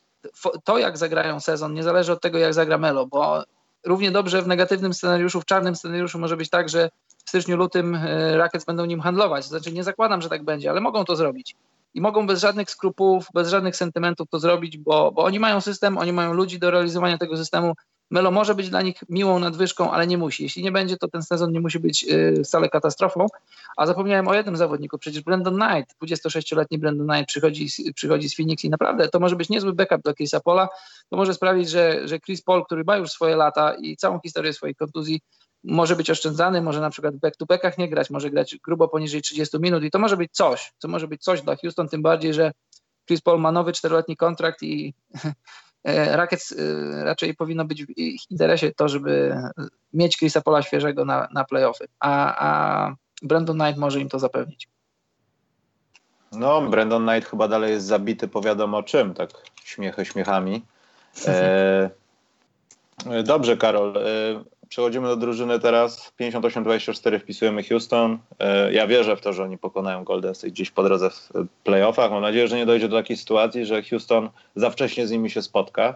to jak zagrają sezon, nie zależy od tego, jak zagra Melo, bo równie dobrze w negatywnym scenariuszu, w czarnym scenariuszu może być tak, że w styczniu, lutym Rockets będą nim handlować. Znaczy nie zakładam, że tak będzie, ale mogą to zrobić. I mogą bez żadnych skrupułów, bez żadnych sentymentów to zrobić, bo, bo oni mają system, oni mają ludzi do realizowania tego systemu. Melo może być dla nich miłą nadwyżką, ale nie musi. Jeśli nie będzie, to ten sezon nie musi być yy, wcale katastrofą. A zapomniałem o jednym zawodniku, przecież Brandon Knight, dwudziestosześcioletni Brandon Knight przychodzi, przychodzi z Phoenix i naprawdę to może być niezły backup dla Chrisa Paula. To może sprawić, że, że Chris Paul, który ma już swoje lata i całą historię swojej kontuzji, może być oszczędzany, może na przykład w back-to-backach nie grać, może grać grubo poniżej trzydziestu minut i to może być coś, co może być coś dla Houston, tym bardziej, że Chris Paul ma nowy czteroletni kontrakt i Rockets raczej powinno być w ich interesie to, żeby mieć Chrisa Paula świeżego na, na play-offy, a, a Brandon Knight może im to zapewnić. No, Brandon Knight chyba dalej jest zabity po wiadomo czym, tak śmiechy śmiechami. E, dobrze, Karol, e, przechodzimy do drużyny teraz. pięćdziesiąt osiem dwadzieścia cztery wpisujemy Houston. Ja wierzę w to, że oni pokonają Golden State gdzieś po drodze w playoffach. Mam nadzieję, że nie dojdzie do takiej sytuacji, że Houston za wcześnie z nimi się spotka,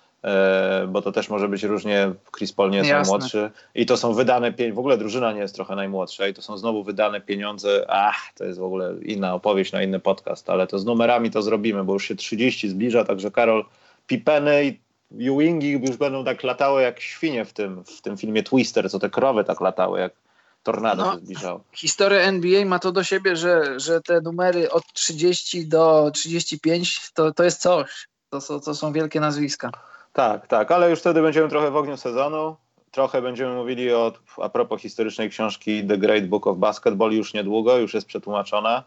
bo to też może być różnie. Chris Paul nie jest Jasne. najmłodszy i to są wydane pieniądze. W ogóle drużyna nie jest trochę najmłodsza i to są znowu wydane pieniądze. Ach, to jest w ogóle inna opowieść na inny podcast, ale to z numerami to zrobimy, bo już się trzydzieści zbliża, także Karol, Pipeny i Ewingi już będą tak latały jak świnie w tym, w tym filmie Twister, co te krowy tak latały, jak tornado no, się zbliżało. Historia N B A ma to do siebie, że, że te numery od trzydziestu do trzydziestu pięciu to, to jest coś. To, to, to są wielkie nazwiska. Tak, tak, ale już wtedy będziemy trochę w ogniu sezonu. trochę będziemy mówili o, a propos historycznej książki The Great Book of Basketball już niedługo, już jest przetłumaczona.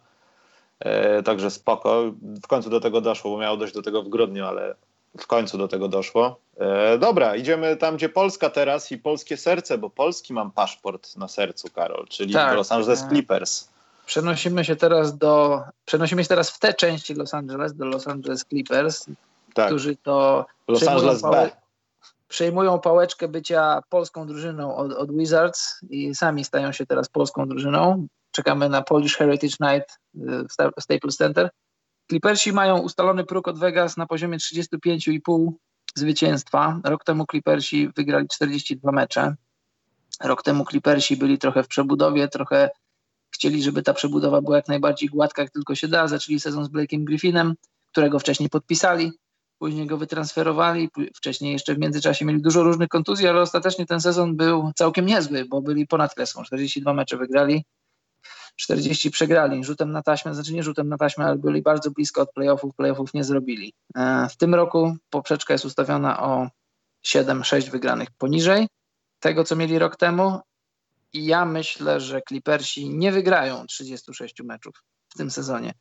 E, także spoko. W końcu do tego doszło, bo miało dojść do tego w grudniu, ale w końcu do tego doszło. E, dobra, idziemy tam, gdzie Polska teraz i polskie serce, bo polski mam paszport na sercu, Karol, czyli tak, Los Angeles Clippers. Przenosimy się teraz do, przenosimy się teraz w te części Los Angeles, do Los Angeles Clippers, tak. którzy to Los Angeles pałe- B. przejmują pałeczkę bycia polską drużyną od, od Wizards i sami stają się teraz polską drużyną. Czekamy na Polish Heritage Night w Staples Center. Clippersi mają ustalony próg od Vegas na poziomie trzydzieści pięć i pół zwycięstwa. Rok temu Clippersi wygrali czterdzieści dwa mecze. Rok temu Clippersi byli trochę w przebudowie, trochę chcieli, żeby ta przebudowa była jak najbardziej gładka, jak tylko się da. Zaczęli sezon z Blake'em Griffinem, którego wcześniej podpisali, później go wytransferowali, wcześniej jeszcze w międzyczasie mieli dużo różnych kontuzji, ale ostatecznie ten sezon był całkiem niezły, bo byli ponad kreską. czterdzieści dwa mecze wygrali, czterdzieści przegrali. Rzutem na taśmę, znaczy nie rzutem na taśmę, ale byli bardzo blisko od playoffów, playoffów nie zrobili. W tym roku poprzeczka jest ustawiona o siedem sześć wygranych poniżej tego, co mieli rok temu. I ja myślę, że Clippersi nie wygrają trzydziestu sześciu meczów w tym sezonie.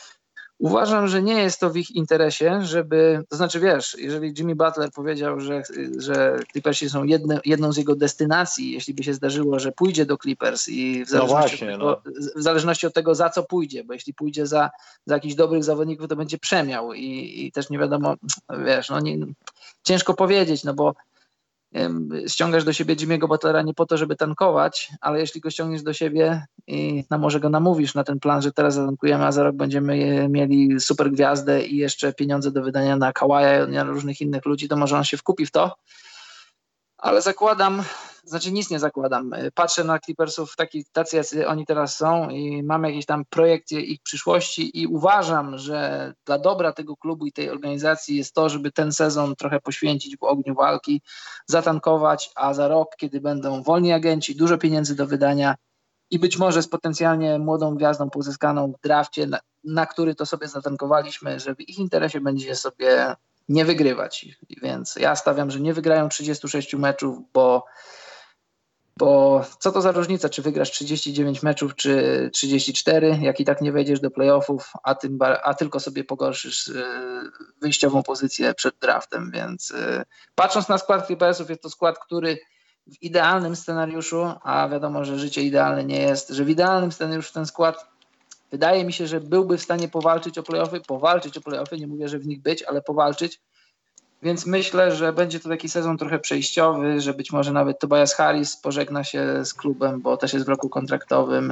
Uważam, że nie jest to w ich interesie, żeby, to znaczy wiesz, jeżeli Jimmy Butler powiedział, że, że Clippersi są jedne, jedną z jego destynacji, jeśli by się zdarzyło, że pójdzie do Clippers i w zależności, no właśnie, od, tego, no. w zależności od tego, za co pójdzie, bo jeśli pójdzie za, za jakichś dobrych zawodników, to będzie przemiał i, i też nie wiadomo, wiesz, no nie, ciężko powiedzieć, no bo ściągasz do siebie Jimmy'ego Butlera nie po to, żeby tankować, ale jeśli go ściągniesz do siebie i no może go namówisz na ten plan, że teraz zatankujemy, a za rok będziemy mieli super gwiazdę i jeszcze pieniądze do wydania na Kawaja i na różnych innych ludzi, to może on się wkupi w to. Ale zakładam, znaczy nic nie zakładam. Patrzę na Clippersów taki, tacy, jacy oni teraz są i mam jakieś tam projekcje ich przyszłości i uważam, że dla dobra tego klubu i tej organizacji jest to, żeby ten sezon trochę poświęcić w ogniu walki, zatankować, a za rok, kiedy będą wolni agenci, dużo pieniędzy do wydania i być może z potencjalnie młodą gwiazdą pozyskaną w drafcie, na, na który to sobie zatankowaliśmy, że w ich interesie będzie sobie nie wygrywać. Więc ja stawiam, że nie wygrają trzydziestu sześciu meczów, bo, bo co to za różnica, czy wygrasz trzydzieści dziewięć meczów, czy trzydzieści cztery, jak i tak nie wejdziesz do playoffów, a, tym, a tylko sobie pogorszysz wyjściową pozycję przed draftem. Więc patrząc na skład Clippersów, jest to skład, który w idealnym scenariuszu, a wiadomo, że życie idealne nie jest, że w idealnym scenariuszu ten skład wydaje mi się, że byłby w stanie powalczyć o play-offy, powalczyć o play-offy, nie mówię, że w nich być, ale powalczyć. Więc myślę, że będzie to taki sezon trochę przejściowy, że być może nawet Tobias Harris pożegna się z klubem, bo też jest w roku kontraktowym.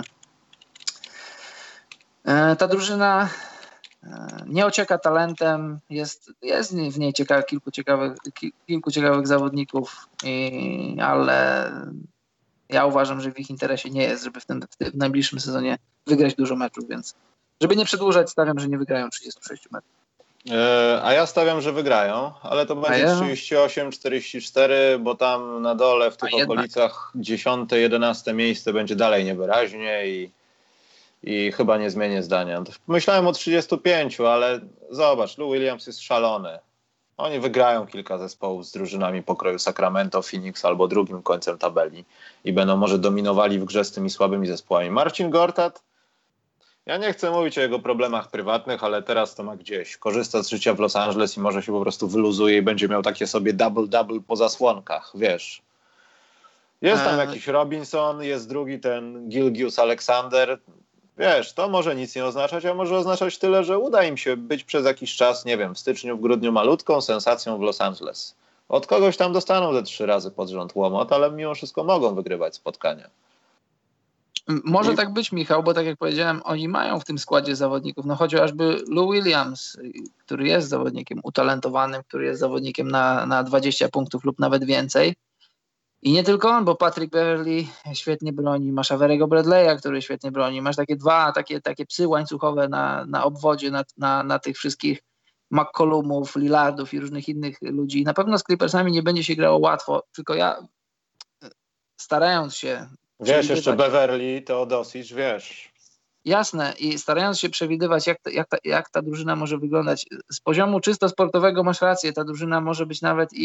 Ta drużyna nie ocieka talentem, jest, jest w niej ciekawe, kilku, ciekawych, kilku ciekawych zawodników, i, ale ja uważam, że w ich interesie nie jest, żeby w, tym, w, tym, w najbliższym sezonie wygrać dużo meczów, więc żeby nie przedłużać, stawiam, że nie wygrają trzydziestu sześciu meczów. Yy, a ja stawiam, że wygrają, ale to będzie ja? trzydzieści osiem czterdzieści cztery, bo tam na dole w tych a okolicach dziesiąte jedenaste miejsce będzie dalej niewyraźnie i, i chyba nie zmienię zdania. Myślałem o trzydziestu pięciu, ale zobacz, Lou Williams jest szalony. Oni wygrają kilka zespołów z drużynami pokroju Sacramento, Phoenix albo drugim końcem tabeli i będą może dominowali w grze z tymi słabymi zespołami. Marcin Gortat, ja nie chcę mówić o jego problemach prywatnych, ale teraz to ma gdzieś. Korzysta z życia w Los Angeles i może się po prostu wyluzuje i będzie miał takie sobie double-double po zasłonkach, wiesz. Jest tam jakiś Robinson, jest drugi ten Gilgeous Alexander. Wiesz, to może nic nie oznaczać, a może oznaczać tyle, że uda im się być przez jakiś czas, nie wiem, w styczniu, w grudniu malutką sensacją w Los Angeles. Od kogoś tam dostaną ze trzy razy pod rząd łomot, ale mimo wszystko mogą wygrywać spotkania. Może I... tak być, Michał, bo tak jak powiedziałem, oni mają w tym składzie zawodników, no chociażby Lou Williams, który jest zawodnikiem utalentowanym, który jest zawodnikiem na, na dwadzieścia punktów lub nawet więcej. I nie tylko on, bo Patrick Beverley świetnie broni, masz Avery'ego Bradley'a, który świetnie broni, masz takie dwa takie, takie psy łańcuchowe na, na obwodzie, na, na, na tych wszystkich McCollumów, Lillardów i różnych innych ludzi. Na pewno z Clippersami nie będzie się grało łatwo, tylko ja starając się... Wiesz, jeszcze Beverley, Teodosic, wiesz. Jasne, i starając się przewidywać, jak, to, jak, ta, jak ta drużyna może wyglądać. Z poziomu czysto sportowego masz rację, ta drużyna może być nawet i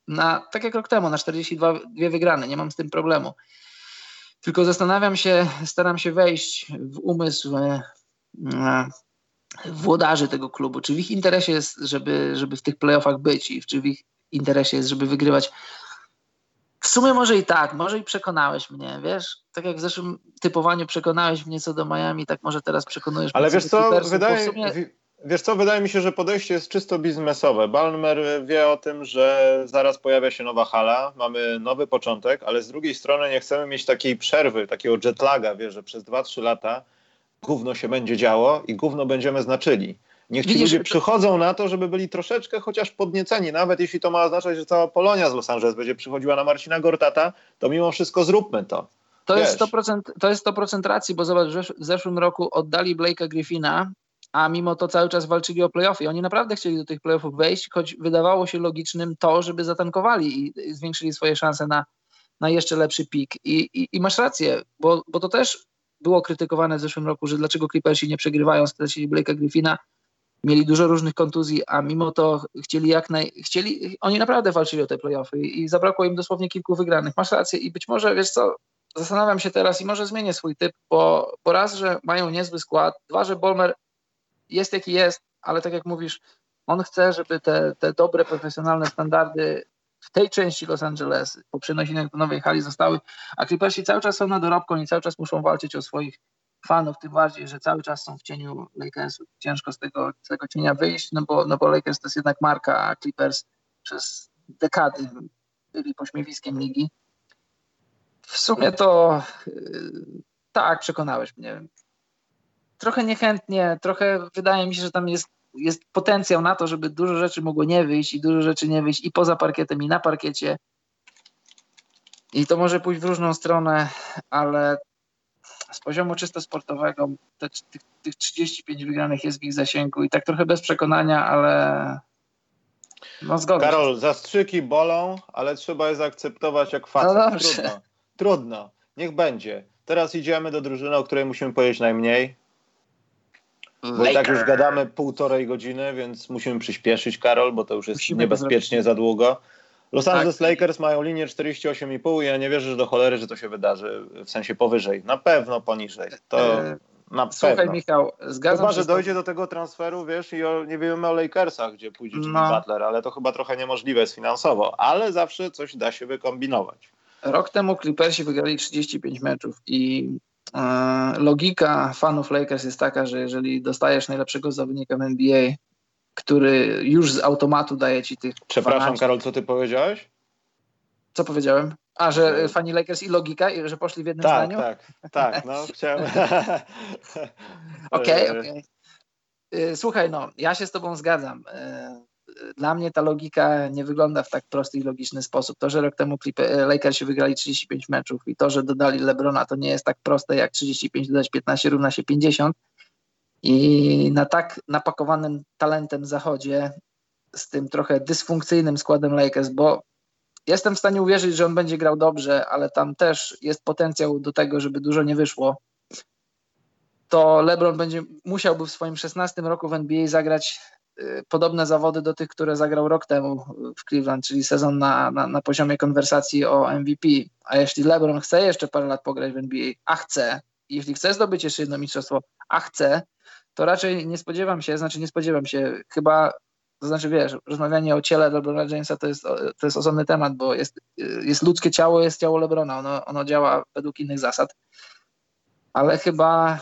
na, tak jak rok temu, na czterdzieści dwa wygrane, nie mam z tym problemu. Tylko zastanawiam się, staram się wejść w umysł e, włodarzy tego klubu. Czy w ich interesie jest, żeby, żeby w tych playoffach być i czy w ich interesie jest, żeby wygrywać. W sumie może i tak, może i przekonałeś mnie, wiesz? Tak jak w zeszłym typowaniu przekonałeś mnie co do Miami, tak może teraz przekonujesz Ale mnie wiesz co, Clippersów, wydaje, sumie... wiesz co, wydaje mi się, że podejście jest czysto biznesowe. Ballmer wie o tym, że zaraz pojawia się nowa hala, mamy nowy początek, ale z drugiej strony nie chcemy mieć takiej przerwy, takiego jetlaga, wiesz, że przez dwa trzy lata gówno się będzie działo i gówno będziemy znaczyli. Niech ci Widzisz, ludzie to... przychodzą na to, żeby byli troszeczkę chociaż podnieceni. Nawet jeśli to ma oznaczać, że cała Polonia z Los Angeles będzie przychodziła na Marcina Gortata, to mimo wszystko zróbmy to. To jest, sto procent, to jest sto procent racji, bo zobacz, że w zeszłym roku oddali Blake'a Griffina, a mimo to cały czas walczyli o play-offy. Oni naprawdę chcieli do tych play-offów wejść, choć wydawało się logicznym to, żeby zatankowali i zwiększyli swoje szanse na, na jeszcze lepszy pik. I, i, i masz rację, bo, bo to też było krytykowane w zeszłym roku, że dlaczego Clippersi nie przegrywają, stracili Blake'a Griffina, mieli dużo różnych kontuzji, a mimo to chcieli jak naj... Chcieli, oni naprawdę walczyli o te play-offy i zabrakło im dosłownie kilku wygranych. Masz rację i być może, wiesz co, zastanawiam się teraz i może zmienię swój typ, bo, bo raz, że mają niezły skład, dwa, że Ballmer jest jaki jest, ale tak jak mówisz, on chce, żeby te, te dobre, profesjonalne standardy w tej części Los Angeles po przeniesieniu do nowej hali zostały, a Clippersi cały czas są na dorobku, oni cały czas muszą walczyć o swoich fanów, tym bardziej, że cały czas są w cieniu Lakersów. Ciężko z tego, z tego cienia wyjść, no bo, no bo Lakers to jest jednak marka, a Clippers przez dekady byli pośmiewiskiem ligi. W sumie to yy, tak, przekonałeś mnie. Trochę niechętnie, trochę wydaje mi się, że tam jest, jest potencjał na to, żeby dużo rzeczy mogło nie wyjść i dużo rzeczy nie wyjść i poza parkietem, i na parkiecie. I to może pójść w różną stronę, ale z poziomu czysto sportowego te, tych, tych trzydzieści pięć wygranych jest w ich zasięgu i tak trochę bez przekonania, ale no zgodzę Karol, się. zastrzyki bolą, ale trzeba je zaakceptować jak facet. No dobrze. Trudno, trudno, niech będzie. Teraz idziemy do drużyny, o której musimy powiedzieć najmniej. Bo i tak już gadamy półtorej godziny, więc musimy przyspieszyć, Karol, bo to już jest musimy niebezpiecznie za długo. Los Angeles tak. Lakers mają linię czterdzieści osiem i pół i ja nie wierzę, że do cholery, że to się wydarzy w sensie powyżej. Na pewno poniżej. To e, na Słuchaj, pewno. Michał, zgadzam chyba, się. że dojdzie do tego transferu, wiesz, i o, nie wiemy o Lakersach, gdzie pójdzie Jimmy no. Butler, ale to chyba trochę niemożliwe jest finansowo, ale zawsze coś da się wykombinować. Rok temu Clippersi wygrali trzydzieści pięć meczów i e, logika fanów Lakers jest taka, że jeżeli dostajesz najlepszego zawodnika w N B A, który już z automatu daje ci tych Przepraszam, dwanaście... Karol, co ty powiedziałeś? Co powiedziałem? A, że fani Lakers i logika, że poszli w jednym tak, zdaniu? Tak, tak, no chciałem. Okej, okej. Okay, okay. Słuchaj, no, ja się z tobą zgadzam. Dla mnie ta logika nie wygląda w tak prosty i logiczny sposób. To, że rok temu Lakersi wygrali trzydzieści pięć meczów i to, że dodali LeBrona, to nie jest tak proste jak trzydzieści pięć dodać piętnaście równa się pięćdziesiąt. I na tak napakowanym talentem zachodzie z tym trochę dysfunkcyjnym składem Lakers, bo jestem w stanie uwierzyć, że on będzie grał dobrze, ale tam też jest potencjał do tego, żeby dużo nie wyszło. To LeBron będzie musiałby w swoim szesnastym roku w N B A zagrać y, podobne zawody do tych, które zagrał rok temu w Cleveland, czyli sezon na, na, na poziomie konwersacji o M V P. A jeśli LeBron chce jeszcze parę lat pograć w N B A, a chce, i jeśli chce zdobyć jeszcze jedno mistrzostwo, a chce, to raczej nie spodziewam się, znaczy nie spodziewam się, chyba to znaczy, wiesz, rozmawianie o ciele LeBrona Jamesa to jest, to jest osobny temat, bo jest, jest ludzkie ciało, jest ciało LeBrona, ono, ono działa według innych zasad, ale chyba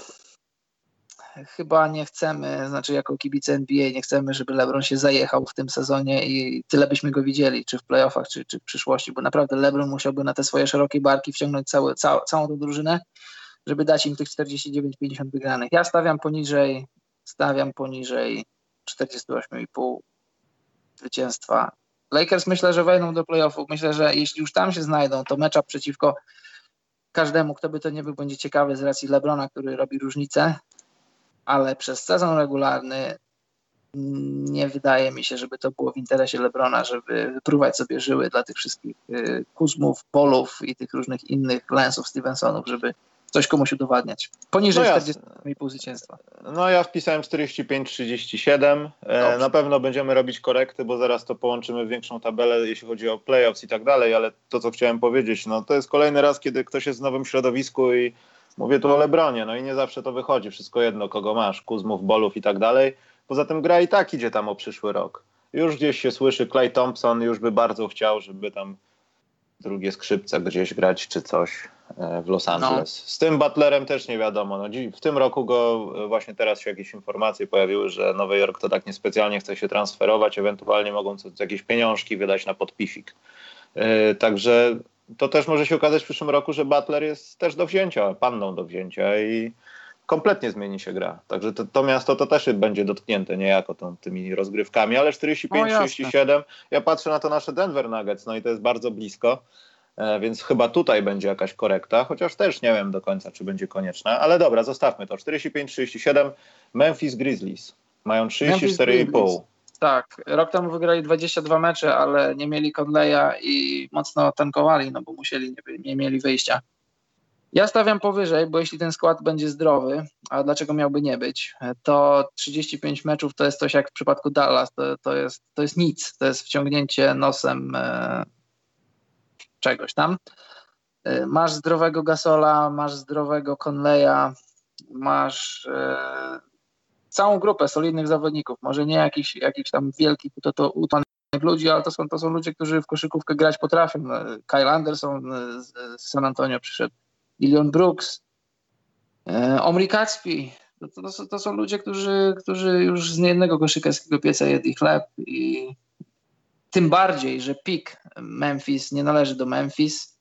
chyba nie chcemy, znaczy jako kibice N B A nie chcemy, żeby LeBron się zajechał w tym sezonie i tyle byśmy go widzieli, czy w playoffach, czy, czy w przyszłości, bo naprawdę LeBron musiałby na te swoje szerokie barki wciągnąć cały, cał, całą tą drużynę, żeby dać im tych czterdzieści dziewięć pięćdziesiąt wygranych. Ja stawiam poniżej, stawiam poniżej czterdzieści osiem i pół zwycięstwa. Lakers myślę, że wejdą do playoffów. Myślę, że jeśli już tam się znajdą, to matchup przeciwko każdemu, kto by to nie był, będzie ciekawy z racji LeBrona, który robi różnicę, ale przez sezon regularny nie wydaje mi się, żeby to było w interesie LeBrona, żeby wypróbować sobie żyły dla tych wszystkich Kuzmów, Polów i tych różnych innych Lance'ów, Stevensonów, żeby coś komuś udowadniać. Poniżej No ja- czterdzieści i pół zwycięstwa. No ja wpisałem czterdzieści pięć trzydzieści siedem. E, Dobrze. na pewno będziemy robić korekty, bo zaraz to połączymy w większą tabelę, jeśli chodzi o playoffs i tak dalej, ale to, co chciałem powiedzieć, no to jest kolejny raz, kiedy ktoś jest w nowym środowisku i mówię tu o LeBronie, no i nie zawsze to wychodzi, wszystko jedno, kogo masz, Kuzmów, Bolów i tak dalej. Poza tym gra i tak idzie tam o przyszły rok. Już gdzieś się słyszy, Klay Thompson już by bardzo chciał, żeby tam drugie skrzypce gdzieś grać czy coś w Los Angeles. No. Z tym Butlerem też nie wiadomo. No, w tym roku go właśnie teraz się jakieś informacje pojawiły, że Nowy Jork to tak niespecjalnie chce się transferować, ewentualnie mogą co, jakieś pieniążki wydać na podpisik. Yy, także to też może się okazać w przyszłym roku, że Butler jest też do wzięcia, panną do wzięcia i kompletnie zmieni się gra. Także to, to miasto to też będzie dotknięte niejako tą, tymi rozgrywkami, ale czterdzieści pięć trzydzieści siedem, ja patrzę na to nasze Denver Nuggets, no i to jest bardzo blisko, e, więc chyba tutaj będzie jakaś korekta, chociaż też nie wiem do końca, czy będzie konieczna, ale dobra, zostawmy to. czterdzieści pięć trzydzieści siedem, Memphis Grizzlies mają trzydzieści cztery i pół. Tak, rok temu wygrali dwadzieścia dwa mecze, ale nie mieli Conleya i mocno tankowali, no bo musieli, nie, nie mieli wyjścia. Ja stawiam powyżej, bo jeśli ten skład będzie zdrowy, a dlaczego miałby nie być, to trzydzieści pięć meczów to jest coś jak w przypadku Dallas, to, to, jest, to jest nic, to jest wciągnięcie nosem e, czegoś tam. E, masz zdrowego Gasola, masz zdrowego Conleya, masz e, całą grupę solidnych zawodników, może nie jakichś, jakichś tam wielkich to, to utłanych ludzi, ale to są, to są ludzie, którzy w koszykówkę grać potrafią. Kyle Anderson z, z San Antonio przyszedł, Dillon Brooks, e, Omri Kacpi. To, to, to, to są ludzie, którzy, którzy już z niejednego koszykarskiego pieca jedli chleb i tym bardziej, że pik Memphis nie należy do Memphis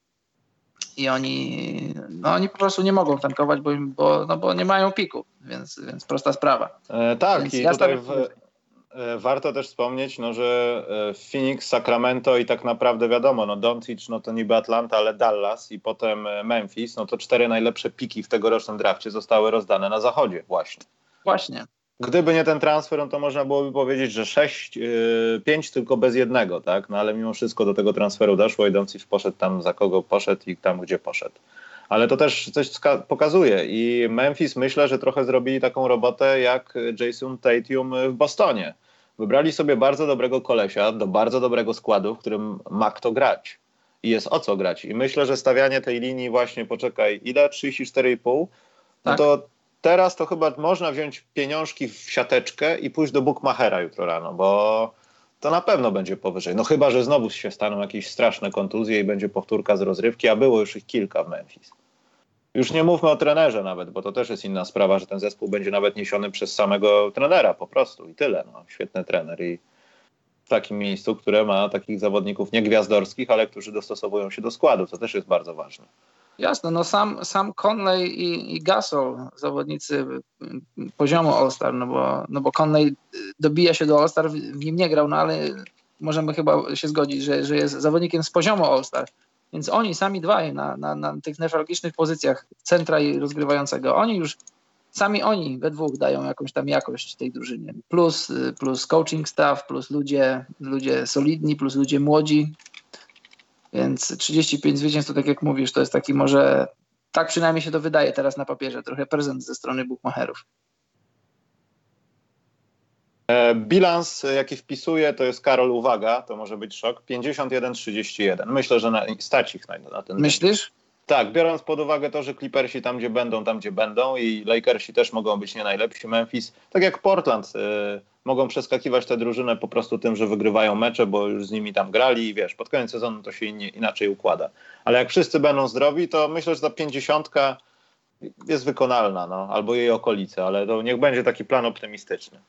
i oni, no, oni po prostu nie mogą tankować, bo, im, bo, no, bo nie mają piku, więc, więc prosta sprawa. E, tak, więc i ja tutaj w, warto też wspomnieć, no, że Phoenix, Sacramento i tak naprawdę wiadomo, no Doncic, no to niby Atlanta, ale Dallas i potem Memphis, no to cztery najlepsze piki w tegorocznym drafcie zostały rozdane na zachodzie właśnie. Właśnie. Gdyby nie ten transfer, no to można byłoby powiedzieć, że sześć, pięć tylko bez jednego, tak? No ale mimo wszystko do tego transferu doszło i Doncic poszedł tam, za kogo poszedł i tam, gdzie poszedł. Ale to też coś pokazuje i Memphis myślę, że trochę zrobili taką robotę jak Jason Tatum w Bostonie. Wybrali sobie bardzo dobrego kolesia do bardzo dobrego składu, w którym ma kto grać. I jest o co grać. I myślę, że stawianie tej linii właśnie, poczekaj, ile? trzydzieści cztery i pół? No tak. To teraz to chyba można wziąć pieniążki w siateczkę i pójść do bookmachera jutro rano, bo to na pewno będzie powyżej. No chyba, że znowu się staną jakieś straszne kontuzje i będzie powtórka z rozrywki, a było już ich kilka w Memphis. Już nie mówmy o trenerze nawet, bo to też jest inna sprawa, że ten zespół będzie nawet niesiony przez samego trenera po prostu i tyle. No, świetny trener i w takim miejscu, które ma takich zawodników nie gwiazdorskich, ale którzy dostosowują się do składu, co też jest bardzo ważne. Jasne, no sam, sam Conley i, i Gasol, zawodnicy poziomu All-Star, no bo, no bo Conley dobija się do All-Star, w nim nie grał, no ale możemy chyba się zgodzić, że, że jest zawodnikiem z poziomu All-Star. Więc oni sami dwaj na, na, na tych newralgicznych pozycjach centra i rozgrywającego, oni już, sami oni we dwóch dają jakąś tam jakość tej drużynie. Plus, plus coaching staff, plus ludzie, ludzie solidni, plus ludzie młodzi. Więc trzydzieści pięć zwycięstw, to tak jak mówisz, to jest taki może, tak przynajmniej się to wydaje teraz na papierze, trochę prezent ze strony bookmacherów. Bilans, jaki wpisuję, to jest, Karol, uwaga, to może być szok, pięćdziesiąt jeden trzydzieści jeden. Myślę, że na, stać ich na, na ten. Myślisz? Tak, biorąc pod uwagę to, że Clippersi tam, gdzie będą, tam, gdzie będą i Lakersi też mogą być nie najlepsi, Memphis, tak jak Portland, yy, mogą przeskakiwać tę drużynę po prostu tym, że wygrywają mecze, bo już z nimi tam grali i wiesz, pod koniec sezonu to się innie, inaczej układa. Ale jak wszyscy będą zdrowi, to myślę, że ta pięćdziesiątka jest wykonalna, no, albo jej okolice, ale to niech będzie taki plan optymistyczny.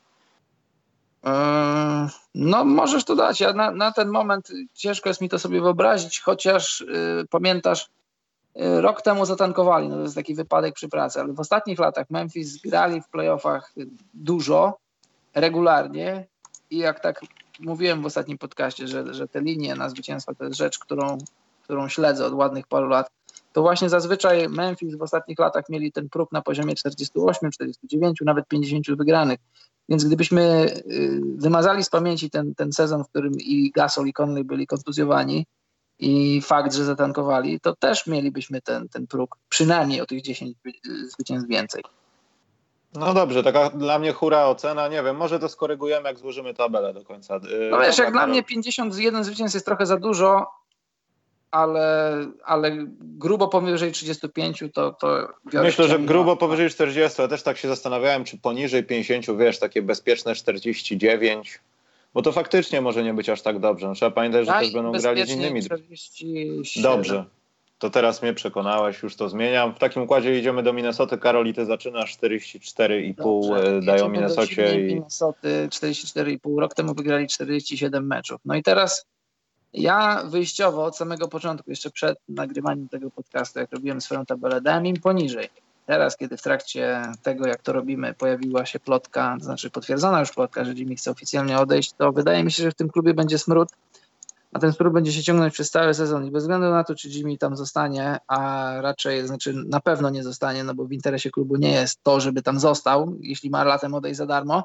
No możesz to dać. Ja na, na ten moment ciężko jest mi to sobie wyobrazić, chociaż yy, pamiętasz, yy, rok temu zatankowali, no to jest taki wypadek przy pracy, ale w ostatnich latach Memphis grali w playoffach dużo, regularnie i jak tak mówiłem w ostatnim podcaście, że, że te linie na zwycięstwa to jest rzecz, którą, którą śledzę od ładnych paru lat, to właśnie zazwyczaj Memphis w ostatnich latach mieli ten próg na poziomie czterdzieści osiem, czterdzieści dziewięć, nawet pięćdziesiąt wygranych. Więc gdybyśmy wymazali z pamięci ten, ten sezon, w którym i Gasol, i Conley byli kontuzjowani i fakt, że zatankowali, to też mielibyśmy ten, ten próg przynajmniej o tych dziesięć zwycięstw więcej. No dobrze, taka dla mnie hura ocena, nie wiem, może to skorygujemy, jak złożymy tabelę do końca. Yy, No wiesz, dobra, jak dla Karol. mnie pięćdziesiąt jeden zwycięstw jest trochę za dużo, ale, ale grubo powyżej trzydzieści pięć to, to biorę. Myślę, że ciemno. grubo powyżej czterdzieści, ja też tak się zastanawiałem, czy poniżej pięćdziesiąt, wiesz, takie bezpieczne czterdzieści dziewięć, bo to faktycznie może nie być aż tak dobrze. No, trzeba pamiętać, że Daj też będą grali z bezpiecznie innymi. czterdzieści siedem. Dobrze, to teraz mnie przekonałeś, już to zmieniam. W takim układzie idziemy do Minnesoty. Karol, i ty zaczynasz czterdzieści cztery i pół Dobrze, dają jedziemy do Minnesocie. silnej I... Minnesoty czterdzieści cztery i pół. Rok temu wygrali czterdzieści siedem meczów. No i teraz ja wyjściowo od samego początku, jeszcze przed nagrywaniem tego podcastu, jak robiłem swoją tabelę, dałem im poniżej. Teraz, kiedy w trakcie tego, jak to robimy, pojawiła się plotka, to znaczy potwierdzona już plotka, że Jimmy chce oficjalnie odejść, to wydaje mi się, że w tym klubie będzie smród, a ten smród będzie się ciągnąć przez cały sezon i bez względu na to, czy Jimmy tam zostanie, a raczej, znaczy na pewno nie zostanie, no bo w interesie klubu nie jest to, żeby tam został, jeśli ma latem odejść za darmo,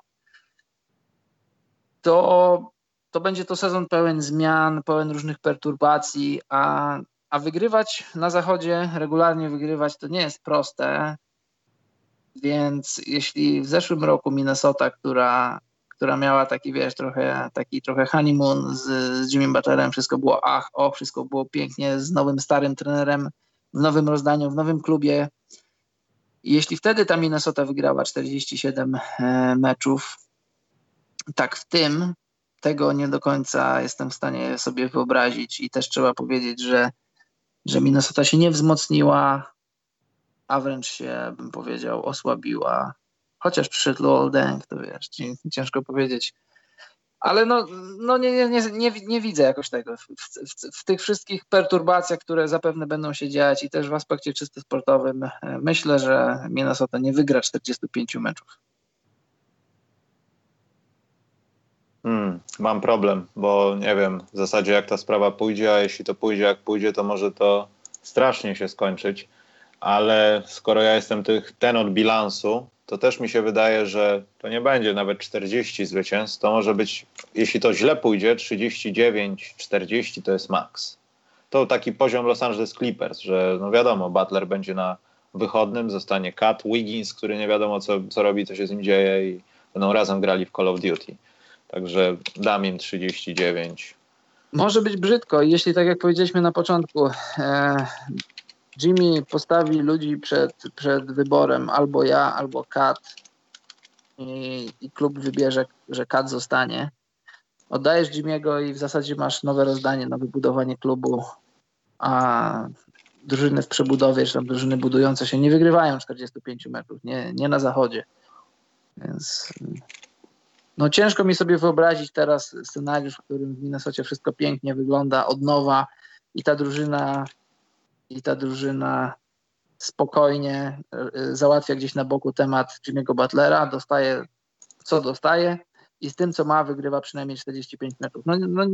to, to będzie to sezon pełen zmian, pełen różnych perturbacji, a, a wygrywać na zachodzie, regularnie wygrywać, to nie jest proste, więc jeśli w zeszłym roku Minnesota, która która miała taki, wiesz, trochę, taki trochę honeymoon z, z Jimmy Butlerem, wszystko było ach, o, wszystko było pięknie, z nowym, starym trenerem, w nowym rozdaniu, w nowym klubie. I jeśli wtedy ta Minnesota wygrała czterdzieści siedem e, meczów, tak w tym, tego nie do końca jestem w stanie sobie wyobrazić i też trzeba powiedzieć, że, że Minnesota się nie wzmocniła, a wręcz się, bym powiedział, osłabiła. Chociaż przyszedł Luol Deng, to wiesz, ciężko powiedzieć. Ale no, no nie, nie, nie, nie, nie widzę jakoś tego. W, w, w tych wszystkich perturbacjach, które zapewne będą się dziać i też w aspekcie czysto sportowym, myślę, że Minnesota nie wygra czterdzieści pięć meczów. Hmm, mam problem, bo nie wiem w zasadzie jak ta sprawa pójdzie, a jeśli to pójdzie jak pójdzie, to może to strasznie się skończyć. Ale skoro ja jestem tych, ten od bilansu, to też mi się wydaje, że to nie będzie nawet czterdzieści zwycięstw, to może być, jeśli to źle pójdzie, trzydzieści dziewięć czterdzieści to jest maks. To taki poziom Los Angeles Clippers, że no wiadomo, Butler będzie na wychodnym, zostanie Cat, Wiggins, który nie wiadomo co, co robi, co się z nim dzieje i będą razem grali w Call of Duty. Także dam im trzydzieści dziewięć. Może być brzydko, jeśli tak jak powiedzieliśmy na początku, e, Jimmy postawi ludzi przed, przed wyborem albo ja, albo Cat i, i klub wybierze, że Cat zostanie. Oddajesz Jimmy'ego i w zasadzie masz nowe rozdanie, nowe budowanie klubu, a drużyny w przebudowie, czy tam drużyny budujące się nie wygrywają czterdzieści pięć meczów, nie, nie na zachodzie. Więc no ciężko mi sobie wyobrazić teraz scenariusz, w którym w Minnesocie wszystko pięknie wygląda od nowa i ta drużyna i ta drużyna spokojnie y, załatwia gdzieś na boku temat Jimmy'ego Butlera, dostaje co dostaje i z tym co ma wygrywa przynajmniej czterdzieści pięć meczów. No, no,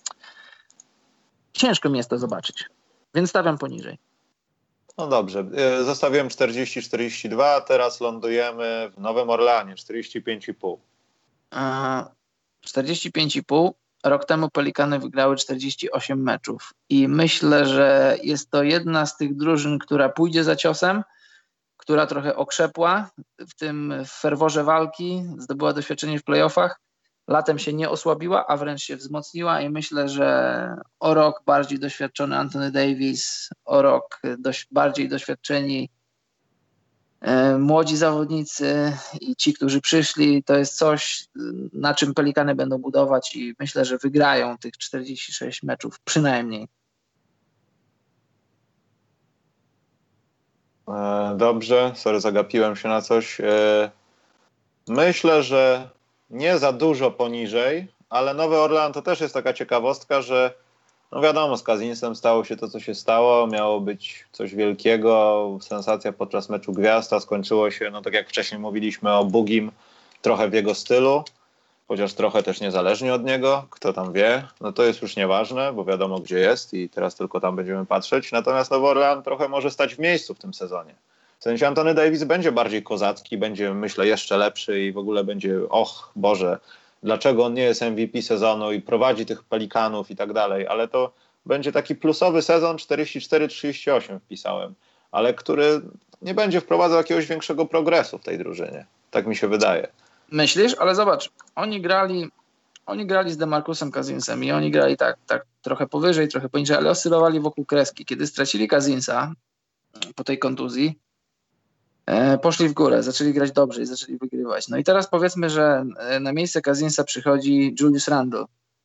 ciężko mi jest to zobaczyć, więc stawiam poniżej. No dobrze, zostawiłem czterdzieści czterdzieści dwa, a teraz lądujemy w Nowym Orleanie, czterdzieści pięć i pół. czterdzieści pięć i pół. Rok temu Pelikany wygrały czterdzieści osiem meczów i myślę, że jest to jedna z tych drużyn, która pójdzie za ciosem, która trochę okrzepła w tym ferworze walki, zdobyła doświadczenie w playoffach, latem się nie osłabiła, a wręcz się wzmocniła i myślę, że o rok bardziej doświadczony Anthony Davis, o rok dość, bardziej doświadczeni młodzi zawodnicy i ci, którzy przyszli, to jest coś, na czym Pelikany będą budować i myślę, że wygrają tych czterdzieści sześć meczów przynajmniej. Dobrze, sorry, zagapiłem się na coś. Myślę, że nie za dużo poniżej, ale Nowy Orlean to też jest taka ciekawostka, że no wiadomo, z Cousinsem stało się to, co się stało. Miało być coś wielkiego, sensacja podczas meczu gwiazd, a skończyło się, no tak jak wcześniej mówiliśmy o Boogim, trochę w jego stylu, chociaż trochę też niezależnie od niego, kto tam wie. No to jest już nieważne, bo wiadomo, gdzie jest i teraz tylko tam będziemy patrzeć. Natomiast Nowy Orlean trochę może stać w miejscu w tym sezonie. W sensie Anthony Davis będzie bardziej kozacki, będzie, myślę, jeszcze lepszy i w ogóle będzie, och Boże, dlaczego on nie jest M V P sezonu i prowadzi tych Pelikanów i tak dalej, ale to będzie taki plusowy sezon, czterdzieści cztery trzydzieści osiem wpisałem, ale który nie będzie wprowadzał jakiegoś większego progresu w tej drużynie. Tak mi się wydaje. Myślisz? Ale zobacz, oni grali oni grali z DeMarcusem Cousinsem i oni grali tak, tak trochę powyżej, trochę poniżej, ale oscylowali wokół kreski. Kiedy stracili Cousinsa po tej kontuzji, e, poszli w górę, zaczęli grać dobrze i zaczęli wygrywać. No i teraz powiedzmy, że na miejsce Cousinsa przychodzi Julius Randle.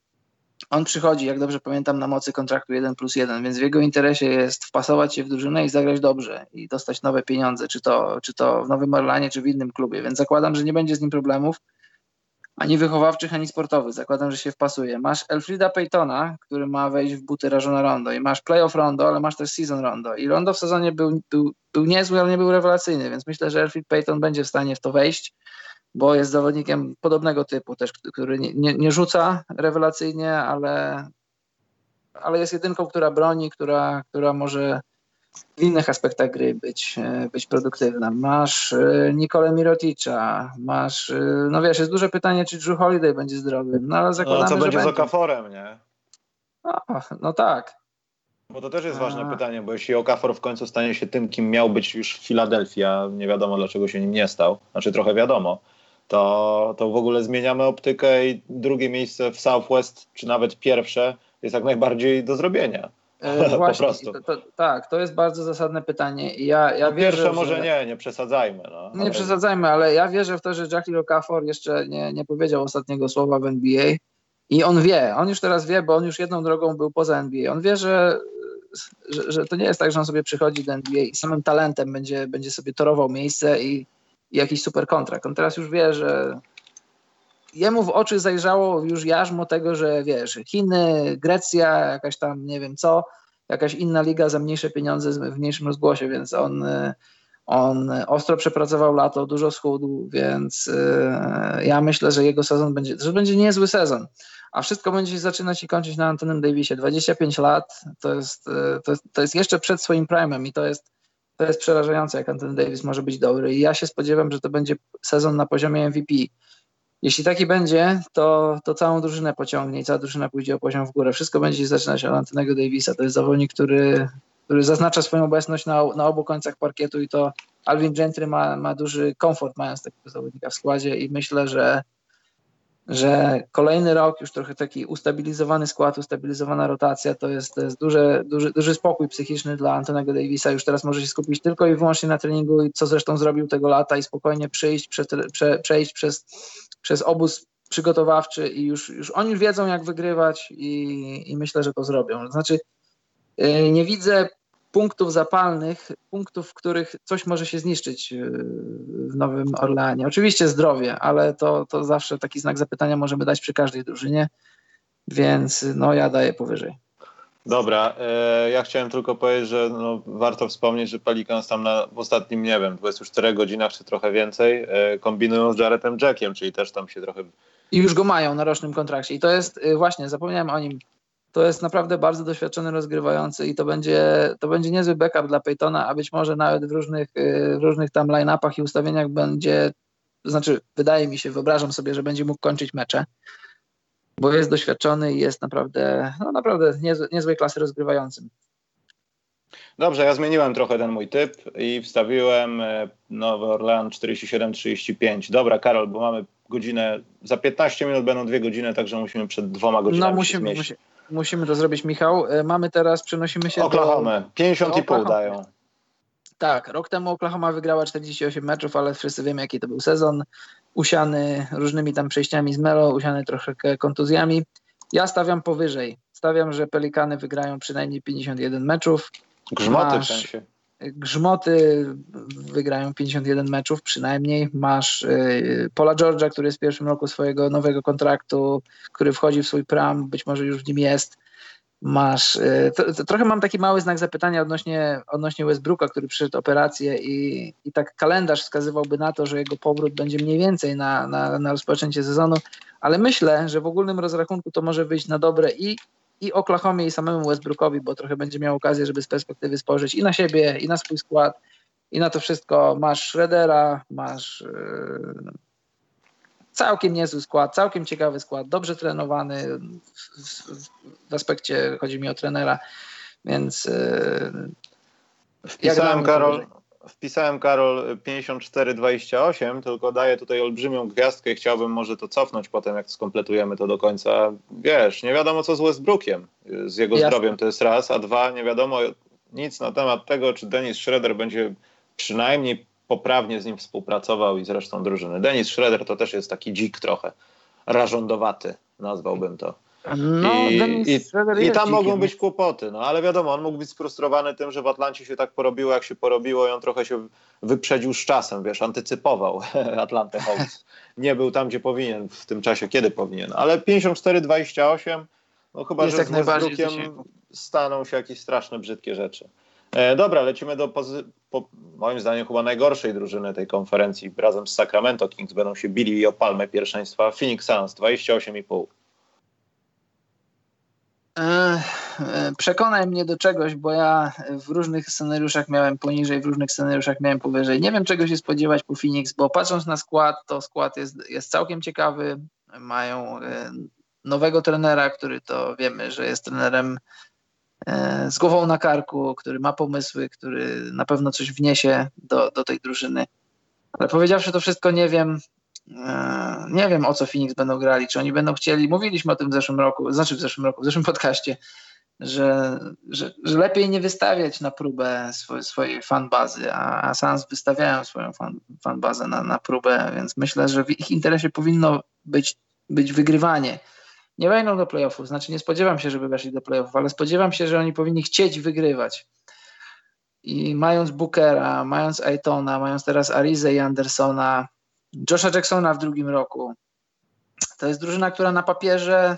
On przychodzi, jak dobrze pamiętam, na mocy kontraktu jeden plus jeden, więc w jego interesie jest wpasować się w drużynę i zagrać dobrze i dostać nowe pieniądze, czy to, czy to w Nowym Orleanie, czy w innym klubie, więc zakładam, że nie będzie z nim problemów, ani wychowawczych, ani sportowych. Zakładam, że się wpasuje. Masz Elfrida Paytona, który ma wejść w buty Rajona Rondo i masz playoff Rondo, ale masz też season Rondo. I Rondo w sezonie był, był, był niezły, ale nie był rewelacyjny, więc myślę, że Elfrid Payton będzie w stanie w to wejść, bo jest zawodnikiem podobnego typu też, który nie, nie, nie rzuca rewelacyjnie, ale, ale jest jedynką, która broni, która, która może w innych aspektach gry być, być produktywna. Masz Nikolę Miroticza, masz, no wiesz, jest duże pytanie, czy Drew Holiday będzie zdrowy, no ale zakładamy, no, co że będzie będzie. z Okaforem, nie? No, no tak. Bo to też jest A... ważne pytanie, bo jeśli Okafor w końcu stanie się tym, kim miał być już w Filadelfii, a nie wiadomo, dlaczego się nim nie stał, znaczy trochę wiadomo, to, to w ogóle zmieniamy optykę i drugie miejsce w Southwest, czy nawet pierwsze, jest jak najbardziej do zrobienia. E, właśnie, po prostu. To, to, tak, to jest bardzo zasadne pytanie. I ja, ja no wierzę, pierwsze może że... nie, nie przesadzajmy. No, Nie ale... przesadzajmy, ale ja wierzę w to, że Jahlil Okafor jeszcze nie, nie powiedział ostatniego słowa w N B A i on wie, on już teraz wie, bo on już jedną drogą był poza N B A. On wie, że, że, że to nie jest tak, że on sobie przychodzi do N B A i samym talentem będzie, będzie sobie torował miejsce i, i jakiś super kontrakt. On teraz już wie, że jemu w oczy zajrzało już jarzmo tego, że wiesz, Chiny, Grecja, jakaś tam nie wiem co, jakaś inna liga za mniejsze pieniądze w mniejszym rozgłosie, więc on, on ostro przepracował lato, dużo schudł, więc ja myślę, że jego sezon będzie, że będzie niezły sezon, a wszystko będzie się zaczynać i kończyć na Antonym Davisie. dwadzieścia pięć lat to jest, to jest, to jest jeszcze przed swoim prime'em i to jest, to jest przerażające, jak Anthony Davis może być dobry i ja się spodziewam, że to będzie sezon na poziomie M V P. Jeśli taki będzie, to, to całą drużynę pociągnie i cała drużyna pójdzie o poziom w górę. Wszystko będzie się zaczynać od Antonego Davisa. To jest zawodnik, który, który zaznacza swoją obecność na, na obu końcach parkietu i to Alvin Gentry ma, ma duży komfort mając takiego zawodnika w składzie i myślę, że, że kolejny rok, już trochę taki ustabilizowany skład, ustabilizowana rotacja, to jest, to jest duży, duży, duży spokój psychiczny dla Antonego Davisa. Już teraz może się skupić tylko i wyłącznie na treningu i co zresztą zrobił tego lata i spokojnie przyjść, prze, prze, przejść przez przez obóz przygotowawczy i już, już oni już wiedzą, jak wygrywać i, i myślę, że to zrobią. Znaczy yy, nie widzę punktów zapalnych, punktów, w których coś może się zniszczyć yy, w Nowym Orleanie. Oczywiście zdrowie, ale to, to zawsze taki znak zapytania możemy dać przy każdej drużynie, więc no ja daję powyżej. Dobra, e, ja chciałem tylko powiedzieć, że no, warto wspomnieć, że Pelicans tam na, w ostatnim, nie wiem, dwudziestu czterech godzinach czy trochę więcej e, kombinują z Jarrettem Jackiem, czyli też tam się trochę... I już go mają na rocznym kontrakcie i to jest, y, właśnie, zapomniałem o nim, to jest naprawdę bardzo doświadczony rozgrywający i to będzie, to będzie niezły backup dla Paytona, a być może nawet w różnych, y, w różnych tam line-upach i ustawieniach będzie, to znaczy wydaje mi się, wyobrażam sobie, że będzie mógł kończyć mecze, bo jest doświadczony i jest naprawdę, no naprawdę niezłe, niezłej klasy rozgrywającym. Dobrze, ja zmieniłem trochę ten mój typ i wstawiłem Nowy Orlean czterdzieści siedem trzydzieści pięć. Dobra, Karol, bo mamy godzinę, za piętnaście minut będą dwie godziny, także musimy przed dwoma godzinami no, musimy, się musi, musimy to zrobić, Michał. Mamy teraz, przenosimy się Oklahoma. do... pięćdziesiąt i pół dają. Tak, rok temu Oklahoma wygrała czterdzieści osiem meczów, ale wszyscy wiemy, jaki to był sezon. Usiany różnymi tam przejściami z Melo, usiany trochę kontuzjami. Ja stawiam powyżej. Stawiam, że Pelikany wygrają przynajmniej pięćdziesiąt jeden meczów. Grzmoty w sensie. Grzmoty wygrają pięćdziesiąt jeden meczów przynajmniej. Masz y, Paula George'a, który jest w pierwszym roku swojego nowego kontraktu, który wchodzi w swój prime, być może już w nim jest. Masz, y, to, to, trochę mam taki mały znak zapytania odnośnie, odnośnie Westbrooka, który przyszedł operację i, i tak kalendarz wskazywałby na to, że jego powrót będzie mniej więcej na, na, na rozpoczęcie sezonu, ale myślę, że w ogólnym rozrachunku to może wyjść na dobre i i Oklahomie i samemu Westbrookowi, bo trochę będzie miał okazję, żeby z perspektywy spojrzeć i na siebie, i na swój skład, i na to wszystko. Masz Schroedera, masz yy, całkiem niezły skład, całkiem ciekawy skład, dobrze trenowany w, w, w aspekcie, chodzi mi o trenera, więc yy, wpisałem Karol, wpisałem Karol pięćdziesiąt cztery dwadzieścia osiem, tylko daję tutaj olbrzymią gwiazdkę i chciałbym może to cofnąć potem, jak skompletujemy to do końca. Wiesz, nie wiadomo co z Westbrookiem, z jego Jasne. zdrowiem to jest raz, a dwa, nie wiadomo nic na temat tego, czy Dennis Schroeder będzie przynajmniej poprawnie z nim współpracował i z resztą drużyny. Dennis Schroeder to też jest taki dzik trochę, rażądowaty, nazwałbym to. No, I, Dennis i, Schroeder i jest tam dzikiem. mogą być kłopoty, no ale wiadomo, on mógł być sfrustrowany tym, że w Atlancie się tak porobiło, jak się porobiło i on trochę się wyprzedził z czasem, wiesz, antycypował Atlantę Hawks. Nie był tam, gdzie powinien, w tym czasie, kiedy powinien. Ale pięćdziesiąt cztery dwadzieścia osiem, no chyba, Jest że jak z najbardziej Westbrookiem staną się jakieś straszne, brzydkie rzeczy. E, dobra, lecimy do pozy- po, moim zdaniem chyba najgorszej drużyny tej konferencji. Razem z Sacramento Kings będą się bili o palmę pierwszeństwa. Phoenix Suns dwadzieścia osiem i pół. Przekonaj mnie do czegoś, bo ja w różnych scenariuszach miałem poniżej, w różnych scenariuszach miałem powyżej. Nie wiem, czego się spodziewać po Phoenix, bo patrząc na skład, to skład jest, jest całkiem ciekawy. Mają nowego trenera, który to wiemy, że jest trenerem z głową na karku, który ma pomysły, który na pewno coś wniesie do, do tej drużyny. Ale powiedziawszy to wszystko, nie wiem, nie wiem, o co Phoenix będą grali, czy oni będą chcieli, mówiliśmy o tym w zeszłym roku, znaczy w zeszłym roku, w zeszłym podcaście, że, że, że lepiej nie wystawiać na próbę swoj, swojej fanbazy, a, a Suns wystawiają swoją fan, fanbazę na, na próbę, więc myślę, że w ich interesie powinno być, być wygrywanie. Nie wejdą do playoffów, znaczy nie spodziewam się, żeby weszli do playoffów, ale spodziewam się, że oni powinni chcieć wygrywać. I mając Bookera, mając Aytona, mając teraz Arizę i Andersona, Josha Jacksona w drugim roku, to jest drużyna, która na papierze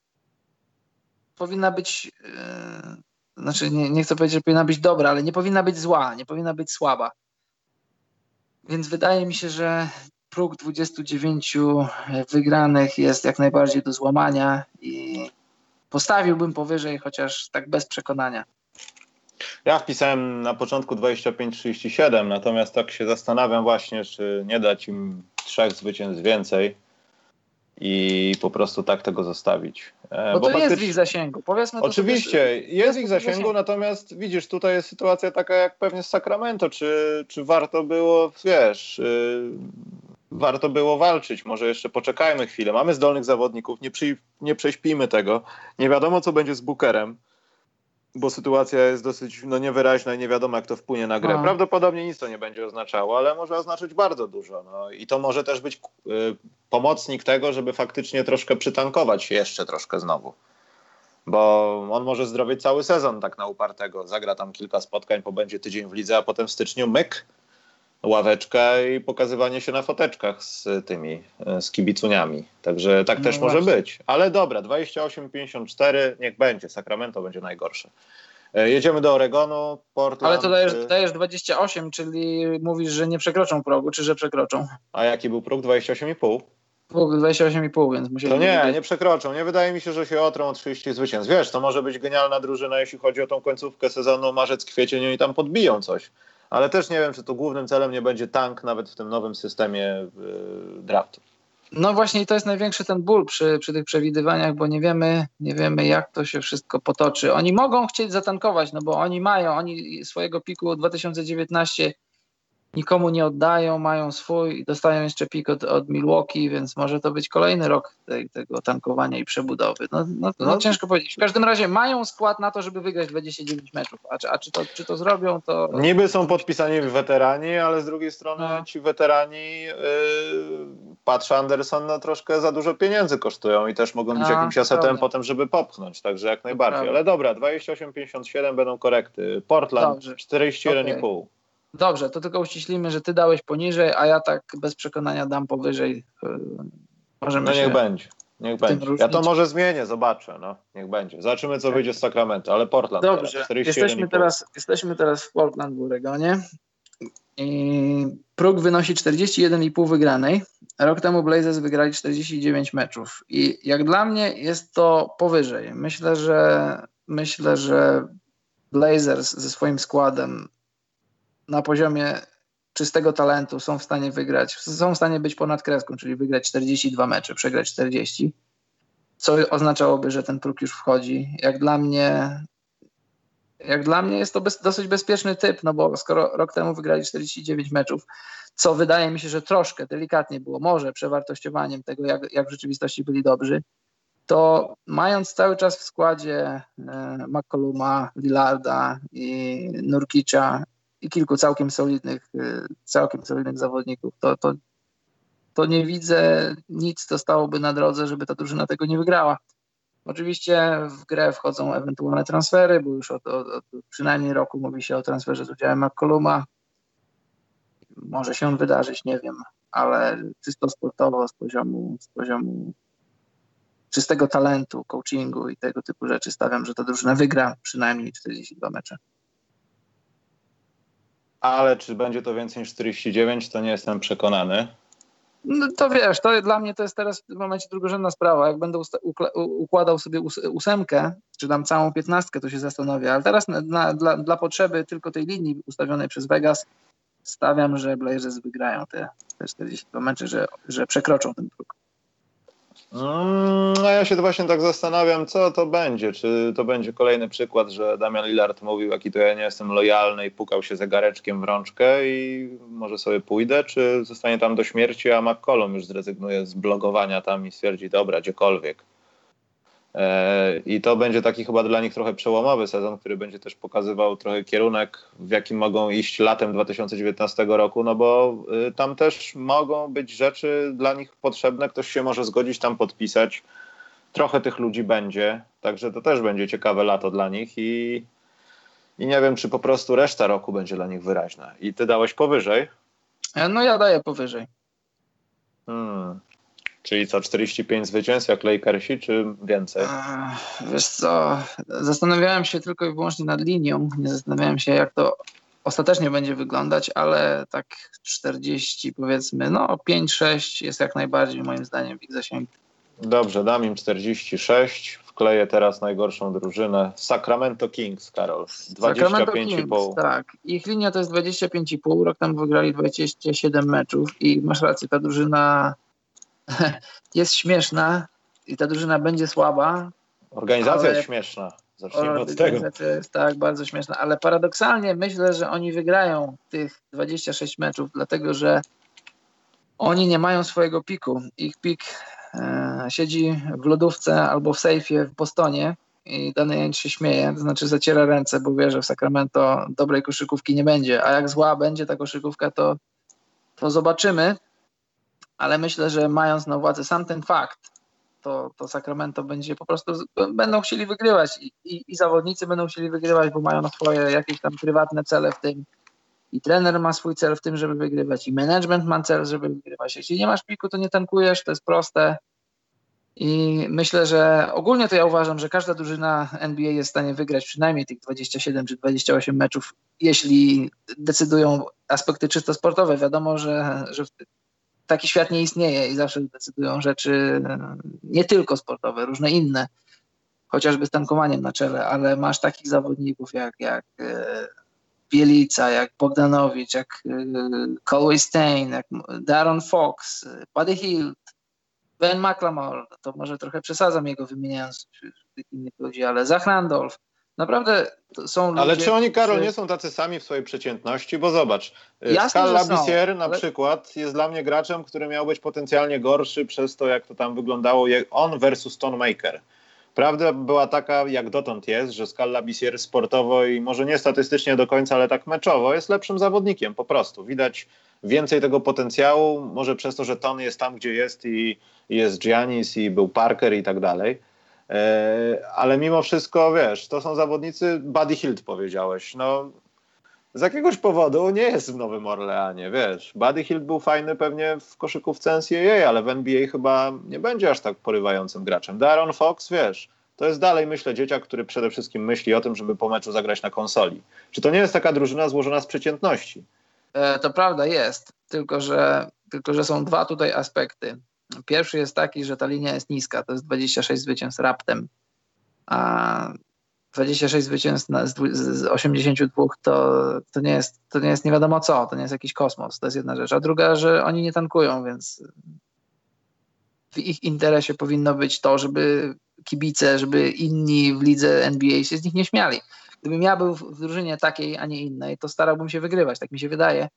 powinna być, yy, znaczy nie, nie chcę powiedzieć, że powinna być dobra, ale nie powinna być zła, nie powinna być słaba. Więc wydaje mi się, że próg dwudziestu dziewięciu wygranych jest jak najbardziej do złamania i postawiłbym powyżej, chociaż tak bez przekonania. Ja wpisałem na początku dwadzieścia pięć trzydzieści siedem, natomiast tak się zastanawiam właśnie, czy nie dać im trzech zwycięstw więcej i po prostu tak tego zostawić. Bo, Bo to faktycznie jest w ich zasięgu. Powiedzmy to oczywiście, sobie, jest, jest w ich zasięgu, zasięgu, natomiast widzisz, tutaj jest sytuacja taka jak pewnie z Sacramento, czy, czy warto było, wiesz, yy, warto było walczyć, może jeszcze poczekajmy chwilę, mamy zdolnych zawodników, nie, przy, nie prześpijmy tego, nie wiadomo co będzie z Bookerem, bo sytuacja jest dosyć no, niewyraźna i nie wiadomo, jak to wpłynie na grę. A. Prawdopodobnie nic to nie będzie oznaczało, ale może oznaczać bardzo dużo. No. I to może też być y, pomocnik tego, żeby faktycznie troszkę przytankować się jeszcze troszkę znowu. Bo on może zdrowieć cały sezon tak na upartego. Zagra tam kilka spotkań, pobędzie tydzień w lidze, a potem w styczniu myk, ławeczka i pokazywanie się na foteczkach z tymi, z kibicuniami. Także tak no też właśnie. Może być. Ale dobra, dwadzieścia osiem pięćdziesiąt cztery, niech będzie. Sacramento będzie najgorsze. Jedziemy do Oregonu, Portland. Ale to dajesz, dajesz dwadzieścia osiem, czyli mówisz, że nie przekroczą progu, czy że przekroczą? A jaki był próg? dwadzieścia osiem i pół? Próg dwadzieścia osiem i pół, więc musieli... To nie, nie przekroczą. Nie wydaje mi się, że się otrą o trzydzieści zwycięstw. Wiesz, to może być genialna drużyna, jeśli chodzi o tą końcówkę sezonu, marzec, kwiecień i tam podbiją coś. Ale też nie wiem, czy to głównym celem nie będzie tank nawet w tym nowym systemie yy, draftu. No właśnie to jest największy ten ból przy, przy tych przewidywaniach, bo nie wiemy, nie wiemy jak to się wszystko potoczy. Oni mogą chcieć zatankować, no bo oni mają, oni swojego piku dwa tysiące dziewiętnastego nikomu nie oddają, mają swój i dostają jeszcze pik od, od Milwaukee, więc może to być kolejny rok tej, tego tankowania i przebudowy. No, no, no, no ciężko powiedzieć. W każdym razie mają skład na to, żeby wygrać dwadzieścia dziewięć meczów, a, czy, a czy, to, czy to zrobią, to... Niby są podpisani weterani, ale z drugiej strony no. ci weterani, yy, patrz Anderson, no troszkę za dużo pieniędzy kosztują i też mogą być a, jakimś asetem prawda. Potem, żeby popchnąć, także jak najbardziej. Prawda. Ale dobra, dwadzieścia osiem pięćdziesiąt siedem będą korekty. Portland Dobrze. czterdzieści jeden i pół. Okay. Dobrze, to tylko uściślimy, że ty dałeś poniżej, a ja tak bez przekonania dam powyżej. Możemy no niech się będzie, niech będzie. Ja to może zmienię, zobaczę, no niech będzie. Zobaczymy, co tak. wyjdzie z Sacramento, ale Portland Dobrze, teraz, jesteśmy, teraz, jesteśmy teraz w Portland w Oregonie i próg wynosi czterdzieści jeden i pół wygranej. Rok temu Blazers wygrali czterdzieści dziewięć meczów i jak dla mnie jest to powyżej. Myślę, że myślę, że Blazers ze swoim składem na poziomie czystego talentu są w stanie wygrać, są w stanie być ponad kreską, czyli wygrać czterdzieści dwa mecze, przegrać czterdzieści, co oznaczałoby, że ten próg już wchodzi. Jak dla mnie, jak dla mnie jest to bez, dosyć bezpieczny typ, no bo skoro rok temu wygrali czterdzieści dziewięć meczów, co wydaje mi się, że troszkę delikatnie było, może przewartościowaniem tego, jak, jak w rzeczywistości byli dobrzy, to mając cały czas w składzie e, McColluma, Lillarda i Nurkicza i kilku całkiem solidnych, e, całkiem solidnych zawodników, to, to, to nie widzę nic, co stałoby na drodze, żeby ta drużyna tego nie wygrała. Oczywiście w grę wchodzą ewentualne transfery, bo już od, od, od przynajmniej roku mówi się o transferze z udziałem McColluma. Może się wydarzyć, nie wiem, ale czysto sportowo z poziomu, z poziomu czystego talentu, coachingu i tego typu rzeczy stawiam, że ta drużyna wygra przynajmniej czterdzieści dwa mecze. Ale czy będzie to więcej niż czterdzieści dziewięć, to nie jestem przekonany. No to wiesz, to dla mnie to jest teraz w tym momencie drugorzędna sprawa. Jak będę układał sobie ósemkę, czy tam całą piętnastkę, to się zastanowię. Ale teraz na, na, dla, dla potrzeby tylko tej linii ustawionej przez Vegas stawiam, że Blazers wygrają te, te czterdzieści dwa mecze, że, że przekroczą ten próg. No ja się właśnie tak zastanawiam, co to będzie. Czy to będzie kolejny przykład, że Damian Lillard mówił, jaki to ja nie jestem lojalny i pukał się zegareczkiem w rączkę i może sobie pójdę, czy zostanie tam do śmierci, a McCollum już zrezygnuje z blogowania tam i stwierdzi, dobra, gdziekolwiek. I to będzie taki chyba dla nich trochę przełomowy sezon, który będzie też pokazywał trochę kierunek, w jakim mogą iść latem dwa tysiące dziewiętnastego roku, no bo tam też mogą być rzeczy dla nich potrzebne, ktoś się może zgodzić tam podpisać, trochę tych ludzi będzie, także to też będzie ciekawe lato dla nich i, i nie wiem, czy po prostu reszta roku będzie dla nich wyraźna. I ty dałeś powyżej? No ja daję powyżej. Hmm. Czyli co, czterdzieści pięć zwycięstw jak Lakersi, czy więcej? Ech, wiesz co, zastanawiałem się tylko i wyłącznie nad linią, nie zastanawiałem się, jak to ostatecznie będzie wyglądać, ale tak czterdzieści powiedzmy, no pięć sześć jest jak najbardziej moim zdaniem w ich zasięgu. Dobrze, dam im czterdzieści sześć, wkleję teraz najgorszą drużynę. Sacramento Kings, Karol, dwadzieścia pięć i pół. Tak, ich linia to jest dwadzieścia pięć i pół, rok temu wygrali dwadzieścia siedem meczów i masz rację, ta drużyna jest śmieszna i ta drużyna będzie słaba. Organizacja jest śmieszna. Zacznijmy od tego. Organizacja jest tak, bardzo śmieszna, ale paradoksalnie myślę, że oni wygrają tych dwadzieścia sześć meczów, dlatego że oni nie mają swojego piku. Ich pik e, siedzi w lodówce albo w sejfie w Bostonie i Danny Ainge się śmieje, to znaczy zaciera ręce, bo wie, że w Sacramento dobrej koszykówki nie będzie, a jak zła będzie ta koszykówka, to, to zobaczymy. Ale myślę, że mając na uwadze sam ten fakt, to, to Sacramento będzie po prostu, będą chcieli wygrywać i, i, i zawodnicy będą chcieli wygrywać, bo mają swoje jakieś tam prywatne cele w tym i trener ma swój cel w tym, żeby wygrywać i management ma cel, żeby wygrywać. Jeśli nie masz piku, to nie tankujesz, to jest proste i myślę, że ogólnie to ja uważam, że każda drużyna N B A jest w stanie wygrać przynajmniej tych dwadzieścia siedem czy dwadzieścia osiem meczów, jeśli decydują aspekty czysto sportowe. Wiadomo, że, że taki świat nie istnieje i zawsze decydują rzeczy nie tylko sportowe, różne inne, chociażby z tankowaniem na czele, ale masz takich zawodników jak, jak Bielica, jak Bogdanowicz, jak Colway Stein, jak Darren Fox, Buddy Hield, Ben McLemore, to może trochę przesadzam jego wymieniając tych innych ludzi, ale Zach Randolph. Naprawdę to są ludzie... Ale czy oni, Karol, nie są tacy sami w swojej przeciętności? Bo zobacz, Skal Labissière na ale... przykład jest dla mnie graczem, który miał być potencjalnie gorszy przez to, jak to tam wyglądało, on versus Stonemaker. Prawda była taka, jak dotąd jest, że Skal Labissière sportowo i może nie statystycznie do końca, ale tak meczowo jest lepszym zawodnikiem po prostu. Widać więcej tego potencjału, może przez to, że Ton jest tam, gdzie jest i, i jest Giannis i był Parker i tak dalej. Ale mimo wszystko, wiesz, to są zawodnicy, Buddy Hield powiedziałeś, no z jakiegoś powodu nie jest w Nowym Orleanie, wiesz, Buddy Hield był fajny pewnie w koszykówce N C A A, ale w N B A chyba nie będzie aż tak porywającym graczem. Darren Fox, wiesz, to jest dalej, myślę, dzieciak, który przede wszystkim myśli o tym, żeby po meczu zagrać na konsoli. Czy to nie jest taka drużyna złożona z przeciętności? E, to prawda jest, tylko że, tylko że są dwa tutaj aspekty. Pierwszy jest taki, że ta linia jest niska, to jest dwadzieścia sześć zwycięstw raptem, a dwadzieścia sześć zwycięstw na, z, z osiemdziesięciu dwóch to, to, nie jest, to nie jest nie wiadomo co, to nie jest jakiś kosmos, to jest jedna rzecz. A druga, że oni nie tankują, więc w ich interesie powinno być to, żeby kibice, żeby inni w lidze N B A się z nich nie śmiali. Gdybym ja był w drużynie takiej, a nie innej, to starałbym się wygrywać, tak mi się wydaje.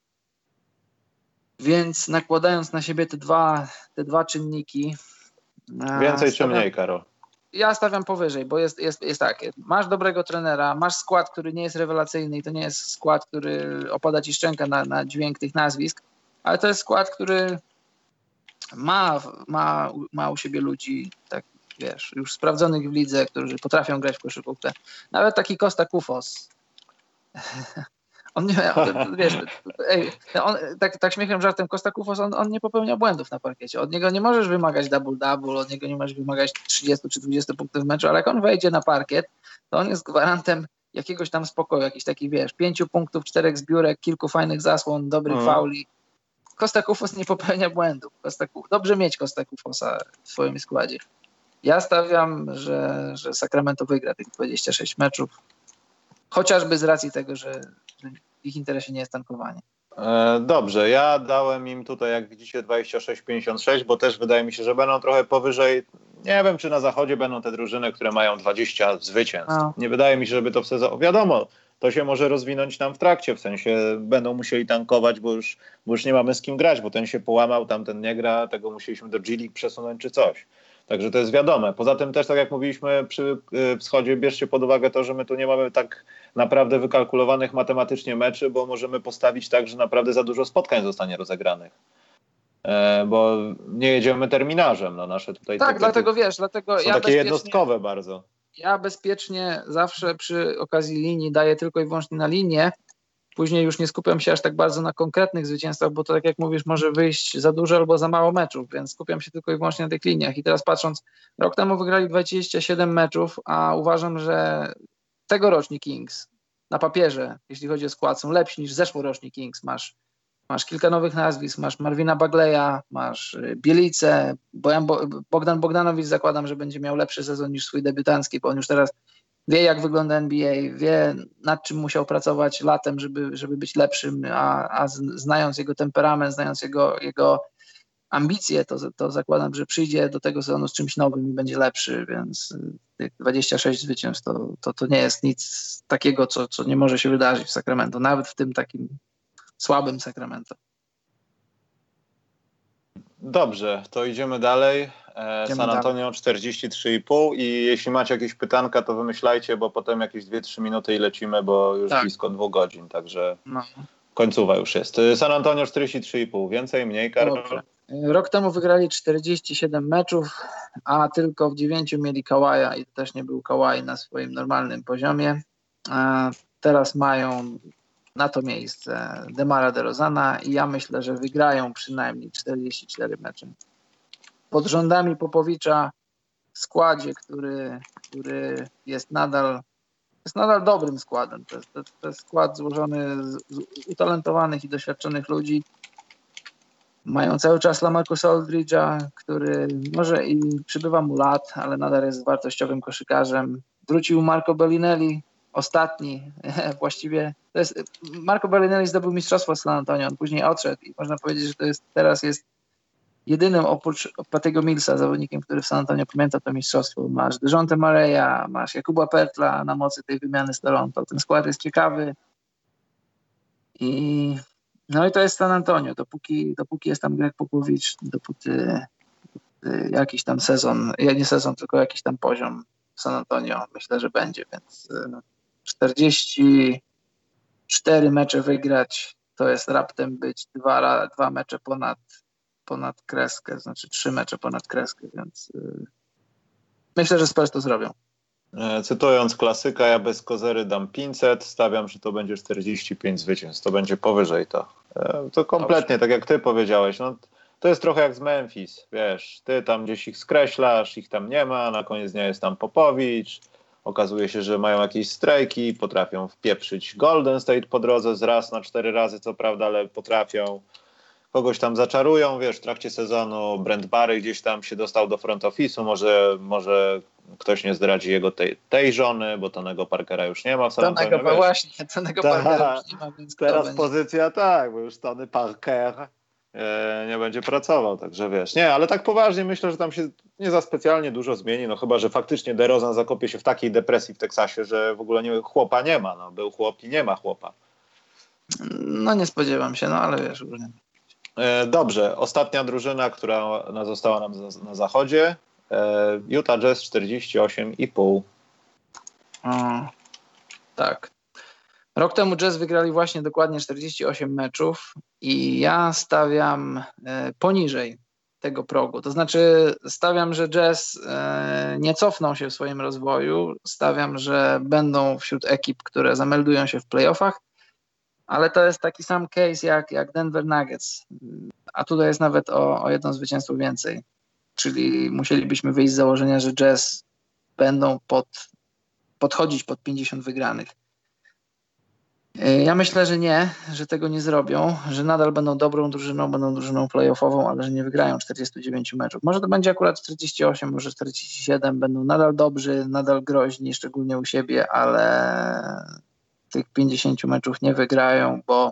Więc nakładając na siebie te dwa, te dwa czynniki... Więcej stawiam, czy mniej, Karol? Ja stawiam powyżej, bo jest, jest, jest tak, masz dobrego trenera, masz skład, który nie jest rewelacyjny i to nie jest skład, który opada ci szczęka na, na dźwięk tych nazwisk, ale to jest skład, który ma, ma, ma u siebie ludzi, tak wiesz, już sprawdzonych w lidze, którzy potrafią grać w koszykówkę. Nawet taki Costa Koufos. On nie miał, wiesz, ej, on, tak, tak śmiechem, żartem, Costa Koufos, on, on nie popełnia błędów na parkiecie. Od niego nie możesz wymagać double-double, od niego nie możesz wymagać trzydzieści czy dwadzieścia punktów w meczu, ale jak on wejdzie na parkiet, to on jest gwarantem jakiegoś tam spokoju, jakiś taki, wiesz, pięciu punktów, czterech zbiórek, kilku fajnych zasłon, dobrych mm. fauli. Costa Koufos nie popełnia błędów. Costa, dobrze mieć Costa Koufosa w swoim składzie. Ja stawiam, że, że Sacramento wygra tych dwadzieścia sześć meczów, chociażby z racji tego, że, że w ich interesie nie jest tankowanie. Dobrze, ja dałem im tutaj, jak widzicie, dwadzieścia sześć pięćdziesiąt sześć, bo też wydaje mi się, że będą trochę powyżej. Nie wiem, czy na zachodzie będą te drużyny, które mają dwadzieścia zwycięstw. No. Nie wydaje mi się, żeby to w sezonie... Wiadomo, to się może rozwinąć nam w trakcie, w sensie będą musieli tankować, bo już, bo już nie mamy z kim grać, bo ten się połamał, tamten nie gra, tego musieliśmy do G League przesunąć czy coś. Także to jest wiadome. Poza tym też, tak jak mówiliśmy przy wschodzie, bierzcie pod uwagę to, że my tu nie mamy tak naprawdę wykalkulowanych matematycznie meczy, bo możemy postawić tak, że naprawdę za dużo spotkań zostanie rozegranych. E, bo nie jedziemy terminarzem. No, nasze tutaj tak, typy, dlatego wiesz, dlatego są ja takie jednostkowe bardzo. Ja bezpiecznie zawsze przy okazji linii daję tylko i wyłącznie na linię. Później już nie skupiam się aż tak bardzo na konkretnych zwycięstwach, bo to tak jak mówisz, może wyjść za dużo albo za mało meczów, więc skupiam się tylko i wyłącznie na tych liniach. I teraz patrząc, rok temu wygrali dwadzieścia siedem meczów, a uważam, że tegoroczni Kings na papierze, jeśli chodzi o skład, są lepsi niż zeszłoroczni Kings. Masz, masz kilka nowych nazwisk, masz Marvina Bagleya, masz Bielicę, Bogdan Bogdanowicz zakładam, że będzie miał lepszy sezon niż swój debiutancki, bo on już teraz wie, jak wygląda N B A, wie, nad czym musiał pracować latem, żeby, żeby być lepszym, a, a znając jego temperament, znając jego, jego ambicje, to, to zakładam, że przyjdzie do tego sezonu z czymś nowym i będzie lepszy, więc tych dwadzieścia sześć zwycięstw to, to, to nie jest nic takiego, co, co nie może się wydarzyć w Sacramento, nawet w tym takim słabym Sacramento. Dobrze, to idziemy dalej. Idziemy San Antonio dalej. czterdzieści trzy i pół i jeśli macie jakieś pytanka, to wymyślajcie, bo potem jakieś dwie trzy minuty i lecimy, bo już tak. blisko dwóch godzin, także no. końcowa już jest. San Antonio czterdzieści trzy i pół, więcej, mniej, Karol? Rok temu wygrali czterdzieści siedem meczów, a tylko w dziewięciu mieli Kawaja i też nie był Kawhi na swoim normalnym poziomie. A teraz mają na to miejsce Demara DeRozana i ja myślę, że wygrają przynajmniej czterdzieści cztery mecze. Pod rządami Popowicza w składzie, który, który jest nadal jest nadal dobrym składem. To jest, to, to jest skład złożony z, z utalentowanych i doświadczonych ludzi. Mają cały czas LaMarcusa Aldridge'a, który może i przybywa mu lat, ale nadal jest wartościowym koszykarzem. Wrócił Marco Bellinelli, ostatni właściwie. To jest, Marco Bellinelli zdobył mistrzostwo z San Antonio, on później odszedł i można powiedzieć, że to jest, teraz jest jedynym oprócz Patty'ego Millsa zawodnikiem, który w San Antonio pamięta to mistrzostwo. Masz DeJounte Murray'a, masz Jakuba Pertla na mocy tej wymiany z Toronto. Ten skład jest ciekawy i no i to jest San Antonio. Dopóki, dopóki jest tam Greg Popovich, dopóty, dopóty jakiś tam sezon, nie sezon, tylko jakiś tam poziom w San Antonio myślę, że będzie, więc czterdzieści cztery mecze wygrać to jest raptem być dwa, dwa mecze ponad ponad kreskę, znaczy trzy mecze ponad kreskę, więc yy, myślę, że Spurs to zrobią. Cytując klasyka, ja bez kozery dam pięćset, stawiam, że to będzie czterdzieści pięć zwycięstw, to będzie powyżej to. To kompletnie, Dobrze. Tak jak ty powiedziałeś, no, to jest trochę jak z Memphis, wiesz, ty tam gdzieś ich skreślasz, ich tam nie ma, na koniec dnia jest tam Popowicz, okazuje się, że mają jakieś strajki, potrafią wpieprzyć Golden State po drodze z raz na cztery razy, co prawda, ale potrafią. kogoś tam zaczarują, wiesz, w trakcie sezonu Brent Barry gdzieś tam się dostał do front office'u, może, może ktoś nie zdradzi jego tej, tej żony, bo Tonego Parkera już nie ma w San Antonio. Tonego, właśnie, Tonego Ta, Parkera już nie ma, więc teraz będzie? pozycja tak, bo już Tony Parker e, nie będzie pracował, także wiesz. Nie, ale tak poważnie myślę, że tam się nie za specjalnie dużo zmieni, no chyba, że faktycznie DeRozan zakopie się w takiej depresji w Teksasie, że w ogóle nie, chłopa nie ma, no był chłop i nie ma chłopa. No nie spodziewam się, no ale wiesz, różnie. Dobrze, ostatnia drużyna, która została nam na zachodzie, Utah Jazz czterdzieści osiem i pół. Tak. Rok temu Jazz wygrali właśnie dokładnie czterdzieści osiem meczów i ja stawiam poniżej tego progu. To znaczy stawiam, że Jazz nie cofną się w swoim rozwoju, stawiam, że będą wśród ekip, które zameldują się w playoffach, ale to jest taki sam case jak, jak Denver Nuggets, a tutaj jest nawet o, o jedno zwycięstwo więcej, czyli musielibyśmy wyjść z założenia, że Jazz będą pod, podchodzić pod pięćdziesiąt wygranych. Ja myślę, że nie, że tego nie zrobią, że nadal będą dobrą drużyną, będą drużyną playoffową, ale że nie wygrają czterdzieści dziewięć meczów. Może to będzie akurat czterdzieści osiem, może czterdzieści siedem, będą nadal dobrzy, nadal groźni, szczególnie u siebie, ale tych pięćdziesiąt meczów nie wygrają, bo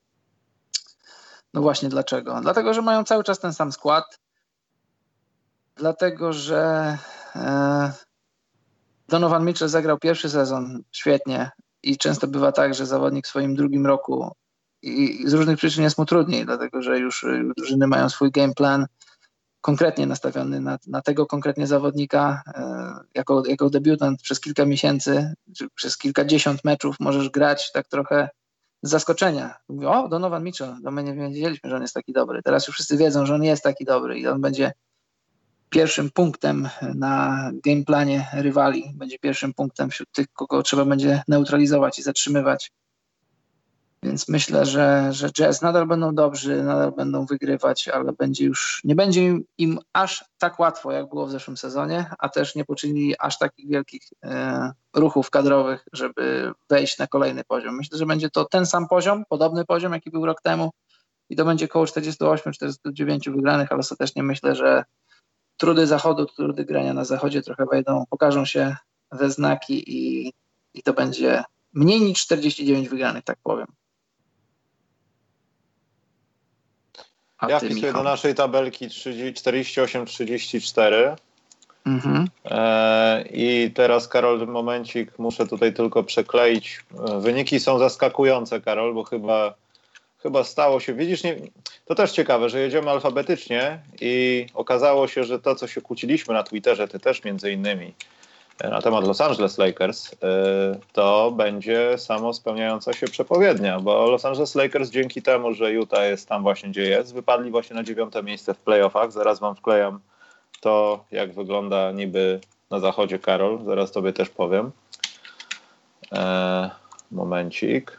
no właśnie dlaczego? Dlatego, że mają cały czas ten sam skład, dlatego, że e, Donovan Mitchell zagrał pierwszy sezon świetnie i często bywa tak, że zawodnik w swoim drugim roku i, i z różnych przyczyn jest mu trudniej, dlatego, że już drużyny mają swój game plan konkretnie nastawiony na, na tego konkretnie zawodnika. E, jako, jako debiutant przez kilka miesięcy, czy przez kilkadziesiąt meczów możesz grać tak trochę z zaskoczenia. Mówię, o, Donovan Mitchell, no my nie wiedzieliśmy, że on jest taki dobry. Teraz już wszyscy wiedzą, że on jest taki dobry i on będzie pierwszym punktem na gameplanie rywali, będzie pierwszym punktem wśród tych, kogo trzeba będzie neutralizować i zatrzymywać. Więc myślę, że, że Jazz nadal będą dobrzy, nadal będą wygrywać, ale będzie już, nie będzie im, im aż tak łatwo, jak było w zeszłym sezonie, a też nie poczynili aż takich wielkich e, ruchów kadrowych, żeby wejść na kolejny poziom. Myślę, że będzie to ten sam poziom, podobny poziom, jaki był rok temu i to będzie około czterdzieści osiem czterdzieści dziewięć wygranych, ale ostatecznie myślę, że trudy zachodu, trudy grania na zachodzie trochę wejdą, pokażą się we znaki i, i to będzie mniej niż czterdzieści dziewięć wygranych, tak powiem. A ja wpisuję do naszej tabelki czterdzieści osiem trzydzieści cztery. Mhm. E, I teraz, Karol, momencik, muszę tutaj tylko przekleić. Wyniki są zaskakujące, Karol, bo chyba, chyba stało się, widzisz, nie, to też ciekawe, że jedziemy alfabetycznie i okazało się, że to, co się kłóciliśmy na Twitterze, ty też między innymi, na temat Los Angeles Lakers, to będzie samo spełniająca się przepowiednia, bo Los Angeles Lakers dzięki temu, że Utah jest tam właśnie, gdzie jest, wypadli właśnie na dziewiąte miejsce w playoffach. Zaraz wam wklejam to, jak wygląda niby na zachodzie, Karol. Zaraz tobie też powiem. Eee, momencik.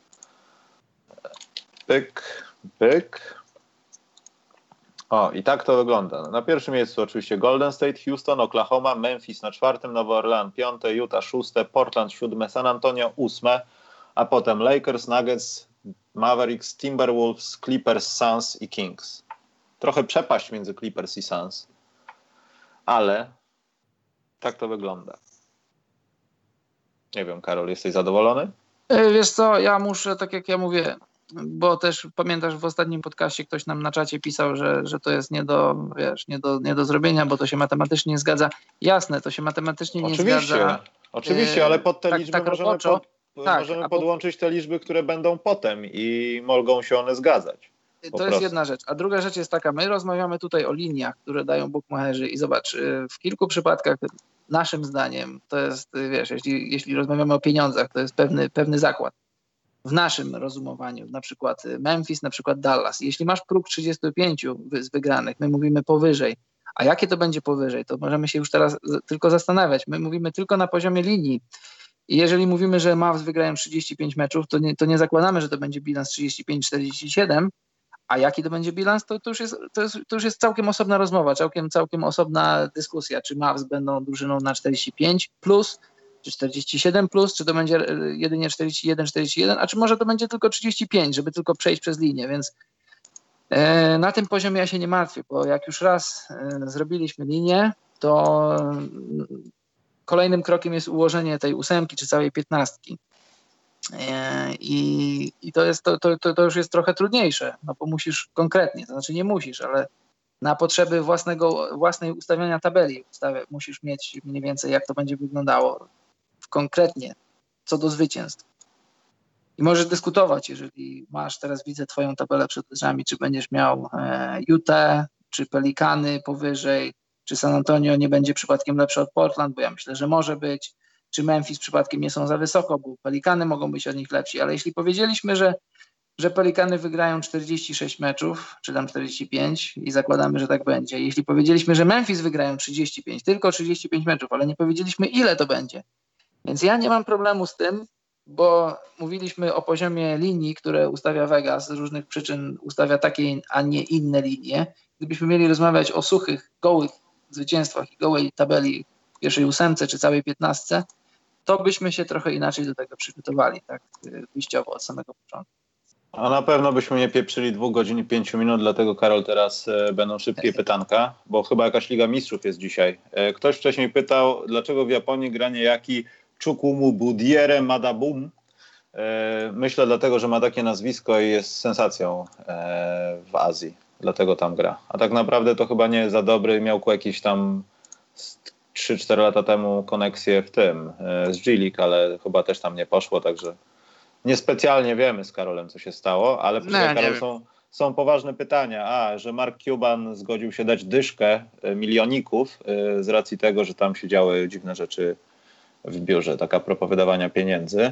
Pyk, pyk. O, i tak to wygląda. Na pierwszym miejscu oczywiście Golden State, Houston, Oklahoma, Memphis na czwartym, Nowy Orleans piąte, Utah szóste, Portland siódme, San Antonio ósme, a potem Lakers, Nuggets, Mavericks, Timberwolves, Clippers, Suns i Kings. Trochę przepaść między Clippers i Suns, ale tak to wygląda. Nie wiem, Karol, jesteś zadowolony? Wiesz co, ja muszę, tak jak ja mówię, bo też pamiętasz, w ostatnim podcaście ktoś nam na czacie pisał, że, że to jest nie do, wiesz, nie do, nie do zrobienia, bo to się matematycznie nie zgadza. Jasne, to się matematycznie nie oczywiście, zgadza. Oczywiście, ale pod te tak, liczby tak możemy, pod, tak, możemy podłączyć te liczby, które będą potem i mogą się one zgadzać. To prostu. jest jedna rzecz. A druga rzecz jest taka, my rozmawiamy tutaj o liniach, które dają bookmacherzy i zobacz, w kilku przypadkach naszym zdaniem to jest, wiesz, jeśli, jeśli rozmawiamy o pieniądzach, to jest pewny, pewny zakład. W naszym rozumowaniu, na przykład Memphis, na przykład Dallas. Jeśli masz próg trzydzieści pięć z wygranych, my mówimy powyżej. A jakie to będzie powyżej? To możemy się już teraz tylko zastanawiać. My mówimy tylko na poziomie linii. I jeżeli mówimy, że Mavs wygrają trzydzieści pięć meczów, to nie, to nie zakładamy, że to będzie bilans trzydzieści pięć czterdzieści siedem, a jaki to będzie bilans, to, to, już jest, to, jest, to już jest całkiem osobna rozmowa, całkiem, całkiem osobna dyskusja, czy Mavs będą drużyną na czterdzieści pięć plus, czy czterdzieści siedem plus, czy to będzie jedynie czterdzieści jeden czterdzieści jeden, a czy może to będzie tylko trzydzieści pięć, żeby tylko przejść przez linię, więc Na tym poziomie ja się nie martwię, bo jak już raz zrobiliśmy linię, to kolejnym krokiem jest ułożenie tej ósemki czy całej piętnastki. I, i to, jest, to, to, to już jest trochę trudniejsze, no bo musisz konkretnie, to znaczy nie musisz, ale na potrzeby własnego, własnej ustawiania tabeli ustawia, musisz mieć mniej więcej, jak to będzie wyglądało konkretnie, co do zwycięstw. I możesz dyskutować, jeżeli masz, teraz widzę twoją tabelę przed oczami, czy będziesz miał e, Utah, czy Pelikany powyżej, czy San Antonio nie będzie przypadkiem lepsze od Portland, bo ja myślę, że może być, czy Memphis przypadkiem nie są za wysoko, bo Pelikany mogą być od nich lepsi, ale jeśli powiedzieliśmy, że, że Pelikany wygrają czterdzieści sześć meczów, czy tam czterdzieści pięć i zakładamy, że tak będzie, jeśli powiedzieliśmy, że Memphis wygrają trzydzieści pięć, tylko trzydzieści pięć meczów, ale nie powiedzieliśmy, ile to będzie, więc ja nie mam problemu z tym, bo mówiliśmy o poziomie linii, które ustawia Vegas, z różnych przyczyn ustawia takie, a nie inne linie. Gdybyśmy mieli rozmawiać o suchych, gołych zwycięstwach i gołej tabeli w pierwszej ósemce czy całej piętnastce, to byśmy się trochę inaczej do tego przygotowali, tak wyjściowo od samego początku. A na pewno byśmy nie pieprzyli dwóch godzin i pięciu minut, dlatego Karol, teraz e, będą szybkie pytanka, bo chyba jakaś Liga Mistrzów jest dzisiaj. E, ktoś wcześniej pytał, dlaczego w Japonii gra niejaki Chukwumubudiere Madabum. E, myślę dlatego, że ma takie nazwisko i jest sensacją e, w Azji, dlatego tam gra. A tak naprawdę to chyba nie jest za dobry, miał jakieś tam trzy cztery lata temu koneksję w tym, e, z G-League, ale chyba też tam nie poszło, także niespecjalnie wiemy z Karolem, co się stało, ale proszę, Karol, są, są poważne pytania. A, że Mark Cuban zgodził się dać dyszkę milioników z racji tego, że tam się działy dziwne rzeczy w biurze, tak a propos wydawania pieniędzy.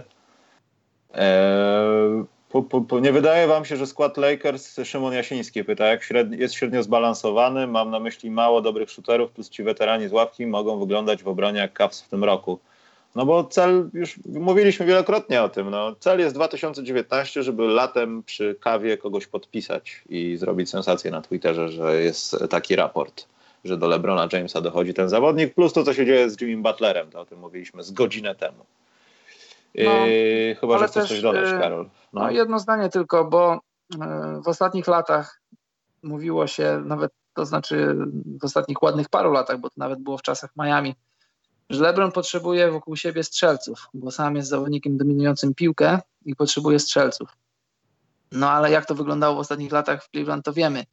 Eee, po, po, po, nie wydaje wam się, że skład Lakers, Szymon Jasiński pyta, jak średnio, jest średnio zbalansowany, mam na myśli mało dobrych shooterów, plus ci weterani z ławki mogą wyglądać w obronie jak Cavs w tym roku. No bo cel, już mówiliśmy wielokrotnie o tym, no, cel jest dwa tysiące dziewiętnasty, żeby latem przy kawie kogoś podpisać i zrobić sensację na Twitterze, że jest taki raport, że do LeBrona Jamesa dochodzi ten zawodnik, plus to, co się dzieje z Jimmy Butlerem, to o tym mówiliśmy z godzinę temu. No, yy, chyba, że chcesz też coś dodać, Karol. No. no jedno zdanie tylko, bo w ostatnich latach mówiło się, nawet to znaczy w ostatnich ładnych paru latach, bo to nawet było w czasach Miami, że LeBron potrzebuje wokół siebie strzelców, bo sam jest zawodnikiem dominującym piłkę i potrzebuje strzelców. No ale jak to wyglądało w ostatnich latach w Cleveland, to wiemy.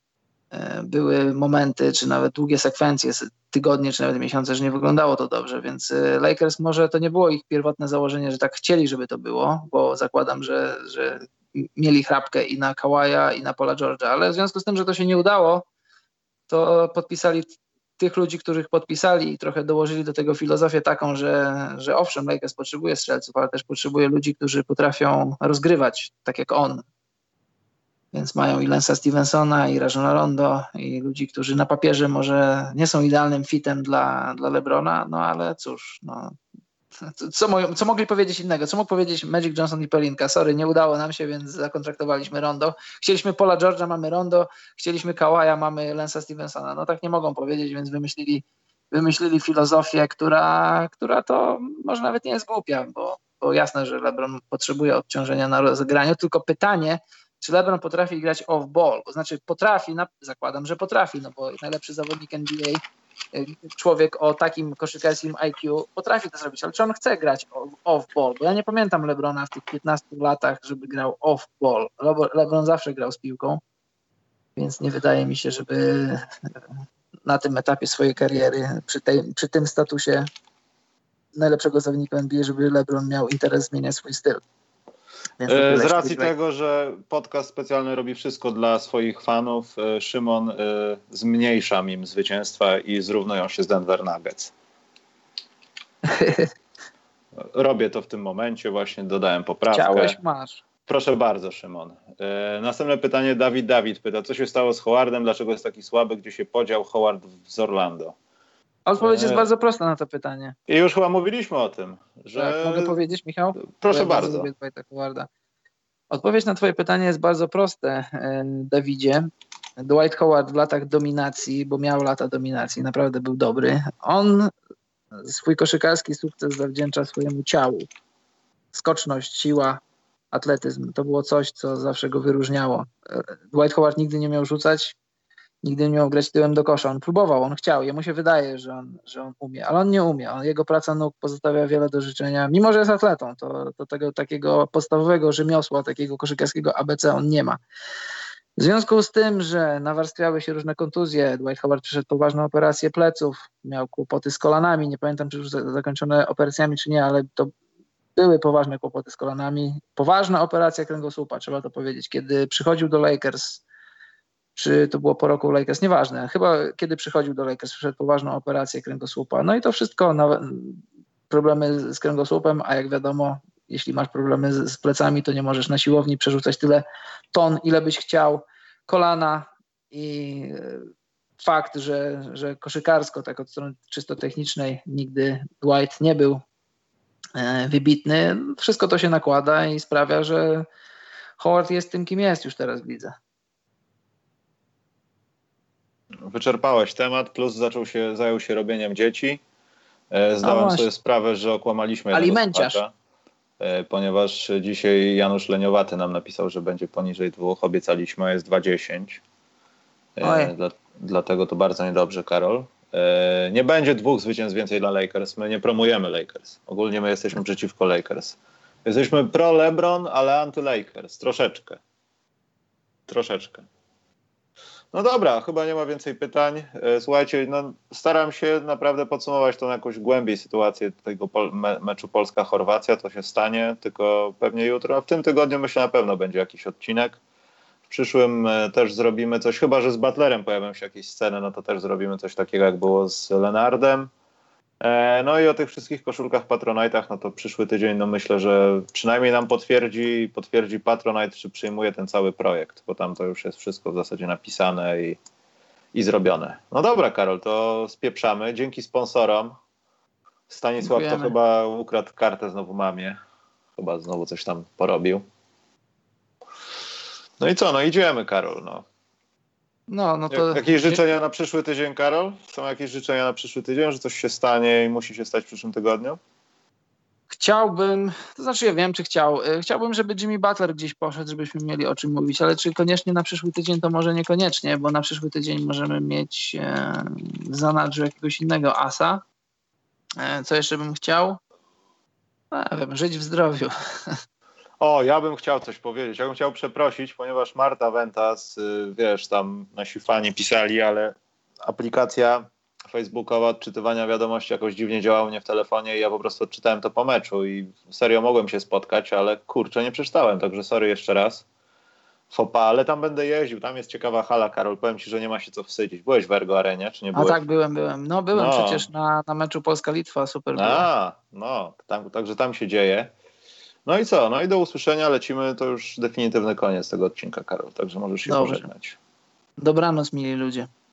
Były momenty, czy nawet długie sekwencje, tygodnie, czy nawet miesiące, że nie wyglądało to dobrze, więc Lakers może to nie było ich pierwotne założenie, że tak chcieli, żeby to było, bo zakładam, że, że mieli chrapkę i na Kawaja, i na Paula George'a, ale w związku z tym, że to się nie udało, to podpisali tych ludzi, których podpisali i trochę dołożyli do tego filozofię taką, że, że owszem, Lakers potrzebuje strzelców, ale też potrzebuje ludzi, którzy potrafią rozgrywać tak jak on. Więc mają i Lance'a Stevensona, i Rajona Rondo, i ludzi, którzy na papierze może nie są idealnym fitem dla, dla LeBrona, no ale cóż, no, co, mo- co mogli powiedzieć innego? Co mógł powiedzieć Magic Johnson i Pelinka? Sorry, nie udało nam się, więc zakontraktowaliśmy Rondo. Chcieliśmy Paula George'a, mamy Rondo. Chcieliśmy Kawaja, mamy Lance'a Stevensona. No tak nie mogą powiedzieć, więc wymyślili, wymyślili filozofię, która, która to może nawet nie jest głupia, bo, bo jasne, że LeBron potrzebuje odciążenia na rozegraniu, tylko pytanie, czy LeBron potrafi grać off-ball? To znaczy potrafi, na, zakładam, że potrafi, no bo najlepszy zawodnik N B A, człowiek o takim koszykarskim I Q potrafi to zrobić, ale czy on chce grać off-ball? Bo ja nie pamiętam LeBrona w tych piętnastu latach, żeby grał off-ball. LeBron zawsze grał z piłką, więc nie wydaje mi się, żeby na tym etapie swojej kariery, przy, tej, przy tym statusie najlepszego zawodnika N B A, żeby LeBron miał interes zmieniać swój styl. Z racji tego, że podcast specjalny robi wszystko dla swoich fanów, Szymon, zmniejszam im zwycięstwa i zrównują się z Denver Nuggets. Robię to w tym momencie, właśnie dodałem poprawkę. Chciałeś, masz. Proszę bardzo, Szymon. Następne pytanie, Dawid Dawid pyta, co się stało z Howardem, dlaczego jest taki słaby, gdzie się podział Howard z Orlando? Odpowiedź jest bardzo prosta na to pytanie. I już chyba mówiliśmy o tym, że... Tak, mogę powiedzieć, Michał? Proszę ja bardzo. bardzo. Odpowiedź na twoje pytanie jest bardzo proste, Dawidzie. Dwight Howard w latach dominacji, bo miał lata dominacji, naprawdę był dobry. On swój koszykarski sukces zawdzięcza swojemu ciału. Skoczność, siła, atletyzm. To było coś, co zawsze go wyróżniało. Dwight Howard nigdy nie miał rzucać, nigdy nie miał grać tyłem do kosza. On próbował, on chciał, jemu się wydaje, że on, że on umie, ale on nie umie. On, jego praca nóg pozostawia wiele do życzenia. Mimo że jest atletą, to, to tego takiego podstawowego rzemiosła, takiego koszykarskiego A B C on nie ma. W związku z tym, że nawarstwiały się różne kontuzje, Dwight Howard przeszedł poważną operację pleców, miał kłopoty z kolanami, nie pamiętam, czy już zakończone operacjami, czy nie, ale to były poważne kłopoty z kolanami. Poważna operacja kręgosłupa, trzeba to powiedzieć. Kiedy przychodził do Lakers, czy to było po roku Lakers, nieważne, chyba kiedy przychodził do Lakers, przeszedł poważną operację kręgosłupa. No i to wszystko, na, problemy z kręgosłupem, a jak wiadomo, jeśli masz problemy z, z plecami, to nie możesz na siłowni przerzucać tyle ton, ile byś chciał. Kolana i fakt, że, że koszykarsko, tak od strony czysto technicznej, nigdy Dwight nie był wybitny. Wszystko to się nakłada i sprawia, że Howard jest tym, kim jest już teraz w lidze. Wyczerpałeś temat, plus zaczął się, zajął się robieniem dzieci. Zdałem sobie sprawę, że okłamaliśmy alimenciarz, ponieważ dzisiaj Janusz Leniowaty nam napisał, że będzie poniżej dwóch, obiecaliśmy, a jest dwa dziesięć. Dla, dlatego to bardzo niedobrze, Karol. Nie będzie dwóch zwycięstw więcej dla Lakers. My nie promujemy Lakers. Ogólnie my jesteśmy przeciwko Lakers. Jesteśmy pro LeBron, ale anty-Lakers. Troszeczkę. Troszeczkę. No dobra, chyba nie ma więcej pytań. Słuchajcie, no staram się naprawdę podsumować tą jakąś głębiej sytuację tego me- meczu Polska-Chorwacja. To się stanie, tylko pewnie jutro. A w tym tygodniu myślę na pewno będzie jakiś odcinek. W przyszłym też zrobimy coś, chyba że z Butlerem pojawią się jakieś sceny, no to też zrobimy coś takiego, jak było z Lenardem. No i o tych wszystkich koszulkach Patronite'ach, no to przyszły tydzień, no myślę, że przynajmniej nam potwierdzi, potwierdzi Patronite, czy przyjmuje ten cały projekt, bo tam to już jest wszystko w zasadzie napisane i, i zrobione. No dobra, Karol, to spieprzamy. Dzięki sponsorom. Stanisław Dziękujemy. To chyba ukradł kartę znowu mamie. Chyba znowu coś tam porobił. No i co, no idziemy, Karol, no. No, no to... Jakieś życzenia na przyszły tydzień, Karol? Są jakieś życzenia na przyszły tydzień, że coś się stanie i musi się stać w przyszłym tygodniu? Chciałbym, to znaczy ja wiem, czy chciał, chciałbym, żeby Jimmy Butler gdzieś poszedł, żebyśmy mieli o czym mówić, ale czy koniecznie na przyszły tydzień, to może niekoniecznie, bo na przyszły tydzień możemy mieć e, w zanadrzu jakiegoś innego asa. E, co jeszcze bym chciał? Nie wiem, żyć w zdrowiu. O, ja bym chciał coś powiedzieć. Ja bym chciał przeprosić, ponieważ Marta Ventas, wiesz, tam nasi fani pisali, ale aplikacja facebookowa odczytywania wiadomości jakoś dziwnie działała mnie w telefonie i ja po prostu odczytałem to po meczu i serio mogłem się spotkać, ale kurczę, nie przeczytałem, także sorry jeszcze raz. Fopa, ale tam będę jeździł, tam jest ciekawa hala, Karol, powiem ci, że nie ma się co wstydzić. Byłeś w Ergo Arenie, czy nie byłeś? A tak, byłem, byłem. No byłem no. przecież na, na meczu Polska-Litwa, super było. A, no, tam, także tam się dzieje. No i co? No i do usłyszenia, lecimy, to już definitywny koniec tego odcinka, Karol, także możesz się Dobrze. pożegnać. Dobranoc, mili ludzie.